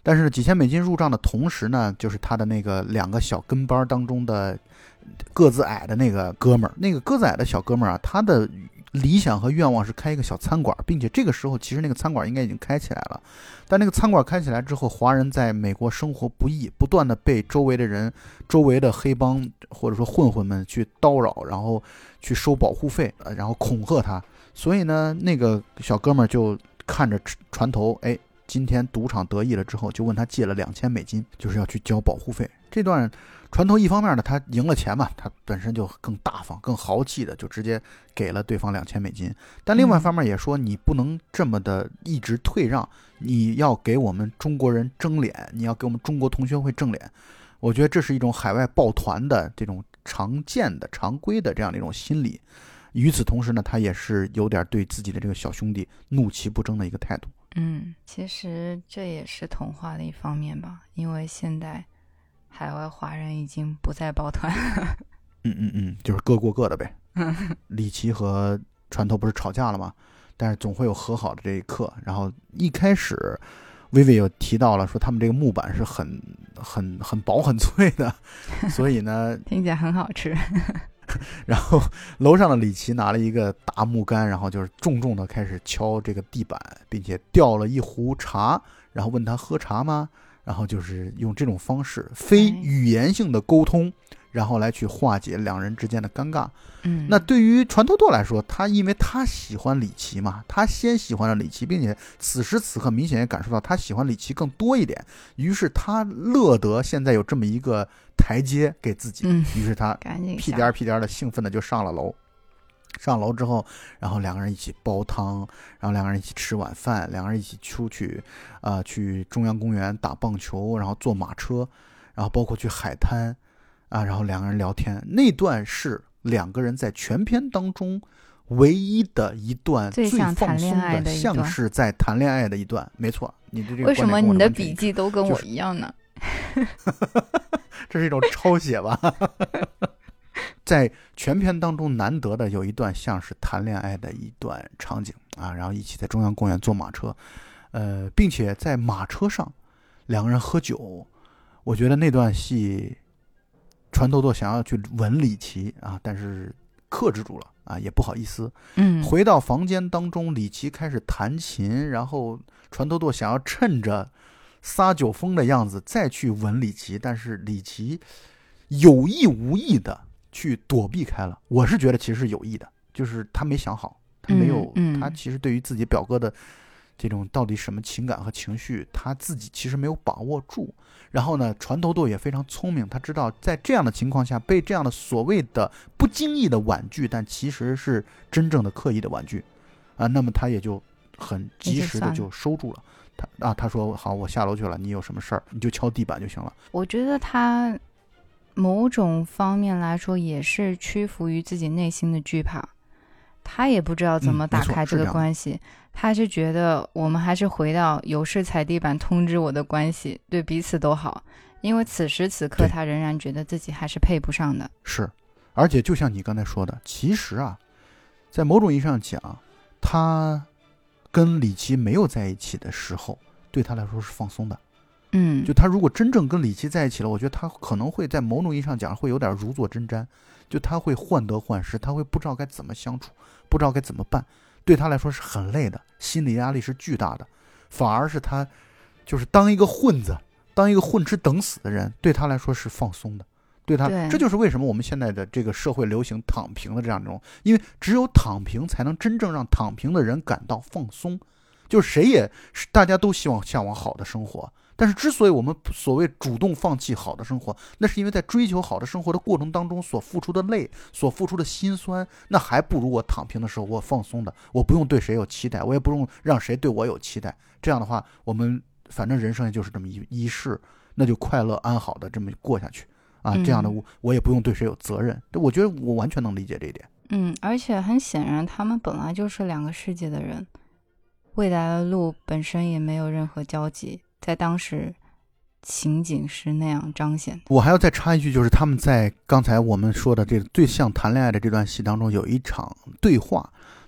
[SPEAKER 1] 但是几千美金入账的同时呢，就是他的那个两个小跟班当中的个子矮的那个哥们儿，那个个子矮的小哥们儿啊，他的理想和愿望是开一个小餐馆，并且这个时候其实那个餐馆应该已经开起来了。但那个餐馆开起来之后，华人在美国生活不易，不断的被周围的人、周围的黑帮或者说混混们去叨扰，然后去收保护费，然后恐吓他。所以呢，那个小哥们儿就看着船头，哎，今天赌场得意了之后，就问他借了两千美金，就是要去交保护费。这段船头一方面呢，他赢了钱嘛，他本身就更大方、更豪气的，就直接给了对方两千美金。但另外一方面也说，你不能这么的一直退让，你要给我们中国人争脸，你要给我们中国同学会争脸。我觉得这是一种海外抱团的这种常见的、常规的这样的一种心理。与此同时呢，他也是有点对自己的这个小兄弟怒其不争的一个态度。
[SPEAKER 2] 嗯，其实这也是同化的一方面吧，因为现在海外华人已经不再抱团。
[SPEAKER 1] 嗯嗯嗯，就是各过各的呗。李琦和船头不是吵架了吗？但是总会有和好的这一刻。然后一开始薇薇有提到了说他们这个木板是很很很薄很脆的，所以呢
[SPEAKER 2] 听起来很好吃。
[SPEAKER 1] 然后楼上的李琦拿了一个大木杆，然后就是重重的开始敲这个地板，并且调了一壶茶，然后问他喝茶吗？然后就是用这种方式非语言性的沟通，然后来去化解两人之间的尴尬。
[SPEAKER 2] 嗯，
[SPEAKER 1] 那对于船头舵来说，他因为他喜欢李琦嘛，他先喜欢了李琦，并且此时此刻明显也感受到他喜欢李琦更多一点，于是他乐得现在有这么一个台阶给自己，
[SPEAKER 2] 嗯、
[SPEAKER 1] 于是他屁颠屁颠的兴奋的就上了楼。上楼之后，然后两个人一起煲汤，然后两个人一起吃晚饭，两个人一起出去，啊、呃，去中央公园打棒球，然后坐马车，然后包括去海滩，啊，然后两个人聊天。那段是两个人在全片当中唯一的一段最放松的，像是在谈恋爱的一段。没错，你的这个
[SPEAKER 2] 为什么你的笔记都跟我一样呢？
[SPEAKER 1] 这是一种抄写吧。在全片当中难得的有一段像是谈恋爱的一段场景啊，然后一起在中央公园坐马车，呃，并且在马车上两个人喝酒。我觉得那段戏船头舵想要去吻李琦啊，但是克制住了啊，也不好意思。
[SPEAKER 2] 嗯，
[SPEAKER 1] 回到房间当中，李琦开始弹琴，然后船头舵想要趁着撒酒疯的样子再去吻李琦，但是李琦有意无意的去躲避开了。我是觉得其实是有意的，就是他没想好，他没有、
[SPEAKER 2] 嗯嗯、
[SPEAKER 1] 他其实对于自己表哥的这种到底什么情感和情绪，他自己其实没有把握住。然后呢，船头舵也非常聪明，他知道在这样的情况下被这样的所谓的不经意的婉拒，但其实是真正的刻意的婉拒啊，那么他也就很及时的就收住了。他啊，他说好，我下楼去了，你有什么事儿你就敲地板就行了。
[SPEAKER 2] 我觉得他某种方面来说也是屈服于自己内心的惧怕，他也不知道怎么打开这个关系、嗯、是他是觉得我们还是回到有事踩地板通知我的关系，对彼此都好，因为此时此刻他仍然觉得自己还是配不上的。
[SPEAKER 1] 是，而且就像你刚才说的，其实啊在某种意义上讲，他跟李琦没有在一起的时候对他来说是放松的。
[SPEAKER 2] 嗯，
[SPEAKER 1] 就他如果真正跟李琦在一起了，我觉得他可能会在某种意义上讲会有点如坐针毡，就他会患得患失，他会不知道该怎么相处，不知道该怎么办，对他来说是很累的，心理压力是巨大的。反而是他就是当一个混子，当一个混吃等死的人，对他来说是放松的。对他，
[SPEAKER 2] 对，
[SPEAKER 1] 这就是为什么我们现在的这个社会流行躺平的这样一种，因为只有躺平才能真正让躺平的人感到放松。就是谁也是大家都希望向往好的生活，但是之所以我们所谓主动放弃好的生活，那是因为在追求好的生活的过程当中所付出的累，所付出的辛酸，那还不如我躺平的时候我放松的，我不用对谁有期待，我也不用让谁对我有期待。这样的话，我们反正人生也就是这么一一世，那就快乐安好的这么过下去啊。这样的我我也不用对谁有责任。我觉得我完全能理解这一点。
[SPEAKER 2] 嗯，而且很显然他们本来就是两个世界的人，未来的路本身也没有任何交集，在当时情景是那样彰显。
[SPEAKER 1] 我还要再插一句，就是他们在刚才我们说的这个最像谈恋爱的这段戏当中，有一场对话，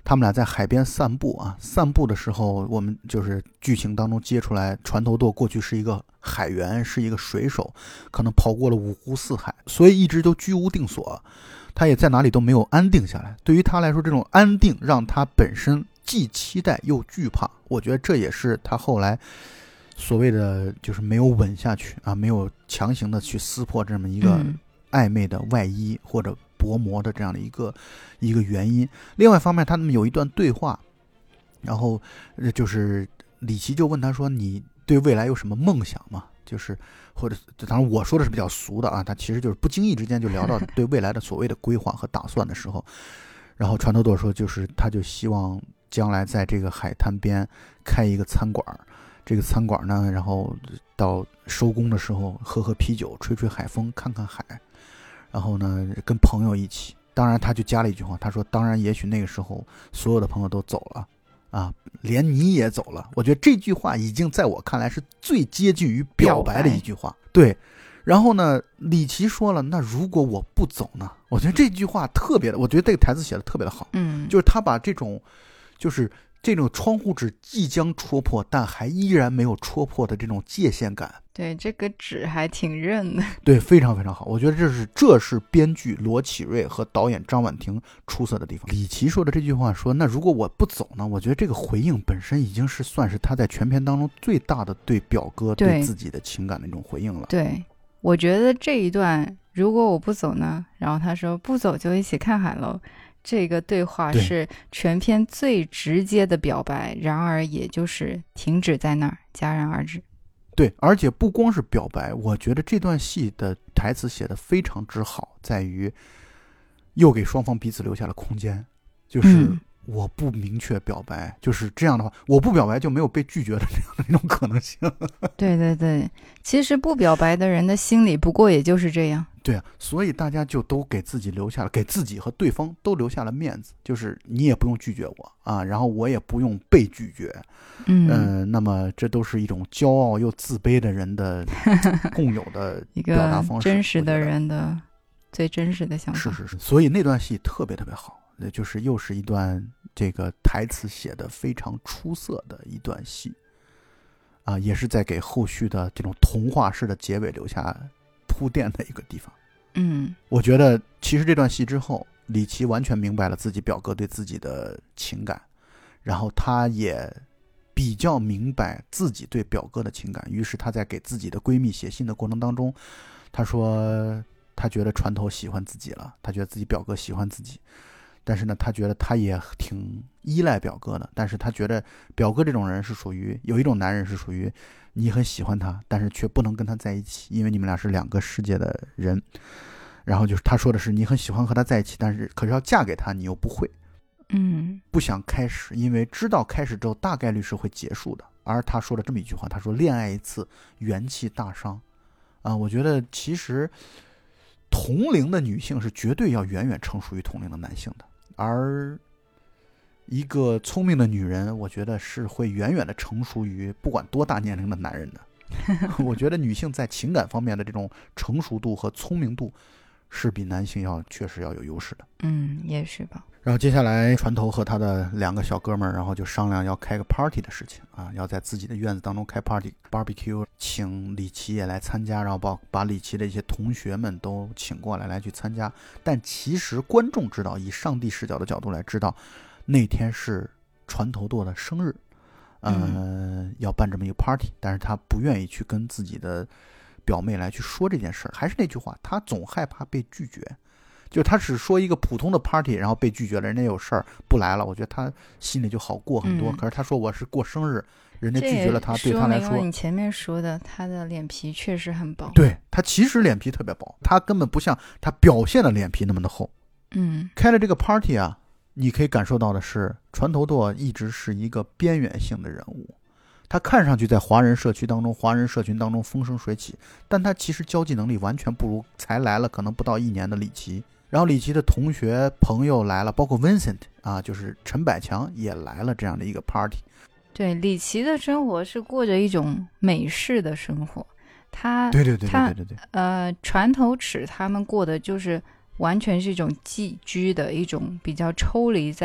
[SPEAKER 1] 他们俩在海边散步啊，散步的时候，我们就是剧情当中接出来，船头舵过去是一个海员，是一个水手，可能跑过了五湖四海，所以一直都居无定所，他也在哪里都没有安定下来。对于他来说，这种安定让他本身既期待又惧怕，我觉得这也是他后来所谓的就是没有稳下去啊，没有强行的去撕破这么一个暧昧的外衣或者薄膜的这样的一个一个原因。另外一方面，他们有一段对话，然后就是李琦就问他说：“你对未来有什么梦想吗？”就是或者当然我说的是比较俗的啊，他其实就是不经意之间就聊到对未来的所谓的规划和打算的时候，然后船头舵说，就是他就希望将来在这个海滩边开一个餐馆，这个餐馆呢，然后到收工的时候喝喝啤酒，吹吹海风，看看海。然后呢，跟朋友一起，当然他就加了一句话，他说当然也许那个时候所有的朋友都走了啊，连你也走了。我觉得这句话已经在我看来是最接近于表白的一句话。对，然后呢，李琦说了，那如果我不走呢？我觉得这句话特别的，我觉得这个台词写的特别的好。
[SPEAKER 2] 嗯，
[SPEAKER 1] 就是他把这种就是这种窗户纸即将戳破但还依然没有戳破的这种界限感，
[SPEAKER 2] 对，这个纸还挺韧的，
[SPEAKER 1] 对，非常非常好。我觉得这是这是编剧罗启瑞和导演张婉婷出色的地方。李琦说的这句话说，那如果我不走呢？我觉得这个回应本身已经是算是他在全片当中最大的对表哥对自己的情感的一种回应了。
[SPEAKER 2] 对，我觉得这一段如果我不走呢，然后他说不走就一起看海喽，这个对话是全片最直接的表白，然而也就是停止在那儿，戛然而止。
[SPEAKER 1] 对，而且不光是表白，我觉得这段戏的台词写得非常之好，在于又给双方彼此留下了空间，就是我不明确表白、嗯、就是这样的话，我不表白就没有被拒绝的这样的一种可能性。
[SPEAKER 2] 对对对，其实不表白的人的心理不过也就是这样。
[SPEAKER 1] 对啊，所以大家就都给自己留下了，给自己和对方都留下了面子，就是你也不用拒绝我啊，然后我也不用被拒绝。
[SPEAKER 2] 嗯、
[SPEAKER 1] 呃，那么这都是一种骄傲又自卑的人的共有的表达方式，
[SPEAKER 2] 一个真实的人的最真实的想法。
[SPEAKER 1] 是是是，所以那段戏特别特别好，就是又是一段这个台词写的非常出色的一段戏啊，也是在给后续的这种童话式的结尾留下铺垫的一个地方。
[SPEAKER 2] 嗯，
[SPEAKER 1] 我觉得其实这段戏之后，李琦完全明白了自己表哥对自己的情感，然后他也比较明白自己对表哥的情感，于是他在给自己的闺蜜写信的过程当中，他说他觉得船头喜欢自己了，他觉得自己表哥喜欢自己，但是呢他觉得他也挺依赖表哥的，但是他觉得表哥这种人是属于有一种男人是属于你很喜欢他，但是却不能跟他在一起，因为你们俩是两个世界的人。然后就是他说的是你很喜欢和他在一起，但是可是要嫁给他你又不会，
[SPEAKER 2] 嗯，
[SPEAKER 1] 不想开始，因为知道开始之后大概率是会结束的。而他说了这么一句话，他说恋爱一次元气大伤啊，我觉得其实同龄的女性是绝对要远远成熟于同龄的男性的，而一个聪明的女人我觉得是会远远的成熟于不管多大年龄的男人的。我觉得女性在情感方面的这种成熟度和聪明度是比男性要确实要有优势的。
[SPEAKER 2] 嗯，也许吧。
[SPEAKER 1] 然后接下来船头和他的两个小哥们儿，然后就商量要开个 party 的事情啊，要在自己的院子当中开 party barbecue， 请李琦也来参加，然后把把李琦的一些同学们都请过来来去参加。但其实观众知道，以上帝视角的角度来知道，那天是船头舵的生日，呃、嗯，要办这么一个 party， 但是他不愿意去跟自己的表妹来去说这件事儿。还是那句话，他总害怕被拒绝。就他只说一个普通的 party， 然后被拒绝了，人家有事儿不来了，我觉得他心里就好过很多。嗯、可是他说我是过生日，人家拒绝了他，对他来说，
[SPEAKER 2] 你前面说的，他的脸皮确实很薄。
[SPEAKER 1] 对，他其实脸皮特别薄，他根本不像他表现的脸皮那么的厚。
[SPEAKER 2] 嗯，
[SPEAKER 1] 开了这个 party 啊，你可以感受到的是，船头舵一直是一个边缘性的人物。他看上去在华人社区当中、华人社群当中风生水起，但他其实交际能力完全不如才来了可能不到一年的李琦。然后李琦的同学朋友来了，包括 Vincent 啊，就是陈百强也来了这样的一个 party。
[SPEAKER 2] 对，李琦的生活是过着一种美式的生活，他
[SPEAKER 1] 对对对对对对对，
[SPEAKER 2] 呃，船头尺他们过的就是完全是一种寄居的一种比较抽离在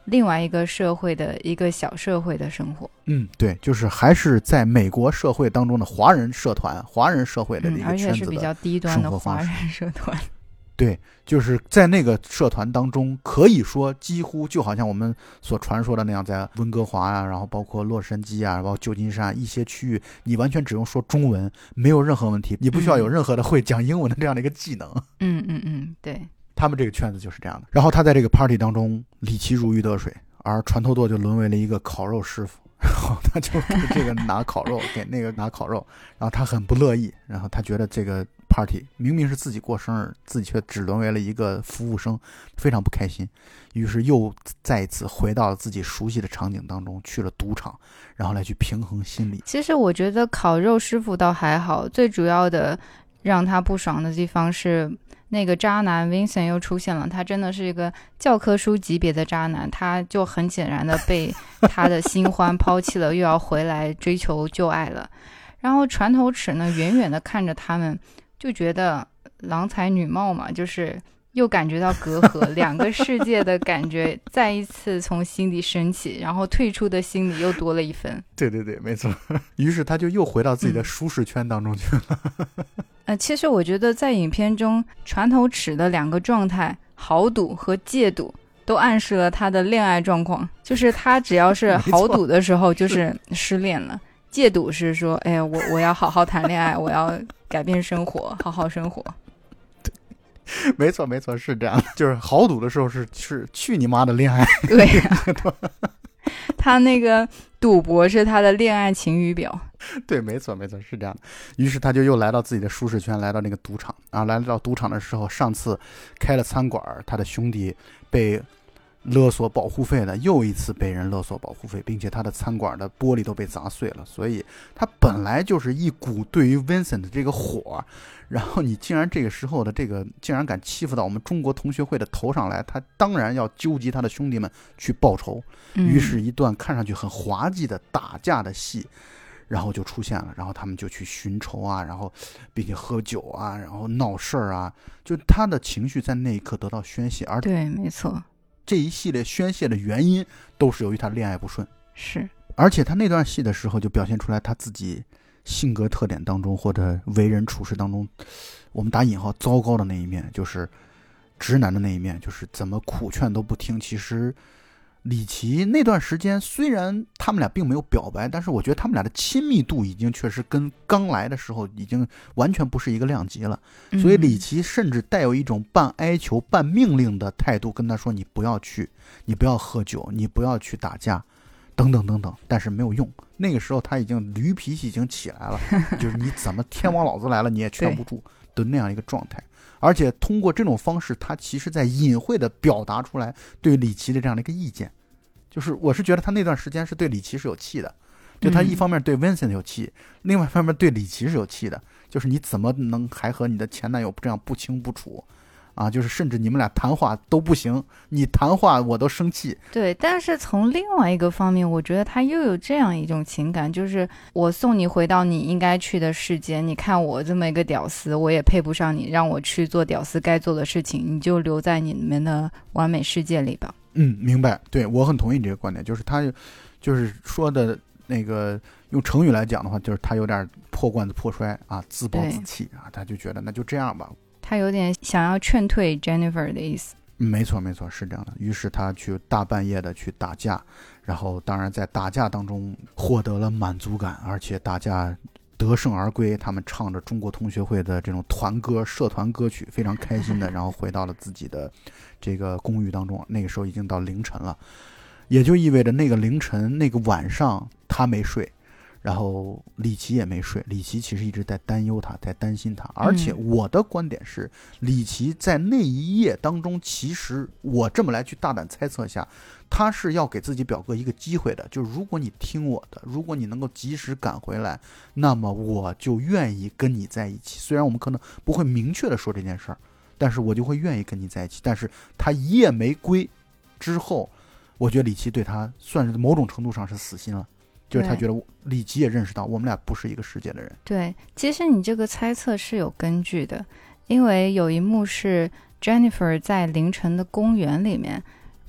[SPEAKER 2] 另外一个社会的一个小社会的生活。
[SPEAKER 1] 嗯，对，就是还是在美国社会当中的华人社团、华人社会的一个圈子的、嗯、
[SPEAKER 2] 而且是比较低端的华人社团。
[SPEAKER 1] 对，就是在那个社团当中，可以说几乎就好像我们所传说的那样，在温哥华啊，然后包括洛杉矶啊，包括旧金山一些区域，你完全只用说中文，没有任何问题，你不需要有任何的会讲英文的这样的一个技能。
[SPEAKER 2] 嗯嗯嗯，对，
[SPEAKER 1] 他们这个圈子就是这样的。然后他在这个 party 当中，李琦如鱼得水，而船头舵就沦为了一个烤肉师傅。然后他就给这个拿烤肉，给那个拿烤肉，然后他很不乐意，然后他觉得这个 party 明明是自己过生日，自己却只沦为了一个服务生，非常不开心，于是又再一次回到了自己熟悉的场景当中，去了赌场，然后来去平衡心理。
[SPEAKER 2] 其实我觉得烤肉师傅倒还好，最主要的让他不爽的地方是那个渣男 Vincent 又出现了，他真的是一个教科书级别的渣男，他就很显然的被他的新欢抛弃了，又要回来追求旧爱了。然后船头尺呢，远远的看着他们，就觉得郎才女貌嘛，就是又感觉到隔阂，两个世界的感觉再一次从心底升起，然后退出的心理又多了一分。
[SPEAKER 1] 对对对，没错。于是他就又回到自己的舒适圈当中去了。
[SPEAKER 2] 嗯呃，其实我觉得在影片中，船头尺的两个状态，豪赌和戒赌，都暗示了他的恋爱状况。就是他只要是豪赌的时候，就是失恋了；戒赌是说，哎呀，我我要好好谈恋爱，我要改变生活，好好生活。
[SPEAKER 1] 没错没错，是这样的。就是豪赌的时候是是去你妈的恋爱。
[SPEAKER 2] 对呀、啊。他那个赌博是他的恋爱晴雨表。
[SPEAKER 1] 对，没错没错，是这样的。于是他就又来到自己的舒适圈，来到那个赌场啊。来到赌场的时候，上次开了餐馆，他的兄弟被勒索保护费的，又一次被人勒索保护费，并且他的餐馆的玻璃都被砸碎了。所以他本来就是一股对于 Vincent 的这个火，然后你竟然这个时候的这个竟然敢欺负到我们中国同学会的头上来，他当然要纠集他的兄弟们去报仇。于是一段看上去很滑稽的打架的戏然后就出现了，然后他们就去寻仇啊，然后并且喝酒啊，然后闹事儿啊，就他的情绪在那一刻得到宣泄。而
[SPEAKER 2] 对，没错，
[SPEAKER 1] 这一系列宣泄的原因都是由于他恋爱不顺。
[SPEAKER 2] 是，
[SPEAKER 1] 而且他那段戏的时候就表现出来他自己性格特点当中或者为人处事当中，我们打引号糟糕的那一面，就是直男的那一面，就是怎么苦劝都不听。其实李琦那段时间虽然他们俩并没有表白，但是我觉得他们俩的亲密度已经确实跟刚来的时候已经完全不是一个量级了。所以李琦甚至带有一种半哀求半命令的态度跟他说，你不要去，你不要喝酒，你不要去打架等等等等，但是没有用。那个时候他已经驴脾气已经起来了，就是你怎么天王老子来了你也劝不住的那样一个状态。而且通过这种方式，他其实在隐晦的表达出来对李琦的这样的一个意见。就是我是觉得他那段时间是对李琦是有气的，就他一方面对 Vincent 有气、嗯、另外一方面对李琦是有气的。就是你怎么能还和你的前男友这样不清不楚啊？就是甚至你们俩谈话都不行，你谈话我都生气。
[SPEAKER 2] 对，但是从另外一个方面，我觉得他又有这样一种情感，就是我送你回到你应该去的世界，你看我这么一个屌丝，我也配不上你，让我去做屌丝该做的事情，你就留在你们的完美世界里吧。
[SPEAKER 1] 嗯，明白。对，我很同意这个观点，就是他就是说的那个用成语来讲的话，就是他有点破罐子破摔啊，自暴自弃啊，他就觉得那就这样吧。
[SPEAKER 2] 他有点想要劝退 Jennifer 的意思。
[SPEAKER 1] 没错没错，是这样的。于是他去大半夜的去打架，然后当然在打架当中获得了满足感，而且打架得胜而归，他们唱着中国同学会的这种团歌社团歌曲，非常开心的然后回到了自己的这个公寓当中。那个时候已经到凌晨了，也就意味着那个凌晨那个晚上他没睡，然后李琦也没睡。李琦其实一直在担忧他，在担心他。而且我的观点是、嗯、李琦在那一夜当中，其实我这么来去大胆猜测一下，他是要给自己表哥一个机会的，就是如果你听我的，如果你能够及时赶回来，那么我就愿意跟你在一起。虽然我们可能不会明确的说这件事儿，但是我就会愿意跟你在一起。但是他一夜没归之后，我觉得李琦对他算是某种程度上是死心了，就是他觉得李琦也认识到我们俩不是一个世界的人。
[SPEAKER 2] 对，其实你这个猜测是有根据的，因为有一幕是 Jennifer 在凌晨的公园里面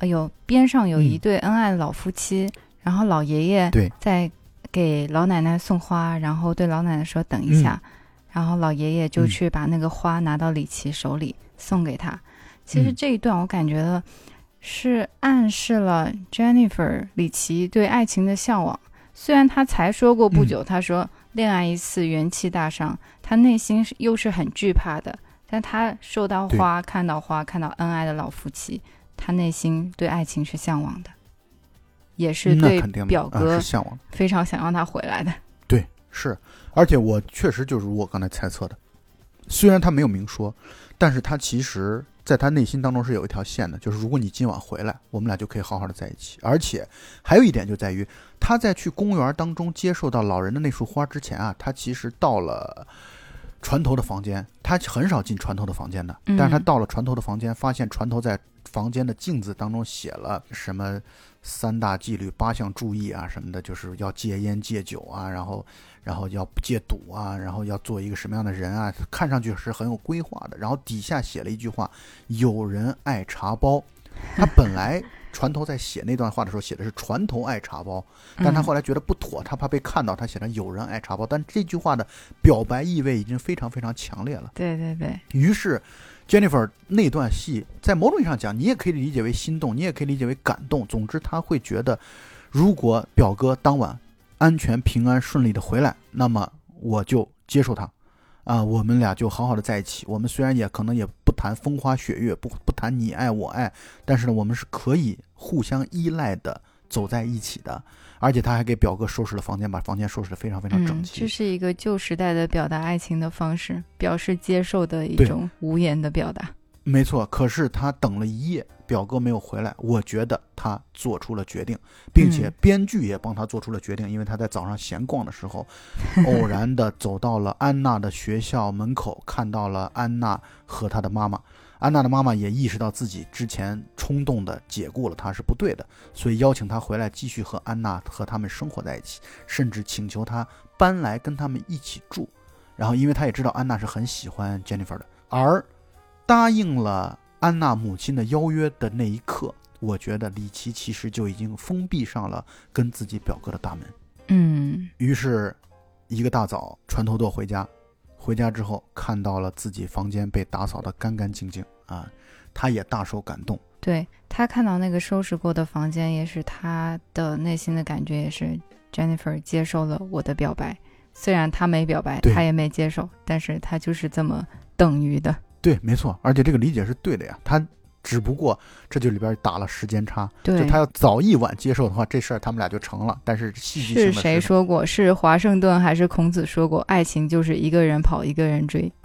[SPEAKER 2] 哎呦，边上有一对恩爱的老夫妻，嗯、然后老爷爷在给老奶奶送花，然后对老奶奶说等一下，嗯、然后老爷爷就去把那个花拿到李琦手里、嗯、送给他。其实这一段我感觉了是暗示了 Jennifer 李琦对爱情的向往。虽然他才说过不久，嗯、他说恋爱一次元气大伤，他内心又是很惧怕的，但他收到花，看到花，看到恩爱的老夫妻，他内心对爱情是向往的，也是对表哥非常想让他回来的。
[SPEAKER 1] 嗯、对，是，而且我确实就是我刚才猜测的，虽然他没有明说，但是他其实在他内心当中是有一条线的，就是如果你今晚回来，我们俩就可以好好的在一起。而且还有一点就在于，他在去公园当中接受到老人的那束花之前啊，他其实到了船头的房间，他很少进船头的房间的，但是他到了船头的房间，发现船头在房间的镜子当中写了什么三大纪律八项注意啊什么的，就是要戒烟戒酒啊，然后然后要戒赌啊，然后要做一个什么样的人啊，看上去是很有规划的。然后底下写了一句话，有人爱茶包。他本来船头在写那段话的时候写的是船头爱茶包，但他后来觉得不妥，他怕被看到，他写成有人爱茶包。但这句话的表白意味已经非常非常强烈了。
[SPEAKER 2] 对对对。
[SPEAKER 1] 于是 Jennifer 那段戏在某种意义上讲，你也可以理解为心动，你也可以理解为感动。总之他会觉得，如果表哥当晚安全平安顺利的回来，那么我就接受他啊、呃，我们俩就好好的在一起。我们虽然也可能也不谈风花雪月，不不谈你爱我爱，但是呢，我们是可以互相依赖的走在一起的。而且他还给表哥收拾了房间，把房间收拾得非常非常整齐。
[SPEAKER 2] 嗯，这是一个旧时代的表达爱情的方式，表示接受的一种无言的表达。
[SPEAKER 1] 没错，可是他等了一夜，表哥没有回来，我觉得他做出了决定，并且编剧也帮他做出了决定，嗯、因为他在早上闲逛的时候，偶然的走到了安娜的学校门口，看到了安娜和她的妈妈。安娜的妈妈也意识到自己之前冲动的解雇了她是不对的，所以邀请她回来继续和安娜和他们生活在一起，甚至请求她搬来跟他们一起住。然后因为他也知道安娜是很喜欢 Jennifer 的，而答应了安娜母亲的邀约的那一刻，我觉得李琦其实就已经封闭上了跟自己表哥的大门。
[SPEAKER 2] 嗯，
[SPEAKER 1] 于是一个大早船头舵回家，回家之后看到了自己房间被打扫得干干净净啊，他也大受感动。
[SPEAKER 2] 对，他看到那个收拾过的房间，也是他的内心的感觉，也是 Jennifer 接受了我的表白。虽然他没表白，他也没接受，但是他就是这么等于的。
[SPEAKER 1] 对，没错，而且这个理解是对的呀。他只不过这就里边打了时间差，
[SPEAKER 2] 对，
[SPEAKER 1] 就他要早一晚接受的话，这事儿他们俩就成了。但是戏剧性的
[SPEAKER 2] 是谁说过？是华盛顿还是孔子说过？爱情就是一个人跑，一个人追。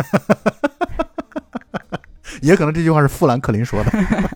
[SPEAKER 1] 也可能这句话是富兰克林说的。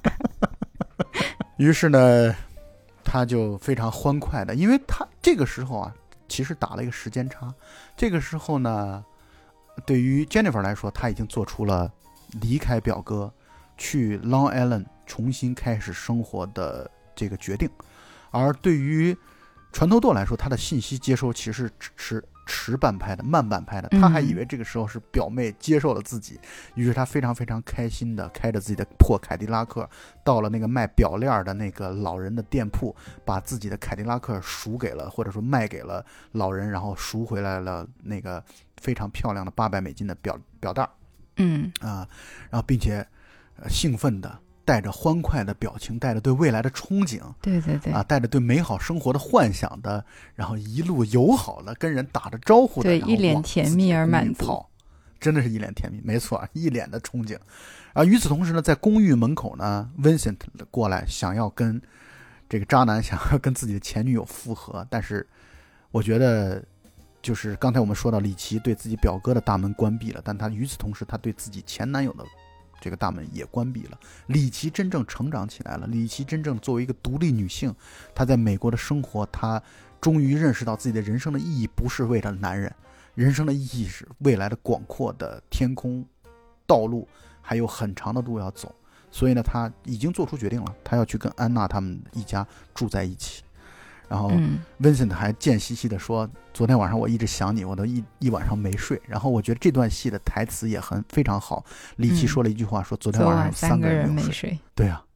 [SPEAKER 1] 于是呢，他就非常欢快的，因为他这个时候啊，其实打了一个时间差。这个时候呢，对于 Jennifer 来说，他已经做出了离开表哥去 Long Island 重新开始生活的这个决定。而对于船头舵来说，他的信息接收其实是迟迟半拍的，慢半拍的。他还以为这个时候是表妹接受了自己，于是他非常非常开心的开着自己的破凯迪拉克到了那个卖表链的那个老人的店铺，把自己的凯迪拉克赎给了，或者说卖给了老人，然后赎回来了那个非常漂亮的八百美金的表表带。
[SPEAKER 2] 嗯
[SPEAKER 1] 啊，然后并且、呃、兴奋的带着欢快的表情，带着对未来的憧憬，
[SPEAKER 2] 对对对，
[SPEAKER 1] 啊，带着对美好生活的幻想的，然后一路友好的跟人打着招呼的，
[SPEAKER 2] 对，一脸甜蜜而满足，
[SPEAKER 1] 真的是一脸甜蜜，没错，一脸的憧憬。啊，与此同时呢，在公寓门口呢 ，Vincent 过来想要跟这个渣男想要跟自己的前女友复合，但是我觉得就是刚才我们说到李琦对自己表哥的大门关闭了，但他与此同时他对自己前男友的这个大门也关闭了。李琦真正成长起来了，李琦真正作为一个独立女性，她在美国的生活，她终于认识到自己的人生的意义不是为了男人，人生的意义是未来的广阔的天空道路还有很长的路要走。所以呢，她已经做出决定了，她要去跟安娜他们一家住在一起。然后 Vincent 还贱兮兮的说，昨天晚上我一直想你，我都一一晚上没睡。然后我觉得这段戏的台词也很非常好，李琦说了一句话，说昨天晚上三个人没睡。对啊，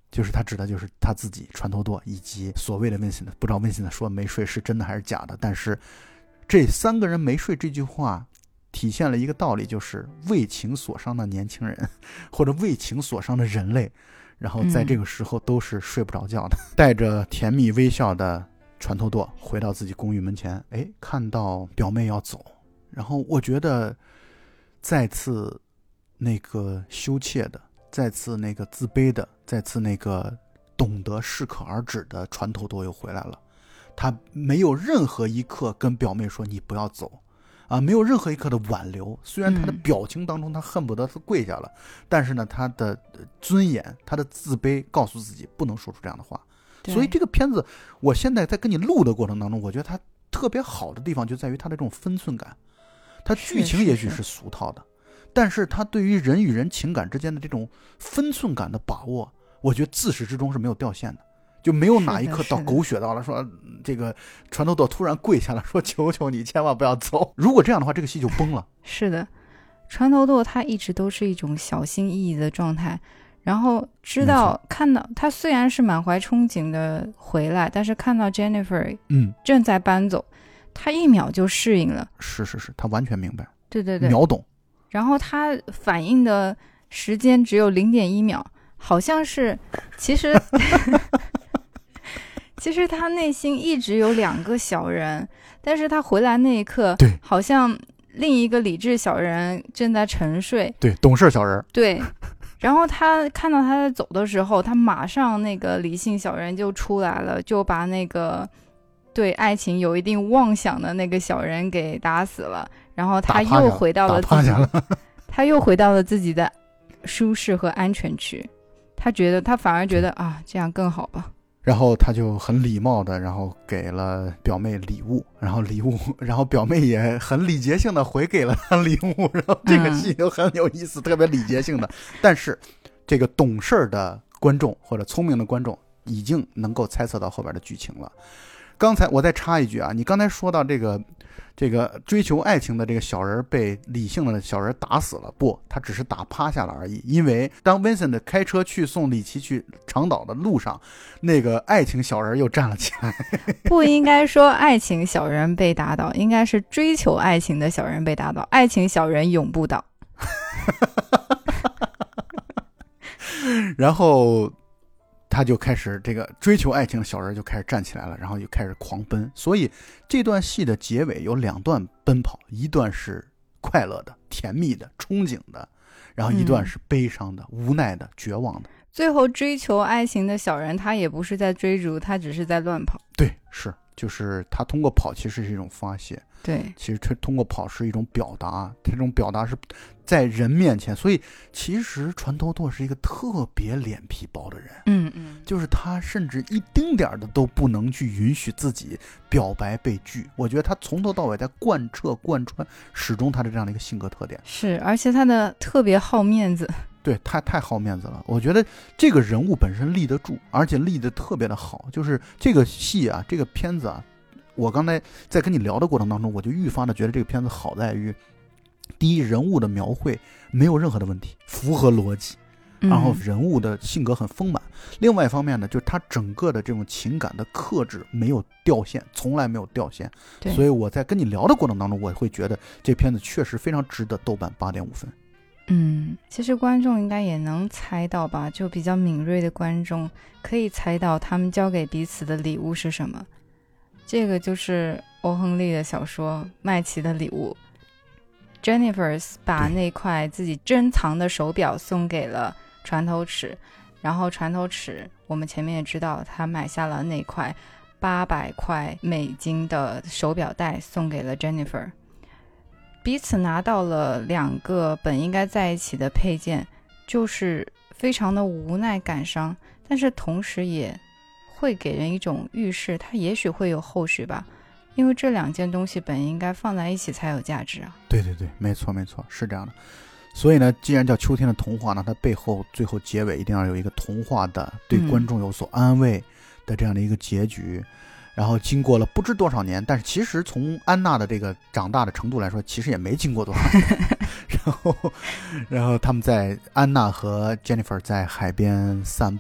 [SPEAKER 1] 就是他指的就是他自己船头舵以及所谓的温馨的，不知道温馨的说没睡是真的还是假的，但是这三个人没睡这句话体现了一个道理，就是为情所伤的年轻人或者为情所伤的人类，然后在这个时候都是睡不着觉的、嗯、带着甜蜜微笑的船头舵回到自己公寓门前，哎，看到表妹要走，然后我觉得再次那个羞怯的，再次那个自卑的，再次那个懂得适可而止的船头舵又回来了。他没有任何一刻跟表妹说你不要走啊，没有任何一刻的挽留，虽然他的表情当中他恨不得他跪下了、嗯、但是呢他的尊严他的自卑告诉自己不能说出这样的话。所以这个片子我现在在跟你录的过程当中，我觉得它特别好的地方就在于它的这种分寸感。它剧情也许是俗套的，是是是，但是它对于人与人情感之间的这种分寸感的把握，我觉得自始至终是没有掉线的，就没有哪一刻到狗血到了说这个船头舵突然跪下了说求求你千万不要走，如果这样的话这个戏就崩了。
[SPEAKER 2] 是的，船头舵它一直都是一种小心翼翼的状态，然后知道看到他虽然是满怀憧憬的回来，但是看到 Jennifer 嗯正在搬走，他一秒就适应了。
[SPEAKER 1] 是是是，他完全明白，
[SPEAKER 2] 对对对，
[SPEAKER 1] 秒懂。
[SPEAKER 2] 然后他反应的时间只有零点一秒，好像是其实其实他内心一直有两个小人，但是他回来那一刻，
[SPEAKER 1] 对，
[SPEAKER 2] 好像另一个理智小人正在沉睡，
[SPEAKER 1] 对，懂事小人，
[SPEAKER 2] 对。然后他看到他在走的时候，他马上那个理性小人就出来了，就把那个对爱情有一定妄想的那个小人给打死了。然后他又回到了自己了他又回到了自己的舒适和安全区。他觉得他反而觉得啊，这样更好吧。
[SPEAKER 1] 然后他就很礼貌的，然后给了表妹礼物，然后礼物，然后表妹也很礼节性的回给了他礼物，然后这个戏就很有意思，嗯、特别礼节性的。但是这个懂事的观众或者聪明的观众已经能够猜测到后边的剧情了。刚才我再插一句啊，你刚才说到这个这个追求爱情的这个小人被理性的小人打死了，不，他只是打趴下了而已。因为当 Vincent 开车去送李奇去长岛的路上，那个爱情小人又站了起来。
[SPEAKER 2] 不应该说爱情小人被打倒，应该是追求爱情的小人被打倒，爱情小人永不倒。
[SPEAKER 1] 然后他就开始这个追求爱情的小人就开始站起来了，然后就开始狂奔。所以这段戏的结尾有两段奔跑，一段是快乐的、甜蜜的、憧憬的，然后一段是悲伤的、嗯、无奈的、绝望的。
[SPEAKER 2] 最后追求爱情的小人他也不是在追逐，他只是在乱跑。
[SPEAKER 1] 对，是，就是他通过跑其实是一种发泄。
[SPEAKER 2] 对，
[SPEAKER 1] 其实他通过跑是一种表达，这种表达是在人面前，所以其实船头舵是一个特别脸皮薄的人。
[SPEAKER 2] 嗯嗯，
[SPEAKER 1] 就是他甚至一丁点的都不能去允许自己表白被拒。我觉得他从头到尾在贯彻贯穿始终他的这样的一个性格特点。
[SPEAKER 2] 是，而且他的特别好面子。
[SPEAKER 1] 对，他太好面子了。我觉得这个人物本身立得住，而且立得特别的好。就是这个戏啊，这个片子啊，我刚才在跟你聊的过程当中，我就愈发的觉得这个片子好在于，第一，人物的描绘没有任何的问题，符合逻辑，然后人物的性格很丰满、嗯、另外一方面呢，就是他整个的这种情感的克制没有掉线，从来没有掉线。所以我在跟你聊的过程当中，我会觉得这片子确实非常值得豆瓣 八点五 分。
[SPEAKER 2] 嗯，其实观众应该也能猜到吧，就比较敏锐的观众可以猜到他们交给彼此的礼物是什么。这个就是欧亨利的小说《麦琪的礼物》。Jennifer 把那块自己珍藏的手表送给了船头尺，然后船头尺我们前面也知道，他买下了那块八百块美金的手表带送给了 Jennifer。彼此拿到了两个本应该在一起的配件，就是非常的无奈感伤，但是同时也会给人一种预示，它也许会有后续吧，因为这两件东西本应该放在一起才有价值啊。
[SPEAKER 1] 对对对，没错没错，是这样的。所以呢，既然叫秋天的童话呢，它背后最后结尾一定要有一个童话的对观众有所安慰的这样的一个结局。嗯，然后经过了不知多少年，但是其实从安娜的这个长大的程度来说，其实也没经过多少年。然后，然后他们在安娜和 Jennifer 在海边散步，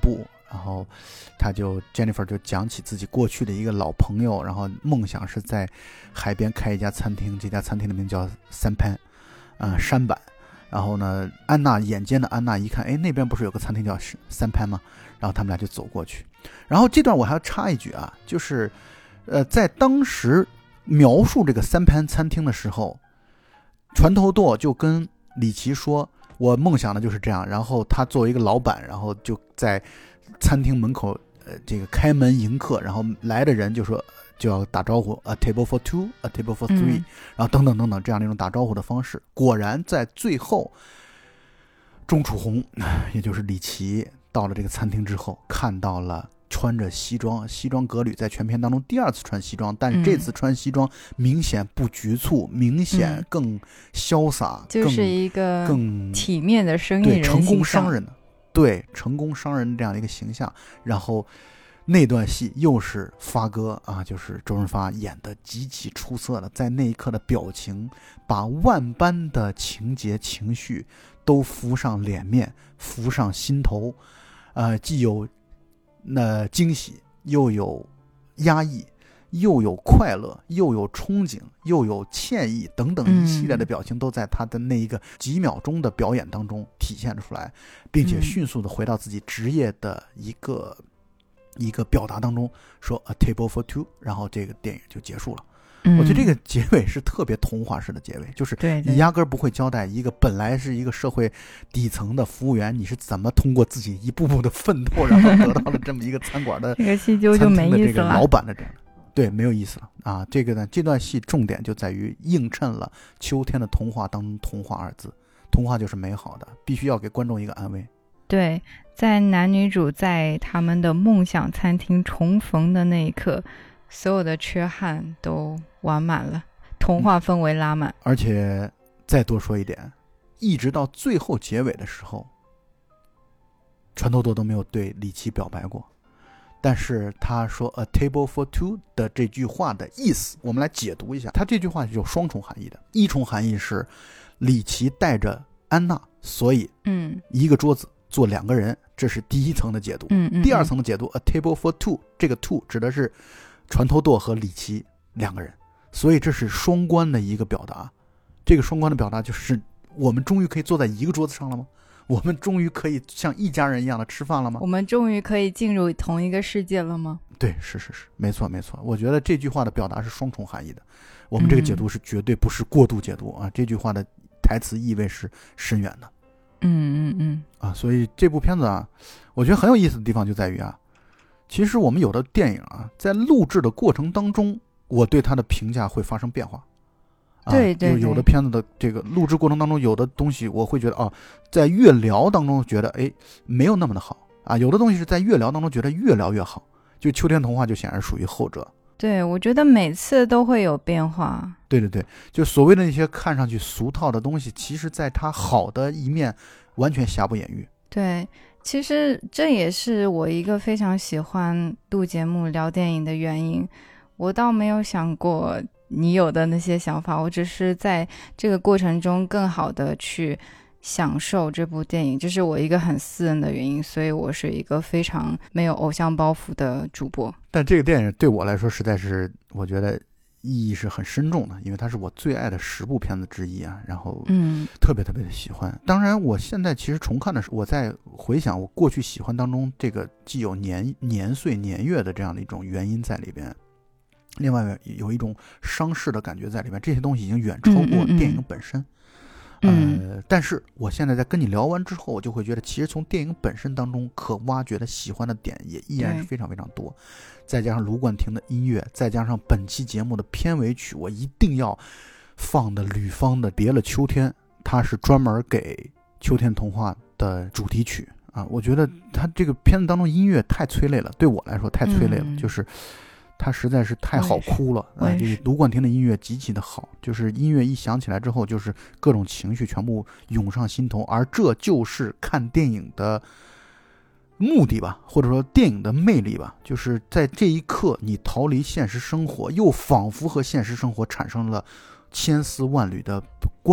[SPEAKER 1] 然后他就 Jennifer 就讲起自己过去的一个老朋友，然后梦想是在海边开一家餐厅，这家餐厅的名叫三潘啊、呃、山板。然后呢，安娜眼尖的安娜一看，哎，那边不是有个餐厅叫三潘吗？然后他们俩就走过去。然后这段我还要插一句啊，就是呃，在当时描述这个三潘餐厅的时候，船头舵就跟里奇说，我梦想的就是这样。然后他作为一个老板，然后就在餐厅门口呃这个开门迎客，然后来的人就说就要打招呼 ，a table for two, a table for three，、嗯、然后等等等等这样的一种打招呼的方式。果然在最后，钟楚红也就是李琦到了这个餐厅之后，看到了穿着西装，西装革履，在全片当中第二次穿西装，但是这次穿西装明显不局促，嗯、明显更潇洒，
[SPEAKER 2] 就是一个
[SPEAKER 1] 更
[SPEAKER 2] 体面的生意人，
[SPEAKER 1] 对，成功商人的，对，成功商人这样的一个形象。然后那段戏又是发哥啊，就是周润发演的极其出色的，在那一刻的表情，把万般的情节情绪都浮上脸面，浮上心头，呃，既有那惊喜，又有压抑，又有快乐，又有憧憬，又有歉意，等等一系列的表情都在他的那一个几秒钟的表演当中体现了出来，并且迅速的回到自己职业的一个、嗯、一个表达当中，说 a table for two， 然后这个电影就结束了。嗯、我觉得这个结尾是特别童话式的结尾，就是你压根儿不会交代一个本来是一个社会底层的服务员，你是怎么通过自己一步步的奋斗，然后得到了这么一个餐馆的
[SPEAKER 2] 这个戏就就没意思了，
[SPEAKER 1] 老板的这样的，对，没有意思了啊。这个呢，这段戏重点就在于映衬了秋天的童话当中童话二字，童话就是美好的，必须要给观众一个安慰。
[SPEAKER 2] 对，在男女主在他们的梦想餐厅重逢的那一刻，所有的缺憾都完满了，童话氛围拉满、嗯、
[SPEAKER 1] 而且再多说一点，一直到最后结尾的时候，船头舵都没有对李琦表白过，但是他说 a table for two 的这句话的意思我们来解读一下，他这句话是有双重含义的。一重含义是李琦带着安娜，所以嗯，一个桌子坐两个人，这是第一层的解读。嗯嗯嗯，第二层的解读 a table for two， 这个 two 指的是船头舵和李琦两个人，所以这是双关的一个表达。这个双关的表达就是我们终于可以坐在一个桌子上了吗？我们终于可以像一家人一样的吃饭了吗？
[SPEAKER 2] 我们终于可以进入同一个世界了吗？
[SPEAKER 1] 对，是是是，没错没错。我觉得这句话的表达是双重含义的，我们这个解读是绝对不是过度解读、嗯、啊，这句话的台词意味是深远的。
[SPEAKER 2] 嗯嗯嗯
[SPEAKER 1] 啊，所以这部片子啊，我觉得很有意思的地方就在于啊，其实我们有的电影啊，在录制的过程当中，我对它的评价会发生变化。啊、
[SPEAKER 2] 对对对，
[SPEAKER 1] 有的片子的这个录制过程当中，有的东西我会觉得啊，在越聊当中觉得哎没有那么的好啊，有的东西是在越聊当中觉得越聊越好。就秋天童话就显然属于后者。
[SPEAKER 2] 对，我觉得每次都会有变化。
[SPEAKER 1] 对对对，就所谓的那些看上去俗套的东西，其实在它好的一面完全瑕不掩瑜。
[SPEAKER 2] 对，其实这也是我一个非常喜欢录节目聊电影的原因。我倒没有想过你有的那些想法，我只是在这个过程中更好的去享受这部电影，这是我一个很私人的原因，所以我是一个非常没有偶像包袱的主播。
[SPEAKER 1] 但这个电影对我来说实在是我觉得意义是很深重的，因为它是我最爱的十部片子之一啊，然后嗯，特别特别的喜欢、嗯、当然我现在其实重看的时候，我在回想我过去喜欢当中，这个既有年年岁年月的这样的一种原因在里边，另外有一种伤势的感觉在里面，这些东西已经远超过电影本身。嗯嗯呃，但是我现在在跟你聊完之后，我就会觉得其实从电影本身当中可挖掘的喜欢的点也依然是非常非常多，再加上卢冠廷的音乐，再加上本期节目的片尾曲，我一定要放的吕方的《别了秋天》，它是专门给秋天童话的主题曲啊。我觉得它这个片子当中音乐太催泪了，对我来说太催泪了、嗯、就是它实在是太好哭了啊！这卢冠廷的音乐极其的好，就是音乐一响起来之后，就是各种情绪全部涌上心头，而这就是看电影的目的吧，或者说电影的魅力吧，就是在这一刻你逃离现实生活，又仿佛和现实生活产生了千丝万缕的关联，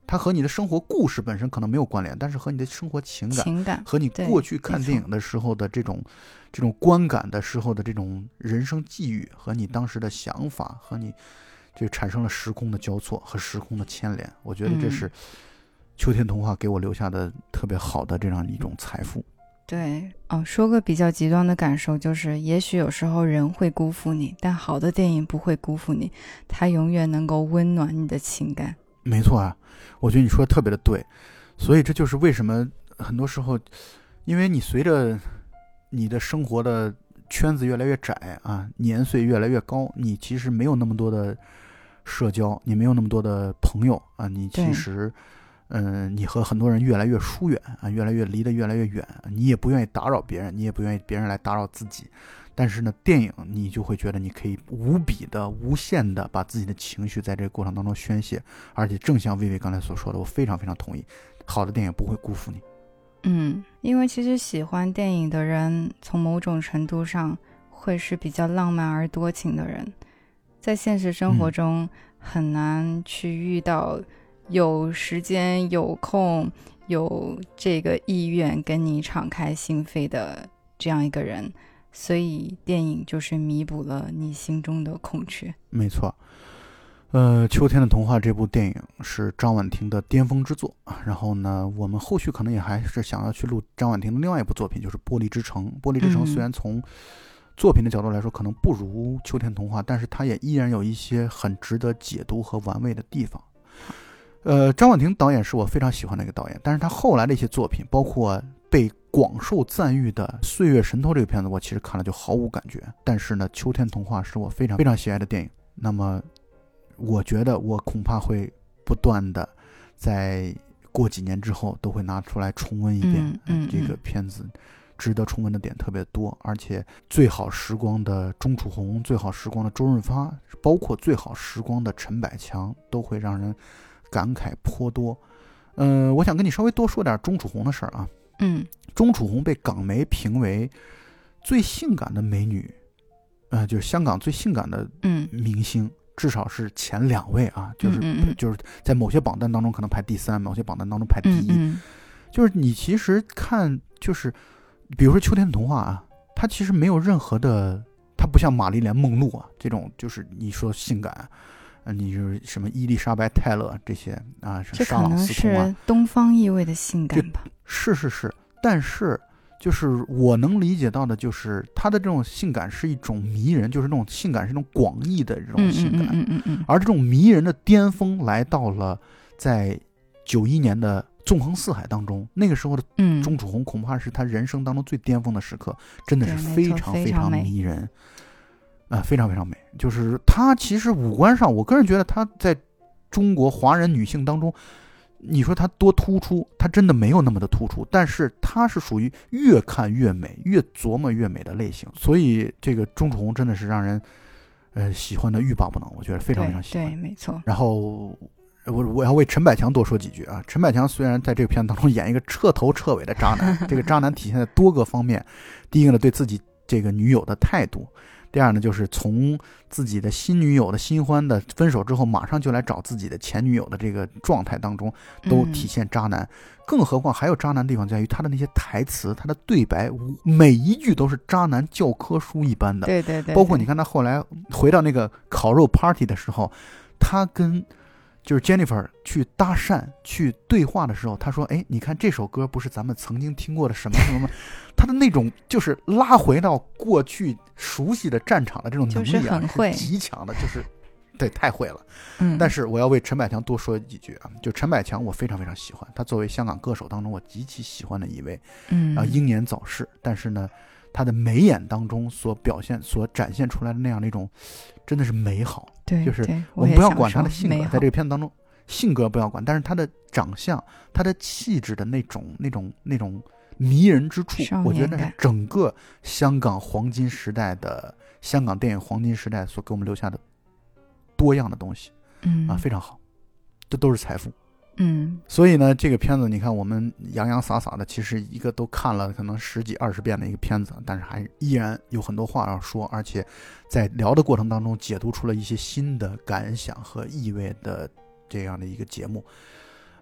[SPEAKER 1] 它和你的生活故事本身可能没有关联，但是和你的生活情感，
[SPEAKER 2] 情感
[SPEAKER 1] 和你过去看电影的时候的这种这种观感的时候的这种人生际遇，和你当时的想法，和你就产生了时空的交错和时空的牵连。我觉得这是秋天童话给我留下的特别好的这样一种财富。
[SPEAKER 2] 对哦，说个比较极端的感受，就是也许有时候人会辜负你，但好的电影不会辜负你，它永远能够温暖你的情感。
[SPEAKER 1] 没错啊，我觉得你说的特别的对，所以这就是为什么很多时候，因为你随着你的生活的圈子越来越窄啊，年岁越来越高，你其实没有那么多的社交，你没有那么多的朋友啊，你其实嗯、呃，你和很多人越来越疏远啊，越来越离得越来越远，你也不愿意打扰别人，你也不愿意别人来打扰自己。但是呢，电影你就会觉得你可以无比的、无限的把自己的情绪在这个过程当中宣泄，而且正像薇薇刚才所说的，我非常非常同意，好的电影不会辜负你。
[SPEAKER 2] 嗯，因为其实喜欢电影的人，从某种程度上会是比较浪漫而多情的人，在现实生活中很难去遇到有时间、有空、有这个意愿跟你敞开心扉的这样一个人。所以电影就是弥补了你心中的空缺。
[SPEAKER 1] 没错，呃，秋天的童话这部电影是张婉婷的巅峰之作。然后呢，我们后续可能也还是想要去录张婉婷的另外一部作品，就是《玻璃之城》。玻璃之城虽然从作品的角度来说可能不如秋天童话，但是它也依然有一些很值得解读和玩味的地方。呃，张婉婷导演是我非常喜欢的一个导演，但是他后来的一些作品，包括被广受赞誉的《岁月神偷》这个片子，我其实看了就毫无感觉。但是呢，《秋天童话》是我非常非常喜爱的电影。那么，我觉得我恐怕会不断的在过几年之后都会拿出来重温一遍。
[SPEAKER 2] 嗯嗯嗯、
[SPEAKER 1] 这个片子值得重温的点特别多，而且最好时光的钟楚红、最好时光的周润发，包括最好时光的陈百强，都会让人感慨颇多。呃，我想跟你稍微多说点钟楚红的事儿啊。
[SPEAKER 2] 嗯，
[SPEAKER 1] 钟楚红被港媒评为最性感的美女，呃，就是香港最性感的明星，嗯、至少是前两位啊，就是
[SPEAKER 2] 嗯嗯
[SPEAKER 1] 就是在某些榜单当中可能排第三，某些榜单当中排第一。
[SPEAKER 2] 嗯嗯、
[SPEAKER 1] 就是你其实看，就是比如说《秋天的童话》啊，它其实没有任何的，它不像玛丽莲梦露啊这种，就是你说性感。呃，你就是什么伊丽莎白泰勒这些啊，
[SPEAKER 2] 这
[SPEAKER 1] 沙朗斯通啊，
[SPEAKER 2] 可能是东方意味的性感吧？
[SPEAKER 1] 是是是，但是就是我能理解到的，就是他的这种性感是一种迷人，就是那种性感是一种广义的这种性感，
[SPEAKER 2] 嗯嗯嗯嗯嗯，
[SPEAKER 1] 而这种迷人的巅峰来到了在九一年的纵横四海当中，那个时候的钟楚红恐怕是他人生当中最巅峰的时刻，真的是非常非常迷人。啊、呃，非常非常美，就是她其实五官上，我个人觉得她在中国华人女性当中，你说她多突出，她真的没有那么的突出，但是她是属于越看越美，越琢磨越美的类型，所以这个钟楚红真的是让人呃喜欢的欲罢不能，我觉得非常非常喜欢。
[SPEAKER 2] 对，对没错。
[SPEAKER 1] 然后我我要为陈百强多说几句啊，陈百强虽然在这个片子当中演一个彻头彻尾的渣男，这个渣男体现在多个方面，第一个呢，对自己这个女友的态度。第二呢，就是从自己的新女友的新欢的分手之后，马上就来找自己的前女友的这个状态当中，都体现渣男。嗯、更何况还有渣男的地方在于他的那些台词，他的对白，每一句都是渣男教科书一般的。
[SPEAKER 2] 对对 对, 对。
[SPEAKER 1] 包括你看他后来回到那个烤肉 party 的时候，他跟就是 Jennifer 去搭讪去对话的时候，他说：“哎，你看这首歌不是咱们曾经听过的什么什么吗？”他的那种就是拉回到过去熟悉的战场的这种能力啊，
[SPEAKER 2] 就是很会，
[SPEAKER 1] 是极强的，就是对，太会了。
[SPEAKER 2] 嗯。
[SPEAKER 1] 但是我要为陈百强多说几句啊，就陈百强我非常非常喜欢，他作为香港歌手当中我极其喜欢的一位，
[SPEAKER 2] 嗯
[SPEAKER 1] 啊，英年早逝，但是呢，他的眉眼当中所表现、所展现出来的那样的一种，真的是美好。
[SPEAKER 2] 对，
[SPEAKER 1] 就是
[SPEAKER 2] 我
[SPEAKER 1] 们不要管他的性格，
[SPEAKER 2] 在
[SPEAKER 1] 这个片子当中，性格不要管，但是他的长相、他的气质的那种、那种、那种迷人之处，我觉得那是整个香港黄金时代的香港电影黄金时代所给我们留下的多样的东西，
[SPEAKER 2] 嗯
[SPEAKER 1] 啊，非常好，这都是财富。
[SPEAKER 2] 嗯，
[SPEAKER 1] 所以呢，这个片子你看，我们洋洋洒洒的，其实一个都看了可能十几二十遍的一个片子，但是还依然有很多话要说，而且在聊的过程当中解读出了一些新的感想和意味的这样的一个节目。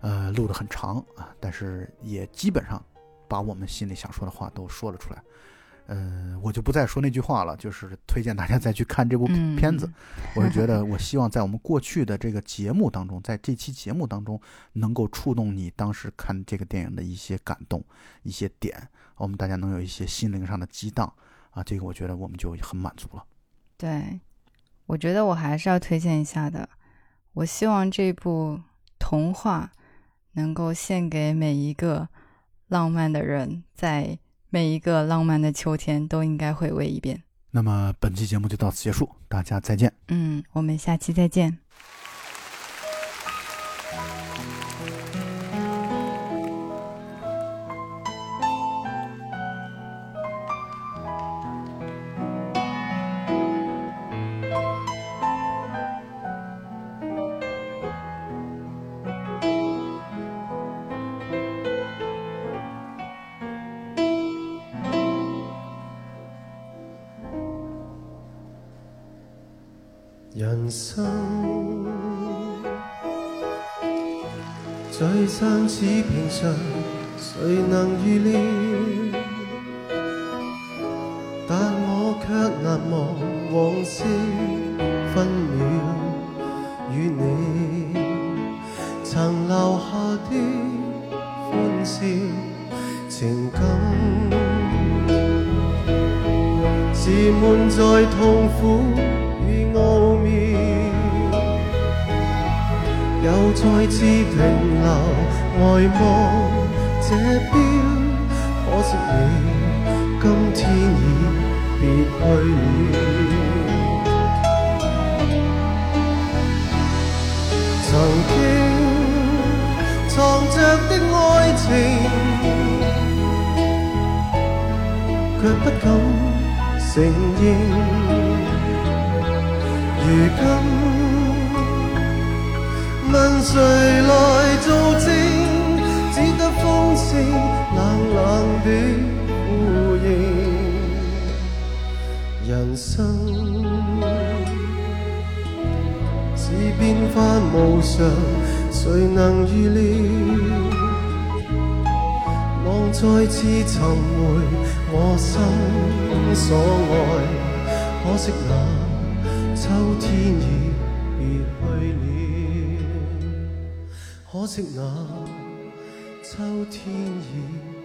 [SPEAKER 1] 呃，录得很长啊，但是也基本上把我们心里想说的话都说了出来。呃，我就不再说那句话了，就是推荐大家再去看这部片子。嗯、我是觉得，我希望在我们过去的这个节目当中，在这期节目当中，能够触动你当时看这个电影的一些感动、一些点，我们大家能有一些心灵上的激荡啊，这个我觉得我们就很满足了。
[SPEAKER 2] 对，我觉得我还是要推荐一下的。我希望这部童话能够献给每一个浪漫的人，在每一个浪漫的秋天都应该回味一遍。
[SPEAKER 1] 那么本期节目就到此结束，大家再见。
[SPEAKER 2] 嗯，我们下期再见。
[SPEAKER 3] 人生聚散似平常，谁能预料？但我卻難忘往昔分秒，與你曾留下的歡笑情感，是滿載痛苦奧妙，又再次停留呆望這標，可惜你今天已別去了。曾經藏着的愛情，卻不敢承認。如今問誰來做證，只得風聲冷冷的呼應。人生是變幻無常，誰能預料？望再次尋回我心所愛，可惜那秋天已別去了，可惜那秋天已